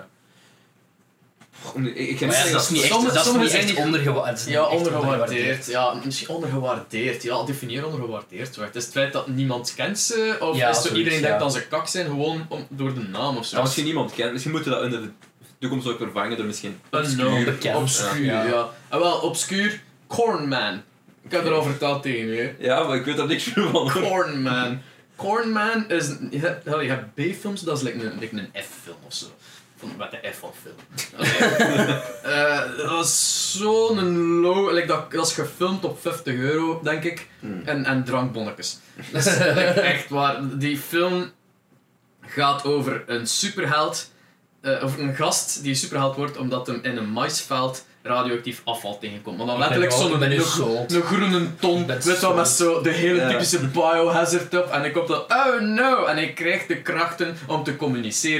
Speaker 1: ik, ik ga
Speaker 2: Maar ja,
Speaker 1: niet
Speaker 2: dat is niet echt,
Speaker 3: sommige-
Speaker 2: dat is
Speaker 3: sommige
Speaker 2: niet
Speaker 3: zijn
Speaker 2: echt
Speaker 3: niet-
Speaker 2: ondergewaardeerd.
Speaker 3: Ja, ondergewaardeerd. Ja, misschien ondergewaardeerd. Ja, definieer ondergewaardeerd. Het is het feit dat niemand kent ze, of
Speaker 2: Ja,
Speaker 3: is het zo
Speaker 2: zoiets,
Speaker 3: iedereen
Speaker 2: ja.
Speaker 3: denkt dat ze kak zijn, gewoon om, door de naam of zo.
Speaker 1: Ja, als je niemand kent, misschien moeten we dat in de toekomst ook vervangen door misschien
Speaker 3: Unknown,
Speaker 2: Onbekend.
Speaker 3: obscuur, ja.
Speaker 2: Ja.
Speaker 3: ja. En wel, obscuur, Cornman. Ik heb erover verteld tegen je. hè.
Speaker 1: Ja, maar ik weet daar niks van.
Speaker 3: Cornman. Cornman is... Je hebt, je hebt B-films, dat is like een, like een F-film of zo. Van, met de F van film. uh, dat is zo'n low... Like dat, dat is gefilmd op vijftig euro, denk ik.
Speaker 1: Hmm.
Speaker 3: En, en drankbonnetjes. Dat is like, echt waar. Die film gaat over een superheld... Uh, over een gast die een superheld wordt omdat hem in een maisveld radioactief afval tegenkomt. Maar dan
Speaker 2: Ik ben
Speaker 3: letterlijk
Speaker 2: wel-
Speaker 3: zo'n
Speaker 2: ik ben nu
Speaker 3: een,
Speaker 2: sold.
Speaker 3: een groene ton,
Speaker 2: Ik ben
Speaker 3: weet je wel, met zo de hele
Speaker 1: Ja.
Speaker 3: typische biohazard op. En hij komt dan, oh no! En hij krijgt de krachten om te communiceren met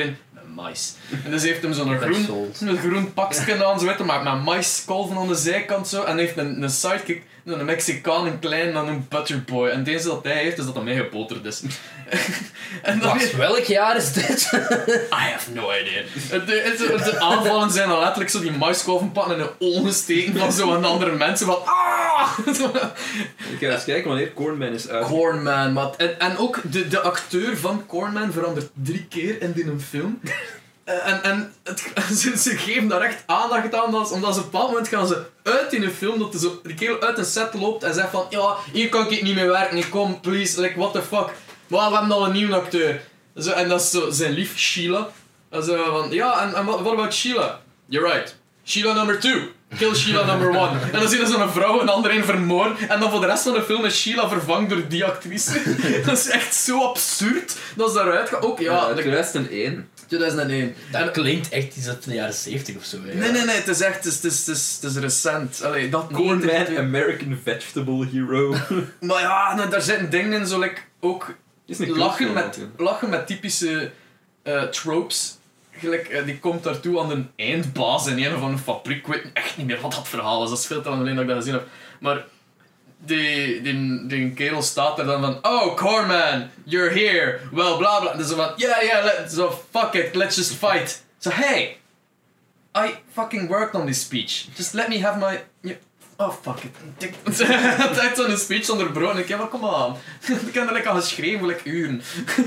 Speaker 3: mais. En dus heeft hem zo'n groen, een groen pakje aan, zo weet je, maar met maiskolven aan de zijkant zo. En hij heeft een, een sidekick, een Mexicaan, een klein, dan een butcherboy. En het enige dat hij heeft, is dat hij mee gepoterd is. En dan
Speaker 2: Wacht, welk jaar is dit?
Speaker 3: I have no idea. Het, het, het, de aanvallen zijn dan letterlijk zo die maiskolven pakken en in de ogen steken van zo'n andere mensen van ah!
Speaker 1: Ik ga eens kijken wanneer Cornman is uit.
Speaker 3: Cornman, maar en, en ook de, de acteur van Cornman verandert drie keer in die film. Uh, en en het, ze, ze geven daar echt aandacht aan, dat, omdat ze op een bepaald moment gaan ze uit in een film, dat de, zo, die kerel uit een set loopt en zegt van ja, hier kan ik niet meer werken, ik kom, please, like, what the fuck. Maar we hebben al een nieuwe acteur. Zo, en dat is zo zijn lief, Sheila. En zo van, ja, en, en what, what about Sheila? You're right. Sheila number two. Kill Sheila number one. En dan zie je zo'n vrouw een ander een vermoorden. En dan voor de rest van de film is Sheila vervangen door die actrice. Dat is echt zo absurd dat ze daaruit gaan. Ook ja,
Speaker 1: uh, tweeduizend één.
Speaker 3: tweeduizend één.
Speaker 2: Dat en, klinkt echt iets uit de jaren zeventig of zo. Hè,
Speaker 3: nee, nee, nee, het is echt, het is, het is, het is, het is recent. Allee, dat
Speaker 1: Cornman, nee, American Vegetable Hero.
Speaker 3: Maar ja, nou, daar zitten dingen in, zo like, ook lachen met, lachen met typische uh, tropes. Gelijk, uh, die komt daartoe aan een eindbaas in een of andere fabriek. Ik weet echt niet meer wat dat verhaal was, dat is veel te lang alleen dat ik dat gezien heb. Maar die, die, die kerel staat er dan van, oh Cornman, you're here, well bla bla. En zo van, yeah yeah, let, so fuck it, let's just fight. So hey, I fucking worked on this speech, just let me have my... Yeah. Oh fuck it. Het is echt zo'n speech onderbroken. Ik heb maar kom aan. Ik heb er lekker al geschreven voor like uren.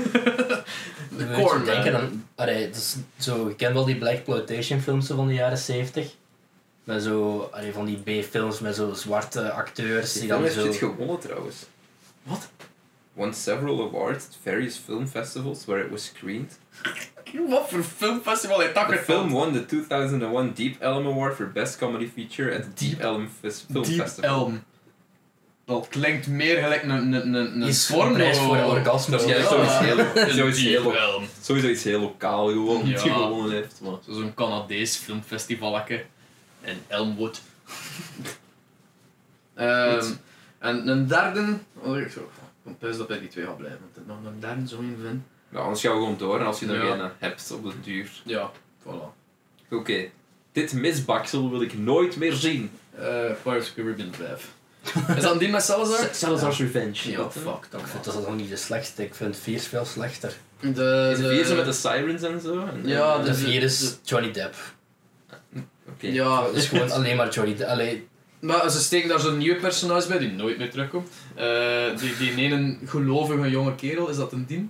Speaker 2: De Cornman. Denken dan, allee, dus zo, je kent wel die Blaxploitation films van de jaren zeventig. Met zo, allee, van die B-films met zo zwarte acteurs die,
Speaker 1: die
Speaker 2: dan
Speaker 1: heeft
Speaker 2: zo...
Speaker 1: shit gewonnen trouwens.
Speaker 3: Wat?
Speaker 1: Won several awards at various film festivals where it was screened.
Speaker 3: Wat voor filmfestival heeft dat
Speaker 1: The film won the two thousand one Deep Elm Award for Best Comedy Feature at the Deep Elm Fes- Film
Speaker 3: Deep
Speaker 1: Festival.
Speaker 3: Elm. Dat klinkt meer gelijk een, een, een, een
Speaker 2: porno. Prijs voor orgasme.
Speaker 1: Ja,
Speaker 3: ja,
Speaker 1: zoiets heel, zoiets
Speaker 3: Deep
Speaker 1: heel,
Speaker 3: Elm.
Speaker 1: sowieso iets heel lokaal gewoon,
Speaker 3: Ja.
Speaker 1: die gewonnen heeft. Maar.
Speaker 3: Zo'n Canadees filmfestivaletje in Elmwood. um, en een derde... Oh, ik zo, ik ben dat bij die twee gaat blijven, want ik nog een derde zo in vind.
Speaker 1: Ja, anders gaan we gewoon door en als je er
Speaker 3: Ja.
Speaker 1: geen hebt op de duur.
Speaker 3: Ja, voilà.
Speaker 1: Oké, okay. Dit misbaksel wil ik nooit meer zien.
Speaker 3: Uh, Pirates of the Caribbean vijf. Is dat die met Salazar?
Speaker 1: Salazar's Revenge.
Speaker 3: Ja, fuck.
Speaker 2: Ik vind dat nog niet de slechtste, ik vind vier veel slechter.
Speaker 3: De,
Speaker 1: is het vier zo met de sirens en zo? En
Speaker 3: ja,
Speaker 2: de vier is Johnny Depp.
Speaker 1: Oké. Okay.
Speaker 3: Ja,
Speaker 2: het is gewoon alleen maar Johnny Depp. Allee.
Speaker 3: Maar ze steken daar zo'n nieuwe personage bij die nooit meer terugkomt. Uh, die, die ene gelovige jonge kerel, is dat een dien?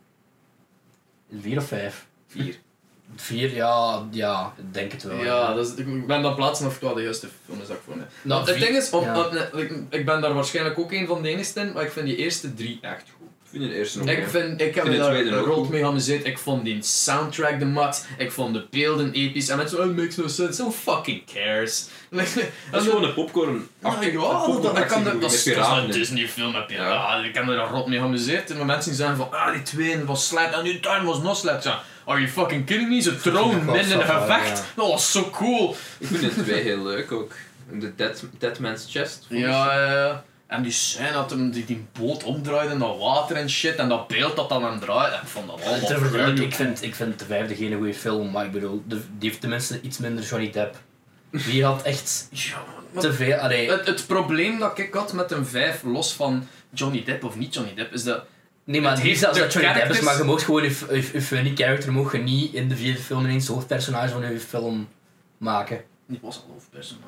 Speaker 2: Vier of vijf?
Speaker 3: Vier.
Speaker 2: Vier, ja, ja, ik denk het wel.
Speaker 3: Ja, ja. Dat is, ik ben dan plaatsen of het wel de juiste film is dat ik vond.
Speaker 2: Nou,
Speaker 3: het
Speaker 2: vier,
Speaker 3: ding is, om,
Speaker 2: ja.
Speaker 3: om, ik, ik ben daar waarschijnlijk ook een van de enigste in, maar ik vind die eerste drie echt goed.
Speaker 1: Ik vind de eerste nog
Speaker 3: Ik, vind, ik heb me daar rot mee geamuseerd. Ik vond die soundtrack de mat. Ik vond de beelden episch. En mensen, oh, it makes no sense. Who fucking cares?
Speaker 1: Dat is gewoon een popcorn.
Speaker 3: Nou, ja, dat, dat, dat, kan, dat, dat is een Disney film met piraten. Ja. Ik heb me daar rot mee geamuseerd. En mensen die zeggen van, ah, die tweede was slecht en die derde was nog slecht. Ja. Are you fucking kidding me? Ze troon min in een gevecht. Ja. Dat was zo cool.
Speaker 1: Ik vind de twee heel leuk ook. De Dead, Dead Man's Chest.
Speaker 3: Ja, ja. En die scène dat hem die, die boot omdraaide in dat water en shit. En dat beeld dat dan aan draait. Ik vond dat allemaal
Speaker 2: uh, ik, vind, ik vind de vijfde geen goede film. Maar ik bedoel, de, die heeft tenminste iets minder Johnny Depp. Die had echt
Speaker 3: ja,
Speaker 2: te veel... Allee.
Speaker 3: Het, het probleem dat ik had met een vijf, los van Johnny Depp of niet Johnny Depp, is dat...
Speaker 2: Nee, maar het heeft zelfs dat Johnny Depp is, maar je mag gewoon je, je, je funny character mag je niet in de vierde film ineens het hoofdpersonage van je film maken.
Speaker 3: Die was al hoofdpersonage.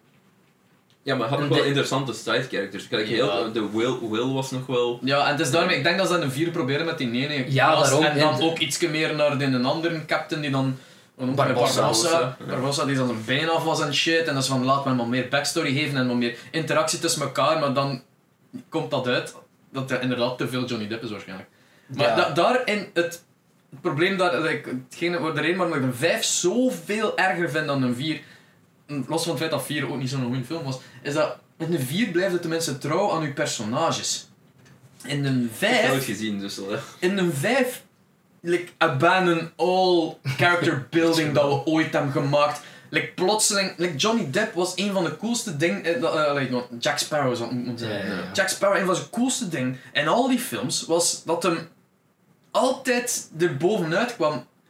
Speaker 1: Ja, maar het had ook wel interessante side characters. Kijk, heel, ja. De Will, Will was nog wel...
Speaker 3: Ja, en het is daarmee, ik denk dat ze in de vier proberen met die ene
Speaker 2: ja, daarom,
Speaker 3: en dan ook iets meer naar de, een andere captain die dan...
Speaker 2: Barbossa.
Speaker 3: Barbossa, ja. Barbossa die dan zijn been af was en shit. En dat is van laat me maar meer backstory geven en wat meer interactie tussen elkaar. Maar dan komt dat uit dat er inderdaad te veel Johnny Depp is waarschijnlijk. Maar ja. da daarin, het, het probleem, daar, like, hetgene waar de reden waarom ik een vijf zoveel erger vind dan een vier, los van het feit dat vier ook niet zo'n goede film was, is dat in een vier blijft het tenminste trouw aan uw personages. In een vijf...
Speaker 1: Ik heb het gezien, dus al, hè.
Speaker 3: In een vijf... Like, abandon all character building dat we ooit hebben gemaakt. Like, plotseling... Like, Johnny Depp was een van de coolste dingen... Uh, uh, like, Jack Sparrow zou ik moeten zeggen.
Speaker 2: Ja, ja, ja.
Speaker 3: Jack Sparrow, een van zijn coolste dingen in al die films was dat hem altijd er bovenuit kwam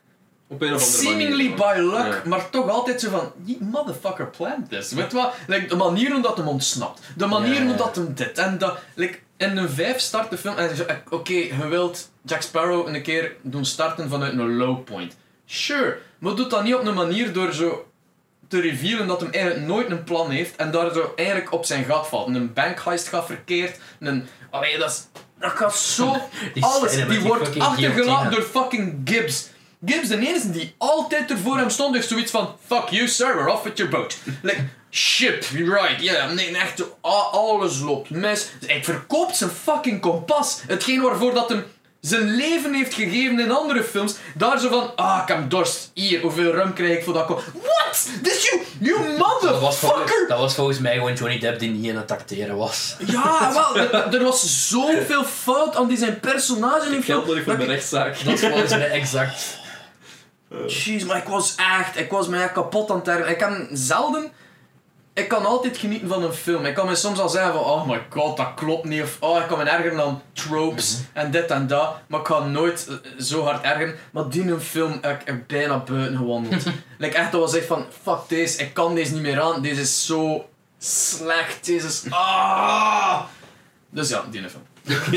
Speaker 1: Op een of andere
Speaker 3: seemingly
Speaker 1: manier.
Speaker 3: by luck,
Speaker 1: Ja.
Speaker 3: maar toch altijd zo van, die motherfucker planned this. Weet je wat? Like, de manier hoe dat hem ontsnapt, de manier
Speaker 1: Ja, ja.
Speaker 3: hoe dat hem dit en dat. Like, in een vijf start de film en zo, oké, okay, je wilt Jack Sparrow een keer doen starten vanuit een low point. Sure, maar doe dat niet op een manier door zo te revealen dat hem eigenlijk nooit een plan heeft en daar zo eigenlijk op zijn gat valt. Een bankheist gaat verkeerd, een... Allee, dat is... Dat gaat zo...
Speaker 2: Die
Speaker 3: alles,
Speaker 2: scène met
Speaker 3: die
Speaker 2: die
Speaker 3: wordt
Speaker 2: fucking
Speaker 3: achtergelaten
Speaker 2: guillotine.
Speaker 3: door fucking Gibbs. Gibbs, de enige die altijd er voor hem stond, heeft zoiets van fuck you sir, we're off with your boat. Like, ship, right, ja, yeah. Nee, echt, a- alles loopt mis. Hij verkoopt zijn fucking kompas. Hetgeen waarvoor dat hem zijn leven heeft gegeven in andere films. Daar zo van, ah, ik heb dorst. Hier, hoeveel rum krijg ik voor dat kom. What? This you, you
Speaker 2: Dat was, volgens,
Speaker 3: motherfucker!
Speaker 2: dat was volgens mij gewoon Johnny Depp die niet in het acteren was.
Speaker 3: Ja, wel, er, er was zoveel fout aan die zijn personage in die film.
Speaker 1: Geld nodig voor de
Speaker 3: dat ik-
Speaker 1: rechtszaak.
Speaker 2: Dat is volgens mij exact.
Speaker 3: Jeez, maar ik was echt, ik was mij echt kapot aan het ergeren. Ik kan zelden, ik kan altijd genieten van een film. Ik kan me soms al zeggen van, oh my god, dat klopt niet. Of, oh, ik kan me ergeren aan tropes
Speaker 2: Mhm.
Speaker 3: en dit en dat. Maar ik ga nooit uh, zo hard ergeren. Maar die een film heb ik heb bijna buiten gewandeld. like, echt, dat was echt van, fuck deze, ik kan deze niet meer aan. Deze is zo slecht. Deze is, ah. Dus ja, die een film.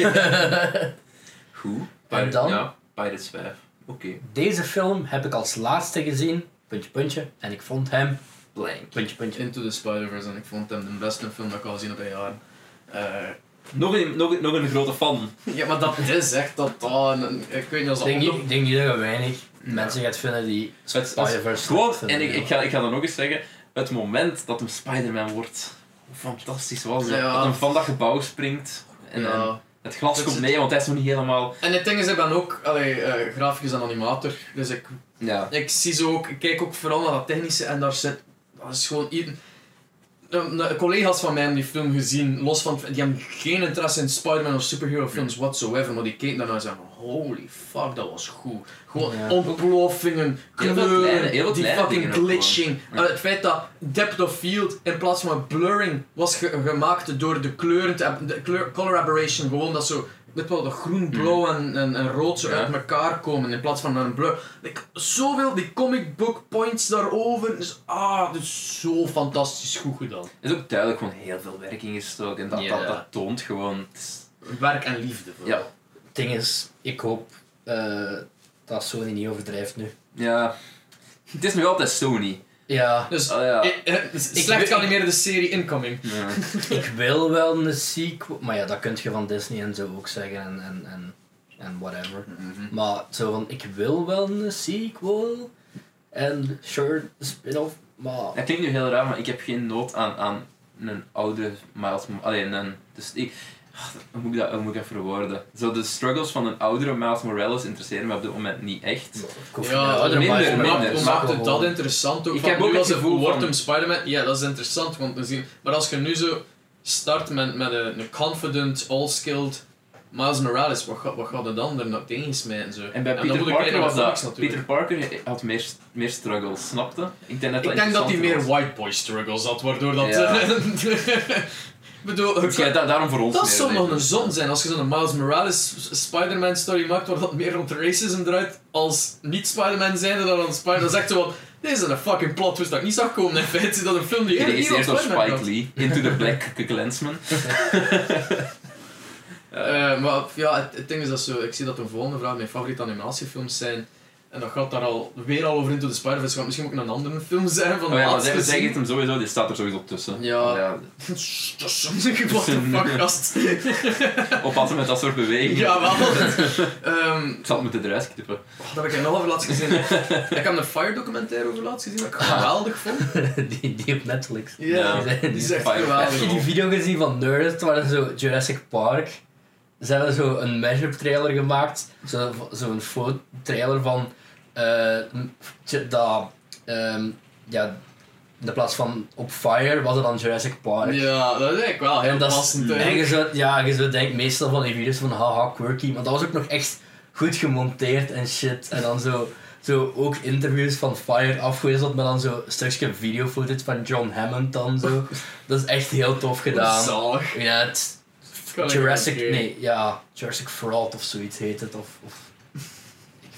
Speaker 1: Goed.
Speaker 2: En dan?
Speaker 1: Ja, Pirates vijf. Oké.
Speaker 2: Deze film heb ik als laatste gezien, puntje puntje, en ik vond hem blank, puntje puntje.
Speaker 3: Into the Spider-Verse en ik vond hem de beste film dat ik al gezien heb in jaren. Eh,
Speaker 1: Nog een, nog, nog een grote fan.
Speaker 3: Ja, maar dat is echt totaal... een- Ik weet niet als
Speaker 2: Ik
Speaker 3: dat
Speaker 2: denk, niet,
Speaker 3: onder-
Speaker 2: ik denk niet dat je weinig mensen gaat vinden die
Speaker 1: Het- het-
Speaker 2: Spider-Verse
Speaker 1: Gewoon,
Speaker 2: slecht vinden,
Speaker 1: en ik,
Speaker 2: ja.
Speaker 1: ik, ga, ik ga dan nog eens zeggen, het moment dat hem Spider-Man wordt, hoe fantastisch was dat?
Speaker 3: Ja.
Speaker 1: Dat hem van dat gebouw springt en,
Speaker 3: Ja.
Speaker 1: en het glas
Speaker 3: Dat
Speaker 1: komt
Speaker 3: is-
Speaker 1: mee, want hij is nog niet helemaal...
Speaker 3: En het ding is, ik ben ook allee, uh, grafisch en animator, dus ik,
Speaker 1: Ja.
Speaker 3: ik zie zo ook, ik kijk ook vooral naar dat technische en daar zit, dat is gewoon iets... De, de collega's van mij hebben die film gezien, los van, die hebben geen interesse in Spider-Man of superhero films whatsoever, maar die keken daarna en zeiden van, holy fuck, dat was goed. Gewoon
Speaker 2: Ja.
Speaker 3: ontploffingen,
Speaker 1: Heel veel
Speaker 3: kleuren,
Speaker 1: kleine- heel veel
Speaker 3: die
Speaker 1: kleine
Speaker 3: fucking
Speaker 1: dingen ook
Speaker 3: glitching.
Speaker 1: gewoon. Ja.
Speaker 3: En het feit dat depth of field in plaats van blurring was ge- gemaakt door de kleuren, te, de kleur, color aberration, gewoon dat zo, weet wel, dat groen, blauw en, en, en rood zo
Speaker 1: Ja.
Speaker 3: uit elkaar komen in plaats van naar een blur. Like, zoveel, die comic book points daarover, dus, ah, dat is zo fantastisch goed gedaan.
Speaker 1: Er is ook duidelijk gewoon heel veel werk in gestoken en dat,
Speaker 3: Ja.
Speaker 1: dat, dat toont gewoon... het is-
Speaker 3: Werk en liefde. vooral.
Speaker 1: Ja.
Speaker 2: Het ding is, ik hoop uh, dat Sony niet overdrijft nu.
Speaker 1: Ja... Het is nog altijd Sony.
Speaker 2: Ja,
Speaker 3: Dus,
Speaker 1: Oh, ja.
Speaker 3: eh, eh, slecht
Speaker 2: weet-
Speaker 3: geanimeerde serie Incoming.
Speaker 1: Ja.
Speaker 2: ik wil wel een sequel, maar ja, dat kun je van Disney en zo ook zeggen en, en, en, en whatever. Maar zo van, ik wil wel een sequel en sure, een spin-off, maar...
Speaker 1: Dat klinkt nu heel raar, maar ik heb geen nood aan, aan een oude Miles Morales. Alleen een... Dus ik... ach, Hoe moet ik dat, hoe moet ik dat verwoorden? Zo, de struggles van een oudere Miles Morales interesseren me op dit moment niet echt.
Speaker 2: Ik hoef
Speaker 3: Ja,
Speaker 2: geen oudere
Speaker 1: minder,
Speaker 2: Miles
Speaker 1: minder.
Speaker 2: Morales,
Speaker 3: Hoe
Speaker 2: maar
Speaker 3: maakt het
Speaker 2: gewoon-
Speaker 3: dat interessant ook?
Speaker 1: Ik
Speaker 3: Van,
Speaker 1: heb
Speaker 3: nu
Speaker 1: ook het
Speaker 3: als het
Speaker 1: gevoel
Speaker 3: wordt
Speaker 1: van-
Speaker 3: hem Spider-Man, ja dat is interessant want te zien. Maar als je nu zo start met, met een, een confident, all-skilled Miles Morales, wat, ga- wat gaat er dan er nog tegen smijten zo?
Speaker 1: En bij
Speaker 3: dan
Speaker 1: Peter
Speaker 3: moet ik
Speaker 1: Parker
Speaker 3: kijken
Speaker 1: was
Speaker 3: naar
Speaker 1: dat...
Speaker 3: comics natuurlijk.
Speaker 1: Peter Parker had meer, meer struggles, snapte? Ik denk dat
Speaker 3: Ik denk dat hij meer
Speaker 1: interessanter
Speaker 3: white boy struggles had, waardoor dat...
Speaker 1: Ja.
Speaker 3: ik bedoel,
Speaker 1: was. Ja, da- daarom voor ons
Speaker 3: dat
Speaker 1: meer,
Speaker 3: zou
Speaker 1: denk
Speaker 3: nog
Speaker 1: ik.
Speaker 3: een zon zijn als je zo'n Miles Morales Spider-Man story maakt waar dat meer rond racism draait als niet Spider-Man zijnde dan aan Spider-Man. Dat is echt zo van, dit is een fucking plot twist dat ik niet zag komen. In feite is dat een film die
Speaker 1: Die
Speaker 3: heel
Speaker 1: is
Speaker 3: heel
Speaker 1: eerst door
Speaker 3: Spider-Man
Speaker 1: Spike
Speaker 3: gaat.
Speaker 1: Lee, Into the Black Clansman.
Speaker 3: Eh, maar ja, het, het ding is dat zo, ik zie dat de volgende vraag mijn favoriete animatiefilms zijn. En dat gaat daar al weer al over Into the Spider-Verse. Het gaat misschien ook een andere film zijn van de
Speaker 1: Oh ja, maar
Speaker 3: laatste
Speaker 1: zij zeggen
Speaker 3: gezien.
Speaker 1: het hem sowieso, die staat er sowieso tussen.
Speaker 3: Ja.
Speaker 1: ja
Speaker 3: Dat is what the fuck, gast.
Speaker 1: oppassen met dat soort bewegingen.
Speaker 3: Ja, wel. Ehm,
Speaker 1: Ik zal het moeten eruit knippen.
Speaker 3: oh, dat heb ik nog over laatst gezien. Ik heb een Fire documentaire over laatst gezien, dat ik geweldig vond.
Speaker 2: die, die op Netflix.
Speaker 3: Ja,
Speaker 2: Die,
Speaker 3: die is echt
Speaker 1: Fire
Speaker 3: geweldig.
Speaker 2: Heb je die video gezien van Nerdist, waar zo Jurassic Park... Ze hebben zo een mashup trailer gemaakt, zo'n zo foto trailer van eh, tje- dat, ehm, ja, in de plaats van op Fire was het dan Jurassic Park.
Speaker 3: Ja, dat is eigenlijk wel heel
Speaker 2: En dat is,
Speaker 3: passend.
Speaker 2: en
Speaker 3: hè.
Speaker 2: je zou, ja, je zou denken meestal van die video's van haha quirky, maar dat was ook nog echt goed gemonteerd en shit. En dan zo, zo ook interviews van Fire afgewisseld met dan zo een stukje video footage van John Hammond dan zo. Dat is echt heel tof gedaan.
Speaker 3: Zalig.
Speaker 2: Ja, het,
Speaker 3: Kan ik
Speaker 2: Jurassic,
Speaker 3: waarderen.
Speaker 2: nee, ja, Jurassic Fraud of zoiets heet het. Of, of ik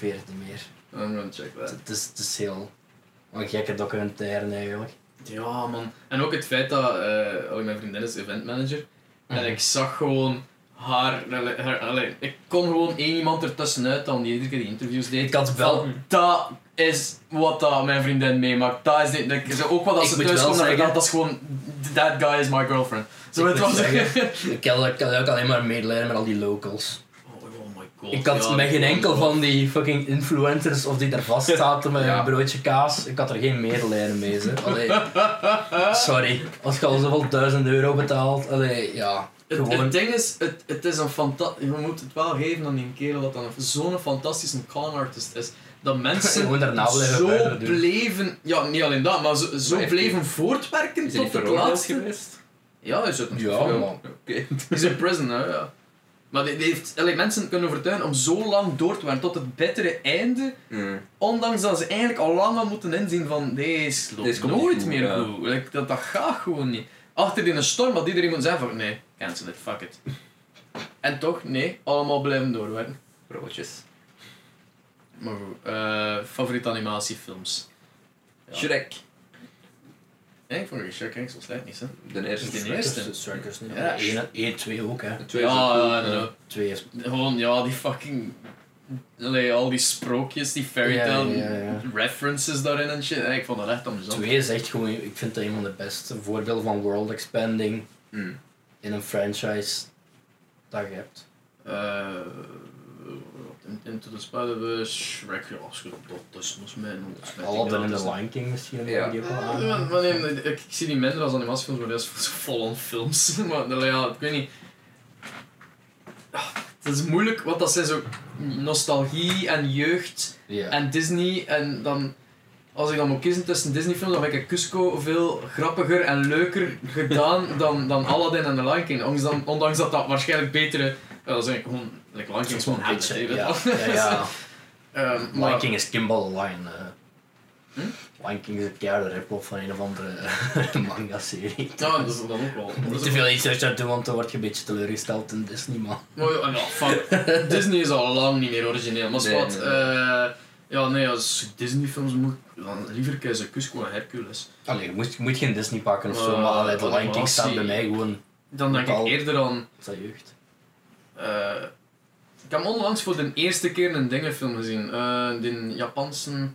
Speaker 2: weet het niet meer.
Speaker 3: I'm gonna check that.
Speaker 2: Het is, het is heel een gekke documentaire eigenlijk.
Speaker 3: Ja, man. En ook het feit dat uh, mijn vriendin is eventmanager.
Speaker 2: Mm-hmm.
Speaker 3: En ik zag gewoon haar, haar, haar allee, ik kon gewoon één iemand ertussenuit dan die iedere keer die interviews deed.
Speaker 2: Ik had wel...
Speaker 3: Van, dat is wat dat mijn vriendin meemaakt. Dat is niet, dat, is ook wat als
Speaker 2: Ik
Speaker 3: ze
Speaker 2: moet
Speaker 3: thuis
Speaker 2: wel
Speaker 3: komt,
Speaker 2: zeggen-
Speaker 3: dat, dat is gewoon, that guy is my girlfriend. Zo
Speaker 2: Ik
Speaker 3: het
Speaker 2: moet
Speaker 3: was.
Speaker 2: zeggen, ik had, ik had ook alleen maar medelijden met al die locals.
Speaker 3: Oh, oh my god.
Speaker 2: Ik had
Speaker 3: ja,
Speaker 2: met geen
Speaker 3: die-
Speaker 2: enkel van die fucking influencers of die daar vast zaten met
Speaker 1: Ja.
Speaker 2: een broodje kaas, ik had er geen medelijden mee. Ze. Allee, sorry, als je al zoveel duizend euro betaalt, allee, ja,
Speaker 3: Het,
Speaker 2: gewoon...
Speaker 3: het ding is, het, het is een fantastisch. Je moet het wel geven aan die kerel dat dan zo'n fantastische con artist is. Dat mensen
Speaker 2: Gewoon daarna blijven
Speaker 3: zo
Speaker 2: verder doen.
Speaker 3: bleven, ja niet alleen dat, maar zo, zo
Speaker 1: Maar heeft
Speaker 3: bleven
Speaker 1: hij-
Speaker 3: voortwerken
Speaker 1: Is hij
Speaker 3: tot
Speaker 1: niet
Speaker 3: het
Speaker 1: veroordeeld
Speaker 3: laatste.
Speaker 1: geweest?
Speaker 3: Ja, hij zit nog
Speaker 2: Ja,
Speaker 3: veel.
Speaker 2: man.
Speaker 1: Oké.
Speaker 3: Hij is in prison, hè, ja. Maar die, die heeft allee, mensen kunnen overtuigen om zo lang door te werken tot het bittere einde,
Speaker 1: Mm.
Speaker 3: ondanks dat ze eigenlijk al lang al moeten inzien van deze loopt
Speaker 1: Deze komt niet
Speaker 3: nooit
Speaker 1: goed,
Speaker 3: meer
Speaker 1: ja.
Speaker 3: goed. Like, dat, dat gaat gewoon niet. Achter in een storm had iedereen moeten zeggen van nee, cancel it, fuck it. En toch, nee, allemaal blijven doorwerken.
Speaker 1: Broodjes.
Speaker 3: Maar goed, eh, favoriete animatiefilms? Ja.
Speaker 1: Shrek.
Speaker 3: Nee, ik vond Shrek eigenlijk zo slecht niet, hè.
Speaker 1: De eerste.
Speaker 3: De
Speaker 1: Shrek.
Speaker 3: eerste.
Speaker 2: Circus niet.
Speaker 3: Ja.
Speaker 2: één, twee ook, hè.
Speaker 1: De tweede is ook
Speaker 3: Ja,
Speaker 1: goed,
Speaker 3: ja, inderdaad.
Speaker 2: twee is...
Speaker 3: Gewoon, ja, die fucking... Allee, al die sprookjes, die fairytale
Speaker 2: Ja, ja, ja.
Speaker 3: references daarin en shit. Ik vond dat echt amusant.
Speaker 2: Twee is echt gewoon, ik vind dat een van de beste voorbeelden van world expanding
Speaker 1: Mm.
Speaker 2: in een franchise dat je hebt.
Speaker 3: Eh, Into the Spider-Verse, Shrek, ja, als je dat is volgens mij... dat is mij
Speaker 2: Aladdin en
Speaker 3: niet
Speaker 2: The
Speaker 3: gratis.
Speaker 2: Lion King misschien
Speaker 1: Ja.
Speaker 2: ja. die ook wel aan.
Speaker 3: Ja, maar nee, ik, ik zie die minder als animatiefilms, maar dat is vol-on films. Maar allee, ja, ik weet niet... Ah, het is moeilijk, want dat zijn zo nostalgie en jeugd
Speaker 2: Ja.
Speaker 3: en Disney en dan... Als ik dan moet kiezen tussen Disney-films, dan vind ik Cusco veel grappiger en leuker gedaan dan, dan Aladdin en The Lion King. Ondanks, dan, ondanks dat dat waarschijnlijk betere... Ja, dat is eigenlijk gewoon... Like, Lion King is gewoon
Speaker 2: een
Speaker 3: Hamlet,
Speaker 2: beetje,
Speaker 3: hè,
Speaker 2: ja.
Speaker 3: weet je wel.
Speaker 2: Ja, ja.
Speaker 3: Ehm,
Speaker 2: Lion
Speaker 3: maar-
Speaker 2: King is Kimball the Lion. eh.
Speaker 3: Hm?
Speaker 2: Lion King is een keiharde rip-off van een of andere manga-serie.
Speaker 3: Ja, dat is dan ook wel.
Speaker 2: Niet te veel research uit doen, want dan word je een beetje teleurgesteld in Disney, man.
Speaker 3: Maar ja, ja, fuck. Disney is al lang niet meer origineel. Maar
Speaker 1: Nee,
Speaker 3: wat,
Speaker 1: nee,
Speaker 3: eh, ja, nee, als Disney-films moet dan liever kiezen Cusco en Hercules.
Speaker 2: Allee, je moet, je moet geen Disney pakken of zo,
Speaker 3: Maar
Speaker 2: maar allee, de Lion King
Speaker 3: animatie-
Speaker 2: staat bij mij gewoon
Speaker 3: Dan denk ik
Speaker 2: Bepaald.
Speaker 3: eerder aan.
Speaker 2: zijn jeugd.
Speaker 3: eh, ik heb onlangs voor de eerste keer een dingenfilm gezien. eh de Japanse.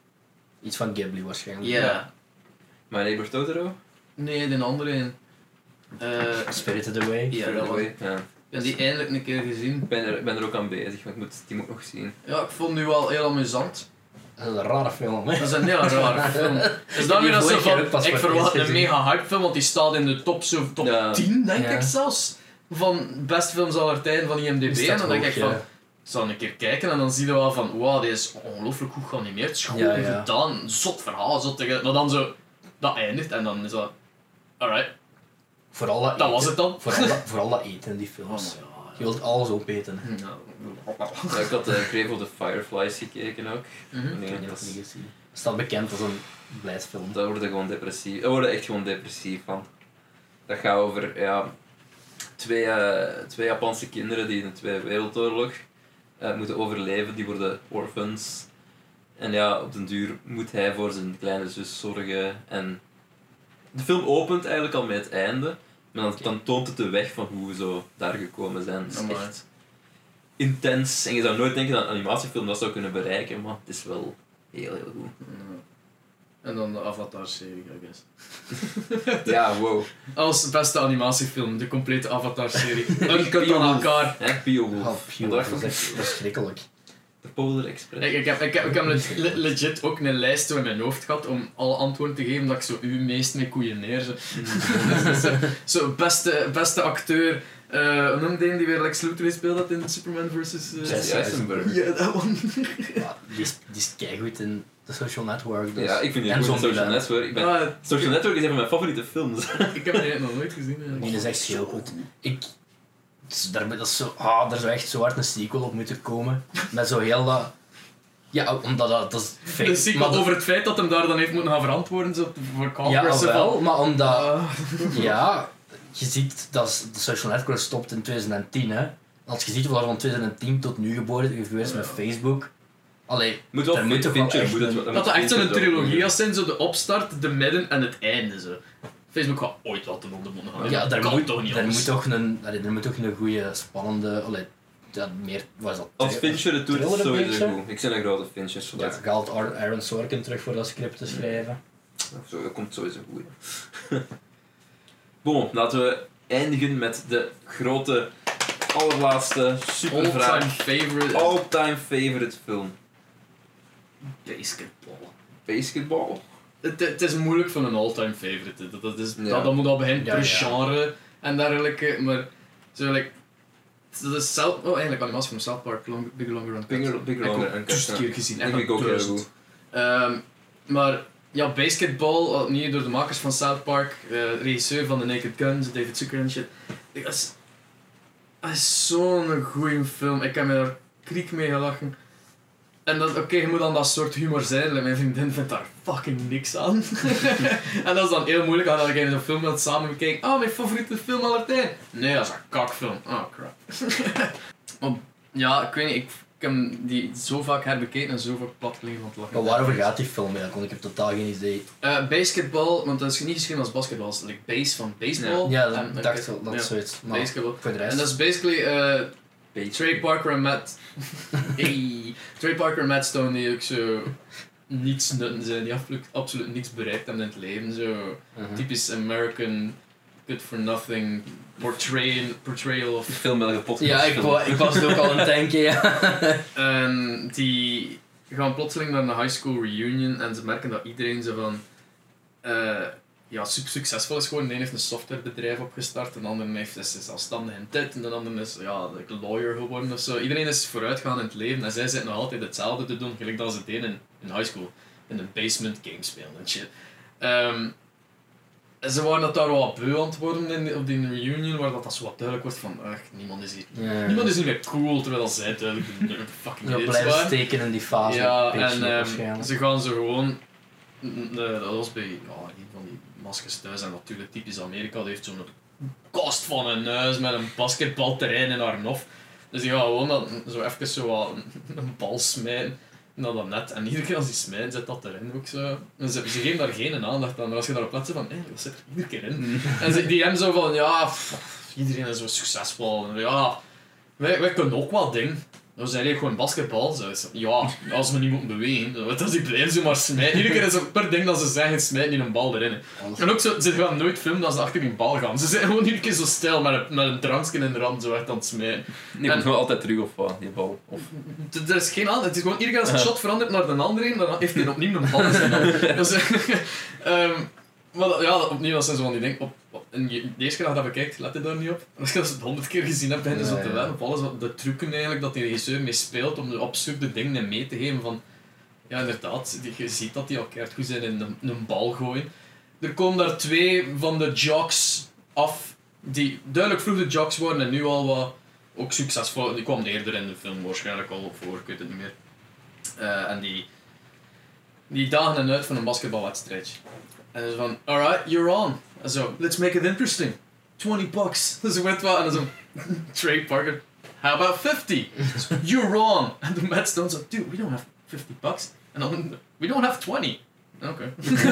Speaker 2: Iets van Ghibli waarschijnlijk.
Speaker 3: Ja.
Speaker 1: My Neighbor Totoro?
Speaker 3: Nee, de andere een. Eh,
Speaker 2: Spirited Away.
Speaker 3: ja, dat was.
Speaker 1: Ja.
Speaker 3: Ik heb die eindelijk een keer gezien.
Speaker 1: Ik ben er, ben er ook aan bezig, maar ik moet, die moet ik nog zien.
Speaker 3: Ja, ik vond die wel heel amusant.
Speaker 2: Dat is een rare film, hè.
Speaker 3: Dat is een heel rare film. Dus dan
Speaker 2: die
Speaker 3: weer dat zo
Speaker 2: vorig jaar ook
Speaker 3: van,
Speaker 2: pas
Speaker 3: ik
Speaker 2: voor
Speaker 3: verwacht
Speaker 2: het eerst
Speaker 3: een mega hype film, want die staat in de top, zo, top
Speaker 1: Ja.
Speaker 3: tien, denk
Speaker 2: Ja.
Speaker 3: ik zelfs. Van beste films aller tijden van I M D B.
Speaker 2: Is dat
Speaker 3: En dan denk
Speaker 2: hoog,
Speaker 3: ik van,
Speaker 2: ja.
Speaker 3: ik zal een keer kijken en dan zie je wel van, wow, dit is ongelooflijk goed geanimeerd, het is goed
Speaker 2: Ja, ja.
Speaker 3: gedaan, zot verhaal, zot tegen... Maar dan zo, dat eindigt en dan is dat, alright,
Speaker 2: Vooral dat,
Speaker 3: dat was
Speaker 2: eten.
Speaker 3: het dan.
Speaker 2: Vooral dat, vooral dat eten in die
Speaker 3: Oh,
Speaker 2: films.
Speaker 3: maar
Speaker 2: Je wilt alles opeten. hè.
Speaker 3: ja.
Speaker 1: Ja, ik had uh, Grave of the Fireflies gekeken ook.
Speaker 3: Mhm.
Speaker 1: Nee,
Speaker 2: Ik heb die
Speaker 1: dat,
Speaker 2: nog
Speaker 1: is-
Speaker 2: niet gezien. Het staat bekend als een blijdsfilm.
Speaker 1: daar word je gewoon depressief. Daar word je echt gewoon depressief van. Dat gaat over ja, twee, eh, twee Japanse kinderen die in de Tweede Wereldoorlog eh, moeten overleven. Die worden orphans. En ja, op den duur moet hij voor zijn kleine zus zorgen. En de film opent eigenlijk al met het einde. Maar dan, dan toont het de weg van hoe we zo daar gekomen zijn. Het is
Speaker 3: Amai.
Speaker 1: echt intens. En je zou nooit denken dat een animatiefilm dat zou kunnen bereiken. Maar het is wel heel, heel goed.
Speaker 3: Ja. En dan de Avatar-serie, I guess.
Speaker 1: Ja, wow.
Speaker 3: Als beste animatiefilm, de complete Avatar-serie. Uncut aan elkaar.
Speaker 1: Hè, Beowulf.
Speaker 2: Oh,
Speaker 1: Wat
Speaker 2: pure,
Speaker 1: dacht
Speaker 2: dat
Speaker 1: je
Speaker 2: is echt verschrikkelijk.
Speaker 1: De Polar Express.
Speaker 3: Ik, ik heb, ik heb, ik heb le- le- legit ook een lijst zo in mijn hoofd gehad om alle antwoorden te geven dat ik zo u meest mee koeieneer. Zo, zo, zo beste, beste acteur. eh hoe noemde die die weer Lex Luthor speelde dat in Superman versus. Uh,
Speaker 2: Jesse
Speaker 1: Jesse Eisenberg.
Speaker 3: Ja, dat one.
Speaker 2: Ja, die, is, die is keigoed in The Social Network. Dus.
Speaker 1: Ja, ik vind die
Speaker 2: en
Speaker 1: goed in Social
Speaker 2: Zombieland.
Speaker 1: Network. Ik ben,
Speaker 3: Ah,
Speaker 1: Social Network is een van mijn favoriete films.
Speaker 3: ik heb die eigenlijk nog nooit gezien. eigenlijk.
Speaker 2: Die is echt heel goed. Ik, dus daar, dat is zo, ah, daar zou echt zo hard een sequel op moeten komen. Met zo heel dat... Ja, omdat dat, dat is fake.
Speaker 3: De sequel
Speaker 2: maar dat-
Speaker 3: over het feit dat hem daar dan heeft moeten gaan verantwoorden zo, voor
Speaker 2: Ja,
Speaker 3: Congress. zo
Speaker 2: wel,
Speaker 3: van,
Speaker 2: maar omdat...
Speaker 3: ah,
Speaker 2: Ja, je ziet dat de Social Network stopt in twintig tien, hè. Als je ziet wat er van twintig tien tot nu geboren is geweest met Facebook, Allee,
Speaker 1: Moet wel
Speaker 2: daar moet toch
Speaker 1: Fincher,
Speaker 2: wel echt
Speaker 1: moet het
Speaker 2: een-
Speaker 1: wel-
Speaker 3: Dat dat echt
Speaker 1: Fincher
Speaker 3: zo'n
Speaker 1: wel-
Speaker 3: trilogie als zijn, zo de opstart, de midden en het einde. Zo. Facebook gaat ooit wat ten onder moeten gaan.
Speaker 2: Ja,
Speaker 3: Dat
Speaker 2: daar
Speaker 3: kan
Speaker 2: moet,
Speaker 3: toch niet
Speaker 2: daar
Speaker 3: anders.
Speaker 2: moet toch een, allee, daar moet toch een goede, spannende... Allee, ja, meer... Wat is dat?
Speaker 1: Als Fincher het doet, is het
Speaker 2: Thriller een
Speaker 1: sowieso
Speaker 2: beetje?
Speaker 1: goed. Ik ben een grote Fincher.
Speaker 2: Ja,
Speaker 1: zodat-
Speaker 2: gehaald Ar- Aaron Sorkin terug voor dat script te schrijven.
Speaker 1: Zo, dat komt sowieso goed. Ja. Bon, laten we eindigen met de grote, allerlaatste supervraag.
Speaker 3: All-time favorite.
Speaker 1: All-time favorite film.
Speaker 3: Basketball.
Speaker 1: Basketball?
Speaker 3: Het, het is moeilijk van een all-time favorite. Dat, dat, is,
Speaker 1: Ja.
Speaker 3: dat, dat moet al beginnen
Speaker 2: Ja,
Speaker 3: per
Speaker 2: ja.
Speaker 3: genre en dergelijke. Maar zo, like, dat is South, oh, eigenlijk animatie van South Park, long, Bigger Longer Uncut.
Speaker 1: Bigger, bigger
Speaker 3: Ik heb
Speaker 1: Longer
Speaker 3: ook
Speaker 1: Uncut,
Speaker 3: duizend
Speaker 1: ja.
Speaker 3: keer gezien.
Speaker 1: Denk
Speaker 3: Echt
Speaker 1: ik ook heel
Speaker 3: duizend.
Speaker 1: goed.
Speaker 3: Ehm, maar ja, Basketball, opnieuw door de makers van South Park, eh, regisseur van The Naked Guns, David Zucker en shit. Dat is, dat is zo'n goeie film. Ik heb me daar kriek mee gelachen. En dat, oké, je moet dan dat soort humor zijn. Like, mijn vriendin vindt daar fucking niks aan. En dat is dan heel moeilijk, als je zo'n film wilt samen bekijken. Oh, mijn favoriete film aller tijden. Nee, dat is een kakfilm. Oh, crap. Om, ja, ik weet niet, ik, ik heb die zo vaak herbekeken en zo vaak plat gelegen van het lachen.
Speaker 2: Maar waarover gaat die film eigenlijk? Want ik heb totaal geen idee.
Speaker 3: Uh, basketball, want dat is niet geschreven als basketball, het is like base van baseball.
Speaker 2: Ja, dat
Speaker 3: en,
Speaker 2: ik dacht wel, dat
Speaker 3: ja,
Speaker 2: is zoiets. Maar
Speaker 3: basketball.
Speaker 2: voor de rest...
Speaker 3: En dat is basically uh,
Speaker 1: Beetje.
Speaker 3: Trey Parker en Matt. hey. Trey Parker en Matt Stone die ook zo niets nutten zijn, die absoluut, absoluut niks bereikt hebben in het leven. Zo
Speaker 2: Mhm.
Speaker 3: typisch American, good for nothing portrayal, portrayal of.
Speaker 1: Film België podcast.
Speaker 2: Ja, ik, wa- ik was het ook al aan het denken, ja.
Speaker 3: En die gaan plotseling naar een high school reunion en ze merken dat iedereen zo van uh, ja, super succesvol is gewoon. De een heeft een softwarebedrijf opgestart, een ander heeft is zelfstandig in dit en de ander is ja, like lawyer geworden of zo. Iedereen is vooruitgaan in het leven en zij zitten nog altijd hetzelfde te doen, gelijk dat ze deden in, in high school. In een basement game spelen en shit. Um, en ze waren dat daar wel wat beu aan het worden in, op die reunion, waar dat, dat zo wat duidelijk wordt van ach, niemand is hier.
Speaker 2: Ja.
Speaker 3: Niemand is niet meer cool, terwijl dat zij duidelijk de fucking
Speaker 2: Ja,
Speaker 3: idiots
Speaker 2: blijven
Speaker 3: waren.
Speaker 2: steken in die fase.
Speaker 3: Ja,
Speaker 2: een beetje,
Speaker 3: en ehm,
Speaker 2: waarschijnlijk.
Speaker 3: ze gaan zo gewoon... n- n- dat was bij ja, een van die maskers thuis en natuurlijk typisch Amerika, die heeft zo'n kast van een huis met een basketbalterrein in haar nof. Dus die gaan gewoon dat, zo even zo wat een, een bal smijten naar dat net. En iedere keer als die smijten zit dat erin ook zo. En ze, ze geven daar geen aandacht aan, maar als je daarop let, zo van hé, dat zit er iedere keer in. En ze, die hebben zo van ja, pff, iedereen is zo succesvol. En ja, wij, wij kunnen ook wat dingen. Dan zijn eigenlijk gewoon basketbal. Zo. Ja, als we niet moeten bewegen. Zo. Dat die blijven zo maar smijten. Iedere keer is er per ding dat ze zeggen, smijten die een bal erin.
Speaker 2: Alles-
Speaker 3: En ook zo, ze gaan nooit filmen dat ze achter die bal gaan. Ze zijn gewoon iedere keer zo stil met een, met een drankje in de rand zo echt aan het smijten.
Speaker 1: Die komt wel altijd terug of wat, die bal. Of...
Speaker 3: D- Er is geen aan. Het is gewoon iedere keer als een shot verandert naar de andere, dan heeft hij opnieuw een bal in zijn hand. Dus, um, maar dat- ja, opnieuw, dat zijn zo van die dingen. Op, op, en je, de eerste keer dat je dat bekijkt, let je daar niet op. Als je dat honderd keer gezien hebt, begin je zo
Speaker 2: Ja,
Speaker 3: te
Speaker 2: ja.
Speaker 3: wennen op alles wat de trucken eigenlijk dat die regisseur mee speelt om de absurde dingen mee te geven van... Ja, inderdaad, die- je ziet dat die al keihard goed zijn in een, een bal gooien. Er komen daar twee van de jocks af, die duidelijk vroeger jocks waren en nu al wat ook succesvol. Die kwamen eerder in de film waarschijnlijk al voor, ik weet het niet meer. Uh, en die, die dagen hen uit van een basketbalwedstrijdje. En ze van, alright, you're on. En zo, let's make it interesting. twenty bucks. Dus weet wat, en dan zo, Trey Parker, how about fifty? So, you're on. En de Matt Stone zo, dude, we don't have fifty bucks. En dan, we don't have twenty. Oké.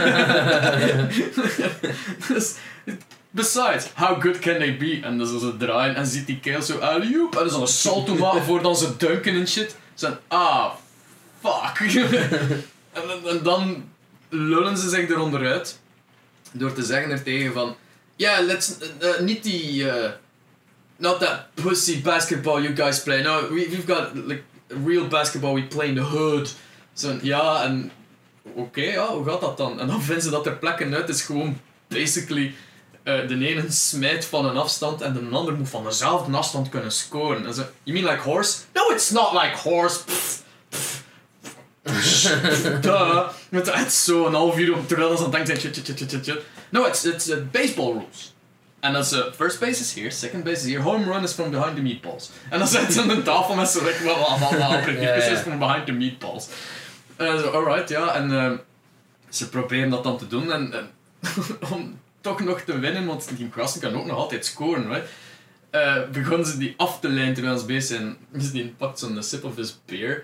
Speaker 3: Dus, besides, how good can they be? En dan ze draaien en ziet die keel zo alley-oop. En dan zo een salto maken voor dan ze dunken en shit. Ze zijn, ah, fuck. en, en, en dan lullen ze zich eronder uit. Door te zeggen er tegen van, yeah, let's, uh, uh, niet die, uh, not that pussy basketball you guys play. No, we, we've got like real basketball we play in the hood. Zo, ja, en oké, okay, ja, hoe gaat dat dan? En dan vinden ze dat er plekken uit is gewoon basically uh, de ene smijt van een afstand en de ander moet van dezelfde afstand kunnen scoren. En zo, you mean like horse? No, it's not like horse. Pff, pff, pff, duh. Met echt zo een half uur op terwijl ze aan het denken zijn, shit, shit, shit, shit, shit. No, it's, it's uh, baseball rules. En dan is uh, first base is here, second base is here, home run is from behind the meatballs. En dan zitten ze aan de tafel met zo'n wat allemaal is from behind the meatballs. En zo, alright, ja, en uh, ze proberen dat dan te doen en, en om toch nog te winnen, want die gasten kan ook nog altijd scoren, right? Uh, begonnen ze die af te lijnen terwijl ze bezig zijn. Dus die pakt zo'n sip of his beer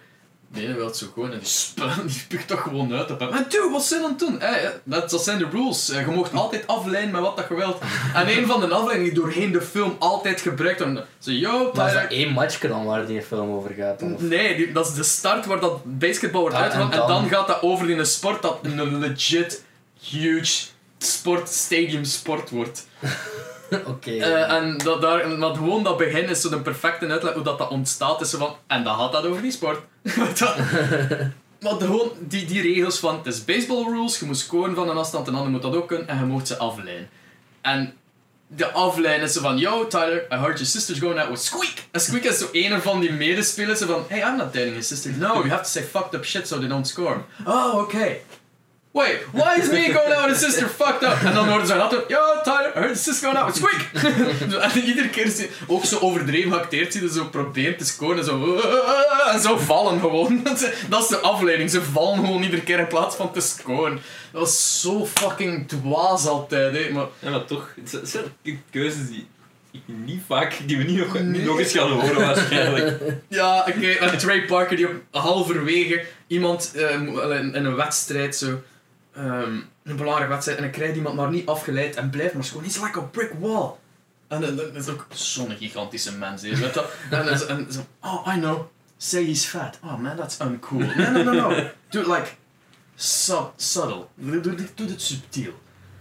Speaker 3: De ene wil het zo gewoon en die spun, die spuugt toch gewoon uit op hem. En dude, wat zijn dan toen? Eh, dat, dat zijn de rules. Je mag altijd afleiden met wat dat je wilt. En een van de afleidingen die doorheen de film altijd gebruikt wordt. Zo, yo,
Speaker 2: Maar is
Speaker 3: Tyler...
Speaker 2: dat één matchje dan waar die film over gaat? Of?
Speaker 3: Nee, die, dat is de start waar dat basketbal wordt
Speaker 2: Ah,
Speaker 3: uitgehaald.
Speaker 2: en
Speaker 3: En,
Speaker 2: dan-
Speaker 3: dan gaat dat over in een sport dat een legit, huge sport, stadium sport wordt.
Speaker 2: Oké.
Speaker 3: Eh, en dat, daar, maar gewoon dat begin is zo de perfecte uitleg hoe dat, dat ontstaat. Is zo van, en dan gaat dat over die sport. Dat- maar gewoon die, die regels van, het is baseball rules, je moet scoren van een afstand, en ander moet dat ook kunnen, en je moet ze afleiden. En de afleiden is zo van, yo Tyler, I heard your sister's going out with Squeak. En Squeak is zo een van die medespelers, zo van, hey, I'm not dating your sister. No, you have to say fucked up shit so they don't score. Oh, okay. Wait, why is me going out with a sister fucked up? En dan hoorden ze later, yo Tyler, I heard your sister going out with Squeak. En iedere keer is hij ook zo overdreven geacteerd, zie je zo proberen te scoren en zo, en zo vallen gewoon. Dat is de afleiding, ze vallen gewoon iedere keer in plaats van te scoren. Dat was zo fucking dwaas altijd, hè. Maar
Speaker 1: Ja, maar toch, het zijn keuzes die ik niet vaak, die we niet nog, niet
Speaker 3: Nee.
Speaker 1: nog eens gaan horen waarschijnlijk.
Speaker 3: ja, oké, en Trey Parker die op halverwege iemand uh, in een wedstrijd zo, um, een belangrijke wedstrijd, en dan krijgt iemand maar niet afgeleid en blijft maar gewoon, he's like a brick wall. En dan dat is ook zo'n gigantische mens, hè, weet dat? En, en, en zo, oh, I know, say he's fat. Oh man, that's uncool. No, no, no, no. Do it like, sub, subtle. Doe, doe, doe het subtiel.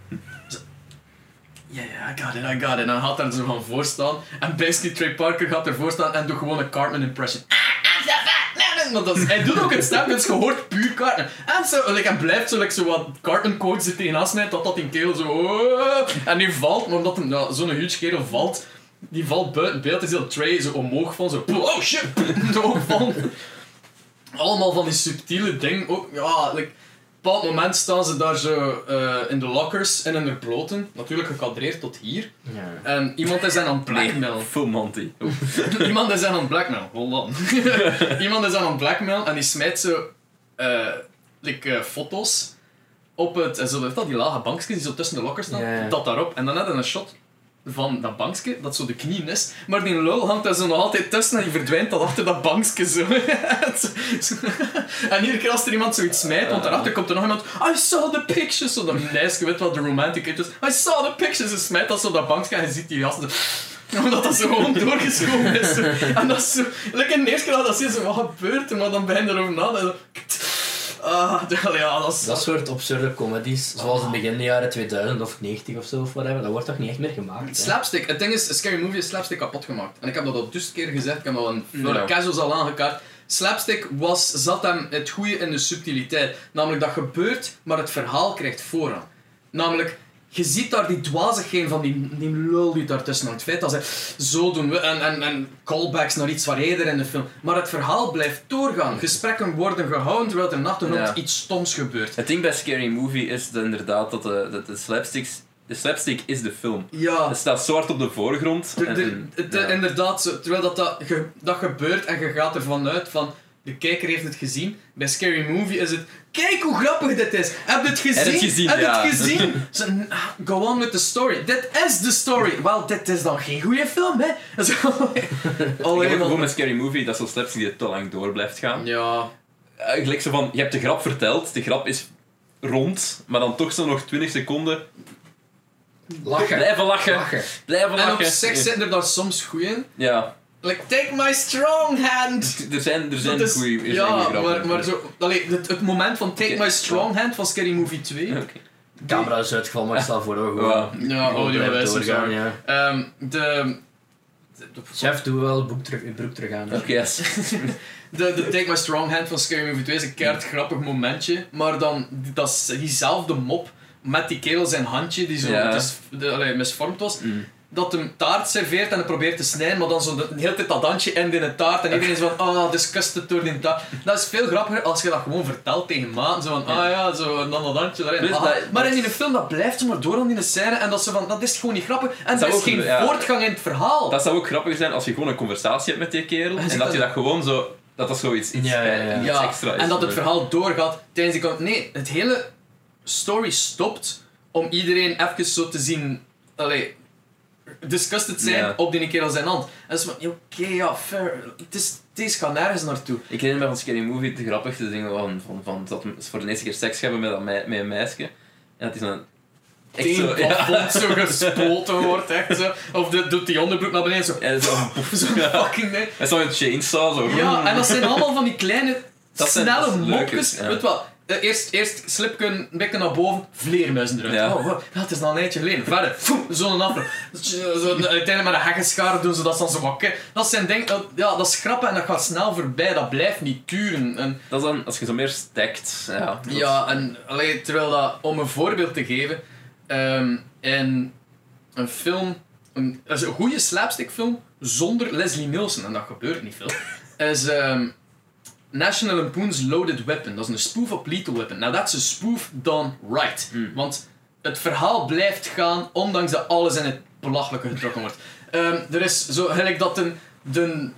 Speaker 3: Ja, ja, I got it, I got it. En dan gaat hij er zo van voor staan. En basically Trey Parker gaat ervoor staan en doet gewoon een Cartman impression. Want dat is, hij doet ook het stem, dus je hoort puur Cartman. En zo, like, hij blijft zo, like, zo wat Cartman coach er tegenaan smijt, dat dat in kerel zo... Oh, en die valt, maar omdat hem, ja, zo'n huge kerel valt, die valt buiten beeld, is heel Trey zo omhoog van zo... Oh shit! Zo ook van... Allemaal van die subtiele dingen, ook, ja, like... Op een bepaald moment staan ze daar zo uh, in de lockers en in de bloten, natuurlijk gekadreerd tot hier.
Speaker 2: Ja.
Speaker 3: En iemand is hen aan het blackmailen.
Speaker 1: Full Monty.
Speaker 3: Iemand is hen aan het blackmailen, hold on. Iemand is hen aan het blackmailen en die smijt zo uh, like, uh, foto's op het, zo, heeft dat die lage bankjes die zo tussen de lockers staan,
Speaker 2: Ja, ja.
Speaker 3: dat daarop. En dan had hij een shot van dat bankje, dat zo de knieën is, maar die lul hangt daar zo nog altijd tussen en die verdwijnt dan achter dat bankje zo. En iedere keer als er iemand zoiets smijt, want daarachter komt er nog iemand, I saw the pictures, zo dat meisje, weet wat de romantic is, I saw the pictures, en smijt dat zo dat bankje en je ziet die gasten zo, omdat dat zo gewoon doorgeschoven is. Zo. En dat is zo, like in de eerste keer dat zie je zo, wat gebeurt er, maar dan begin je erover na, en zo, ah, ja, dat is...
Speaker 2: Dat soort absurde comedies, zoals in begin de jaren tweeduizend of negentig of zo, of whatever, dat wordt toch niet echt meer gemaakt. Hè?
Speaker 3: Slapstick, het ding is, Scary Movie is slapstick kapot gemaakt. En ik heb dat al dus keer gezegd, ik heb dat een voor de
Speaker 1: Ja.
Speaker 3: casuals al aangekaart. Slapstick was, zat hem het goede in de subtiliteit. Namelijk dat gebeurt, maar het verhaal krijgt voorrang. Namelijk, je ziet daar die dwazigheid van die, die lul die daartussen hangt. Het feit dat ze zo doen we en, en, en callbacks naar iets wat eerder in de film. Maar het verhaal blijft doorgaan. Gesprekken worden gehouden terwijl er in de achtergrond
Speaker 1: Ja.
Speaker 3: iets stoms gebeurt.
Speaker 1: Het ding bij Scary Movie is dat inderdaad dat de, dat de slapsticks... De slapstick is de film.
Speaker 3: Ja.
Speaker 1: Het staat zwart op de voorgrond.
Speaker 3: De,
Speaker 1: en-
Speaker 3: de,
Speaker 1: en-
Speaker 3: het,
Speaker 1: ja.
Speaker 3: Inderdaad, zo, terwijl dat, dat, ge, dat gebeurt en je gaat ervan uit van de kijker heeft het gezien. Bij Scary Movie is het, kijk hoe grappig dit is. Heb je het gezien?
Speaker 1: Heb je het gezien,
Speaker 3: Heb je
Speaker 1: ja.
Speaker 3: het gezien? Zo, ah, go on with the story. Dit is de story. Wel, dit is dan geen goede film, hè? Zo,
Speaker 1: Ik heb ook gewoon met Scary Movie dat zo'n slapstick die te lang door blijft gaan.
Speaker 3: Ja.
Speaker 1: Eigenlijk zo van, je hebt de grap verteld, de grap is rond, maar dan toch zo nog twintig seconden
Speaker 2: Lachen.
Speaker 1: blijven lachen.
Speaker 2: Lachen.
Speaker 1: Blijven
Speaker 3: En
Speaker 1: lachen.
Speaker 3: op zich zitten er daar soms goeie in.
Speaker 1: Ja,
Speaker 3: Like, take my strong hand.
Speaker 1: er zijn, er zijn
Speaker 3: Dat is-
Speaker 1: goede er zijn
Speaker 3: Ja,
Speaker 1: goeie grappen.
Speaker 3: maar, maar zo, allee, het, het moment van Take
Speaker 1: Oké.
Speaker 3: My Strong Hand van Scary Movie twee.
Speaker 1: Oké.
Speaker 2: De camera is uitgevallen, maar ik stel voor dat we gewoon...
Speaker 1: Ja.
Speaker 3: Ja,
Speaker 2: gewoon
Speaker 3: audio
Speaker 2: blijven
Speaker 3: wijs
Speaker 2: doorgaan,
Speaker 3: ja.
Speaker 2: ja.
Speaker 3: Um, de, de, de,
Speaker 2: Chef, doe wel het boek terug, je broek terug aan. hè.
Speaker 1: Oké, yes.
Speaker 3: de, de Take My Strong Hand van Scary Movie twee is een keihard grappig momentje, maar dan dat is diezelfde mop met die kerel zijn handje die zo
Speaker 1: Ja.
Speaker 3: dus, de, allee, misvormd was.
Speaker 1: Mm.
Speaker 3: Dat hem taart serveert en hij probeert te snijden, maar dan zo de, de hele tijd dat handje in in de taart en iedereen is van, ah, oh, disgusted door die taart. Dat is veel grappiger als je dat gewoon vertelt tegen maat, zo van, ah ja, zo, en dan dat handje daarin.
Speaker 1: Dus
Speaker 3: Ah,
Speaker 1: dat-
Speaker 3: maar in die film, dat blijft zomaar door aan die scène en dat ze van, dat is gewoon niet grappig en er
Speaker 1: zou
Speaker 3: is
Speaker 1: ook-
Speaker 3: geen
Speaker 1: ja.
Speaker 3: voortgang in het verhaal.
Speaker 1: Dat zou ook grappig zijn als je gewoon een conversatie hebt met die kerel
Speaker 3: En
Speaker 1: en,
Speaker 3: ziet
Speaker 1: dat je
Speaker 3: dat-
Speaker 1: dat gewoon zo... Dat dat zoiets iets,
Speaker 2: Ja, ja, ja.
Speaker 1: iets
Speaker 3: ja,
Speaker 1: extra is.
Speaker 3: en dat het verhaal doorgaat tijdens die kant. Nee, het hele story stopt om iedereen even zo te zien, allee, disgusted zijn
Speaker 1: ja.
Speaker 3: op die kerel zijn hand. En dat is van, oké, okay, ja, fair. Het is, deze gaat nergens naartoe.
Speaker 1: Ik herinner me van Scary Movie de grappigste dingen van, van, van dat ze voor de eerste keer seks hebben met, dat mei, met een meisje. En dat is dan echt zo,
Speaker 3: plafond ja. zo gespoten wordt, echt zo. Of de, doet die onderbroek naar beneden, zo,
Speaker 1: ja, zo,
Speaker 3: zo
Speaker 1: ja.
Speaker 3: fucking nee.
Speaker 1: En zo een chainsaw, zo.
Speaker 3: Ja, en dat zijn allemaal van die kleine,
Speaker 1: dat
Speaker 3: snelle
Speaker 1: zijn, dat
Speaker 3: mopjes.
Speaker 1: Ja.
Speaker 3: Weet wat? Eerst, eerst slipje een beetje naar boven, vleermuizen eruit.
Speaker 1: Ja.
Speaker 3: Oh, wow, dat is al een eindje geleden. Verder, zo'n afro. Zo, uiteindelijk met een hekkenschaar doen ze dat dan zo wat. Dat zijn dingen, dat, ja, dat is grappig en dat gaat snel voorbij, dat blijft niet duren. En,
Speaker 1: dat is dan, als je zo meer stackt. Ja,
Speaker 3: ja en allee, terwijl dat, om een voorbeeld te geven, um, in een film, een, een goede slapstickfilm zonder Leslie Nielsen, en dat gebeurt niet veel, is um, National Lampoon's Loaded Weapon. Dat is een spoof op Lethal Weapon. Nou, dat is een spoof done right. Mm. Want het verhaal blijft gaan, ondanks dat alles in het belachelijke getrokken wordt. Um, er is zo, gelijk dat de, de,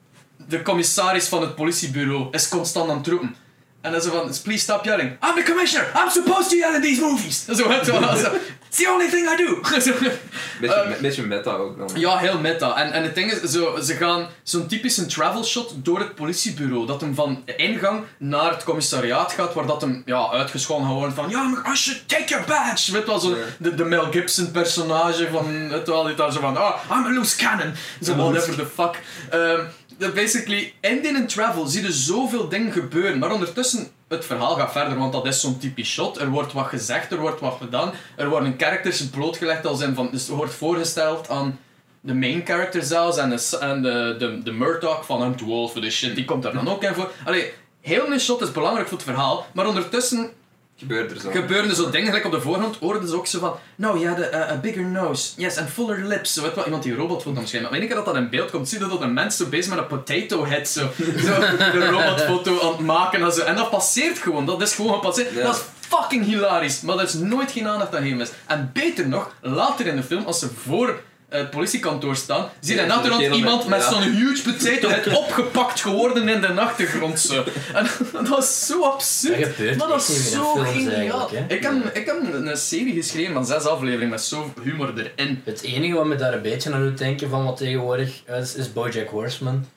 Speaker 3: de commissaris van het politiebureau is constant aan het roepen. En dan zo van, please stop yelling. I'm the commissioner! I'm supposed to yell in these movies! Zo, zo, zo, it's the only thing I do!
Speaker 1: Beetje,
Speaker 3: um,
Speaker 1: beetje meta ook dan.
Speaker 3: Ja, heel meta. En, en het ding is, zo, ze gaan zo'n typische travel shot door het politiebureau. Dat hem van de ingang naar het commissariaat gaat, waar dat hem ja, uitgescholden gaat worden van ja, I should take your badge! Weet wel, zo yeah. de, de Mel Gibson personage van, weet wel, die daar zo van, oh, I'm a loose cannon! Zo, whatever the fuck. Um, Basically, in die travel zie je zoveel dingen gebeuren, maar ondertussen het verhaal gaat verder, want dat is zo'n typisch shot. Er wordt wat gezegd, er wordt wat gedaan, er worden characters blootgelegd als in van, dus er wordt voorgesteld aan de main character zelfs en de, en de, de, de Murdoch van I'm too old for this shit, die komt daar dan ook in voor. Allee, heel een shot is belangrijk voor het verhaal, maar ondertussen
Speaker 1: Gebeurde er zo.
Speaker 3: Gebeurde er zo dingen, gelijk op de voorgrond hoorden ze ook zo van no, you had a, a bigger nose, yes, and fuller lips. Zo, weet wat, iemand die robot vond waarschijnlijk. Maar wanneer dat dat in beeld komt, zie je dat een mens zo bezig met een potato head zo, zo de robotfoto aan het maken en zo. En dat passeert gewoon, dat is gewoon gepasseerd. Ja. Dat is fucking hilarisch, maar dat is nooit geen aandacht aan gegeven is. En beter nog, later in de film, als ze voor het politiekantoor staan, zie je ja, in de achtergrond iemand met, met ja. zo'n huge potato head opgepakt geworden in de achtergrond. Zo. En dat is zo absurd,
Speaker 2: dat
Speaker 3: maar dat is zo geniaal.
Speaker 2: Ik
Speaker 3: heb, ik heb een serie geschreven van zes afleveringen met zo humor erin.
Speaker 2: Het enige wat me daar een beetje aan doet denken van wat tegenwoordig is, is BoJack Horseman.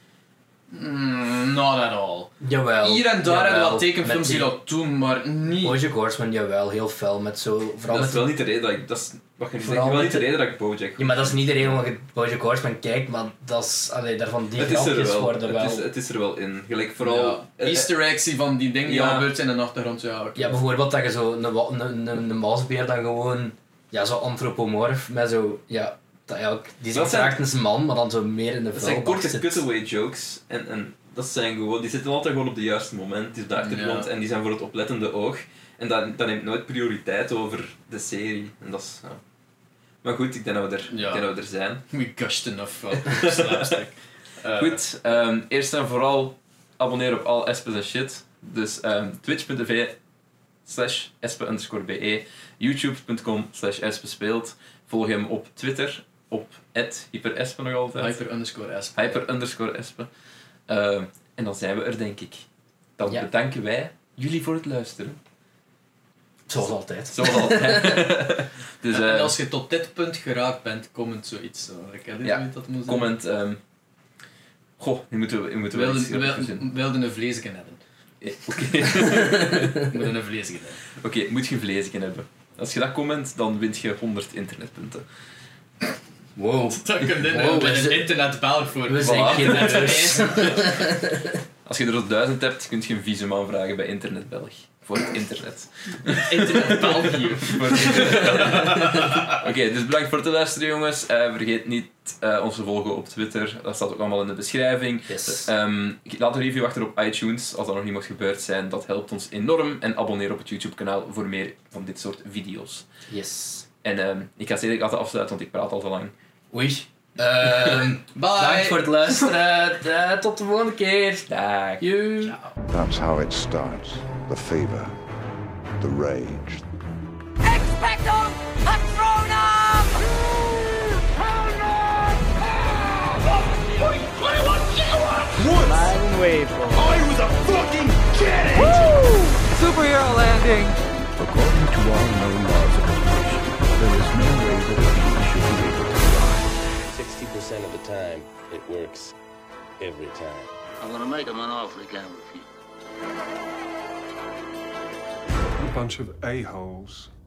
Speaker 3: Mm, not at all.
Speaker 2: Jawel.
Speaker 3: Hier en daar hebben we wat tekenfilms die dat doen, maar niet...
Speaker 2: BoJack Horseman, jawel, heel fel met zo...
Speaker 1: Vooral dat is wel niet de reden dat ik... Dat is, wat je nu zegt, wel niet de reden dat ik BoJack...
Speaker 2: Ja, maar dat is niet de reden waarom je BoJack Horseman kijkt, maar dat is... Allee, daarvan die grapjes worden wel...
Speaker 1: Het is, het is er wel in. Gelijk vooral...
Speaker 3: Ja, uh, Easter eggs van die dingen die ja. gebeurd zijn in de achtergrond. Ja, okay.
Speaker 2: Ja, bijvoorbeeld dat je zo een, een, een, een wasbeer dan gewoon... Ja, zo antropomorf met zo... Ja, dat eigenlijk... Die is graag een man, maar dan zo meer in de vuilbak zit.
Speaker 1: Dat zijn korte cutaway jokes en... en dat zijn gewoon, die zitten altijd gewoon op het juiste moment, die is op de achtergrond ja. en die zijn voor het oplettende oog. En dat, dat neemt nooit prioriteit over de serie. En dat is, ja. Maar goed, ik denk dat we er, ja. ik denk dat we er zijn.
Speaker 3: We gushed enough uh, slapstick.
Speaker 1: uh. Goed, um, eerst en vooral abonneer op al Espes en shit. Dus um, twitch.tv slash espe underscore be, youtube.com slash espespeelt. Volg hem op Twitter, op at hyperespe nog altijd.
Speaker 3: Hyper underscore espe.
Speaker 1: Hyper underscore espe. Uh, en dan zijn we er, denk ik. Dan ja. bedanken wij jullie voor het luisteren.
Speaker 2: Zoals altijd.
Speaker 1: Zoals altijd.
Speaker 3: dus, uh, en als je tot dit punt geraakt bent, comment zoiets. Zo. Ik heb dit
Speaker 1: ja,
Speaker 3: dat moet
Speaker 1: comment... Um, goh, nu moeten we, nu moeten we
Speaker 3: wilde,
Speaker 1: iets
Speaker 3: wil, verzinnen. Wilde een vleesje hebben.
Speaker 1: Eh, Oké. Okay.
Speaker 3: Moet een vleesje hebben.
Speaker 1: Oké, okay, moet je een vleesje hebben. Als je dat comment, dan wint je honderd internetpunten.
Speaker 3: Wow. Dat kun je wow, een zijn... internetbel voor.
Speaker 2: We zijn geen adres.
Speaker 1: Als je er tot duizend hebt, kun je een visum aanvragen bij Internet Belg. Voor het internet.
Speaker 3: Internet België.
Speaker 1: Oké, okay, dus bedankt voor het luisteren, jongens. Uh, vergeet niet uh, ons te volgen op Twitter. Dat staat ook allemaal in de beschrijving.
Speaker 2: Yes.
Speaker 1: Um, laat een review achter op iTunes, als dat nog niet mocht gebeurd zijn. Dat helpt ons enorm. En abonneer op het YouTube-kanaal voor meer van dit soort video's.
Speaker 2: Yes.
Speaker 1: En um, ik ga zeker altijd afsluiten, want ik praat al te lang.
Speaker 2: Oei. Um,
Speaker 3: Bye.
Speaker 2: Dank voor het luisteren. Uh, tot de volgende keer.
Speaker 1: Dag.
Speaker 2: You.
Speaker 4: That's how it starts. The fever. The rage.
Speaker 5: Expecto Patronum!
Speaker 6: Once I was a fucking jet engine!
Speaker 5: Superhero landing!
Speaker 4: According to all known laws of evolution, there is no way that a bee should be able to fly.
Speaker 7: percent of the time, it works every time.
Speaker 8: I'm gonna make him an offer he can't refuse.
Speaker 9: A bunch of a-holes.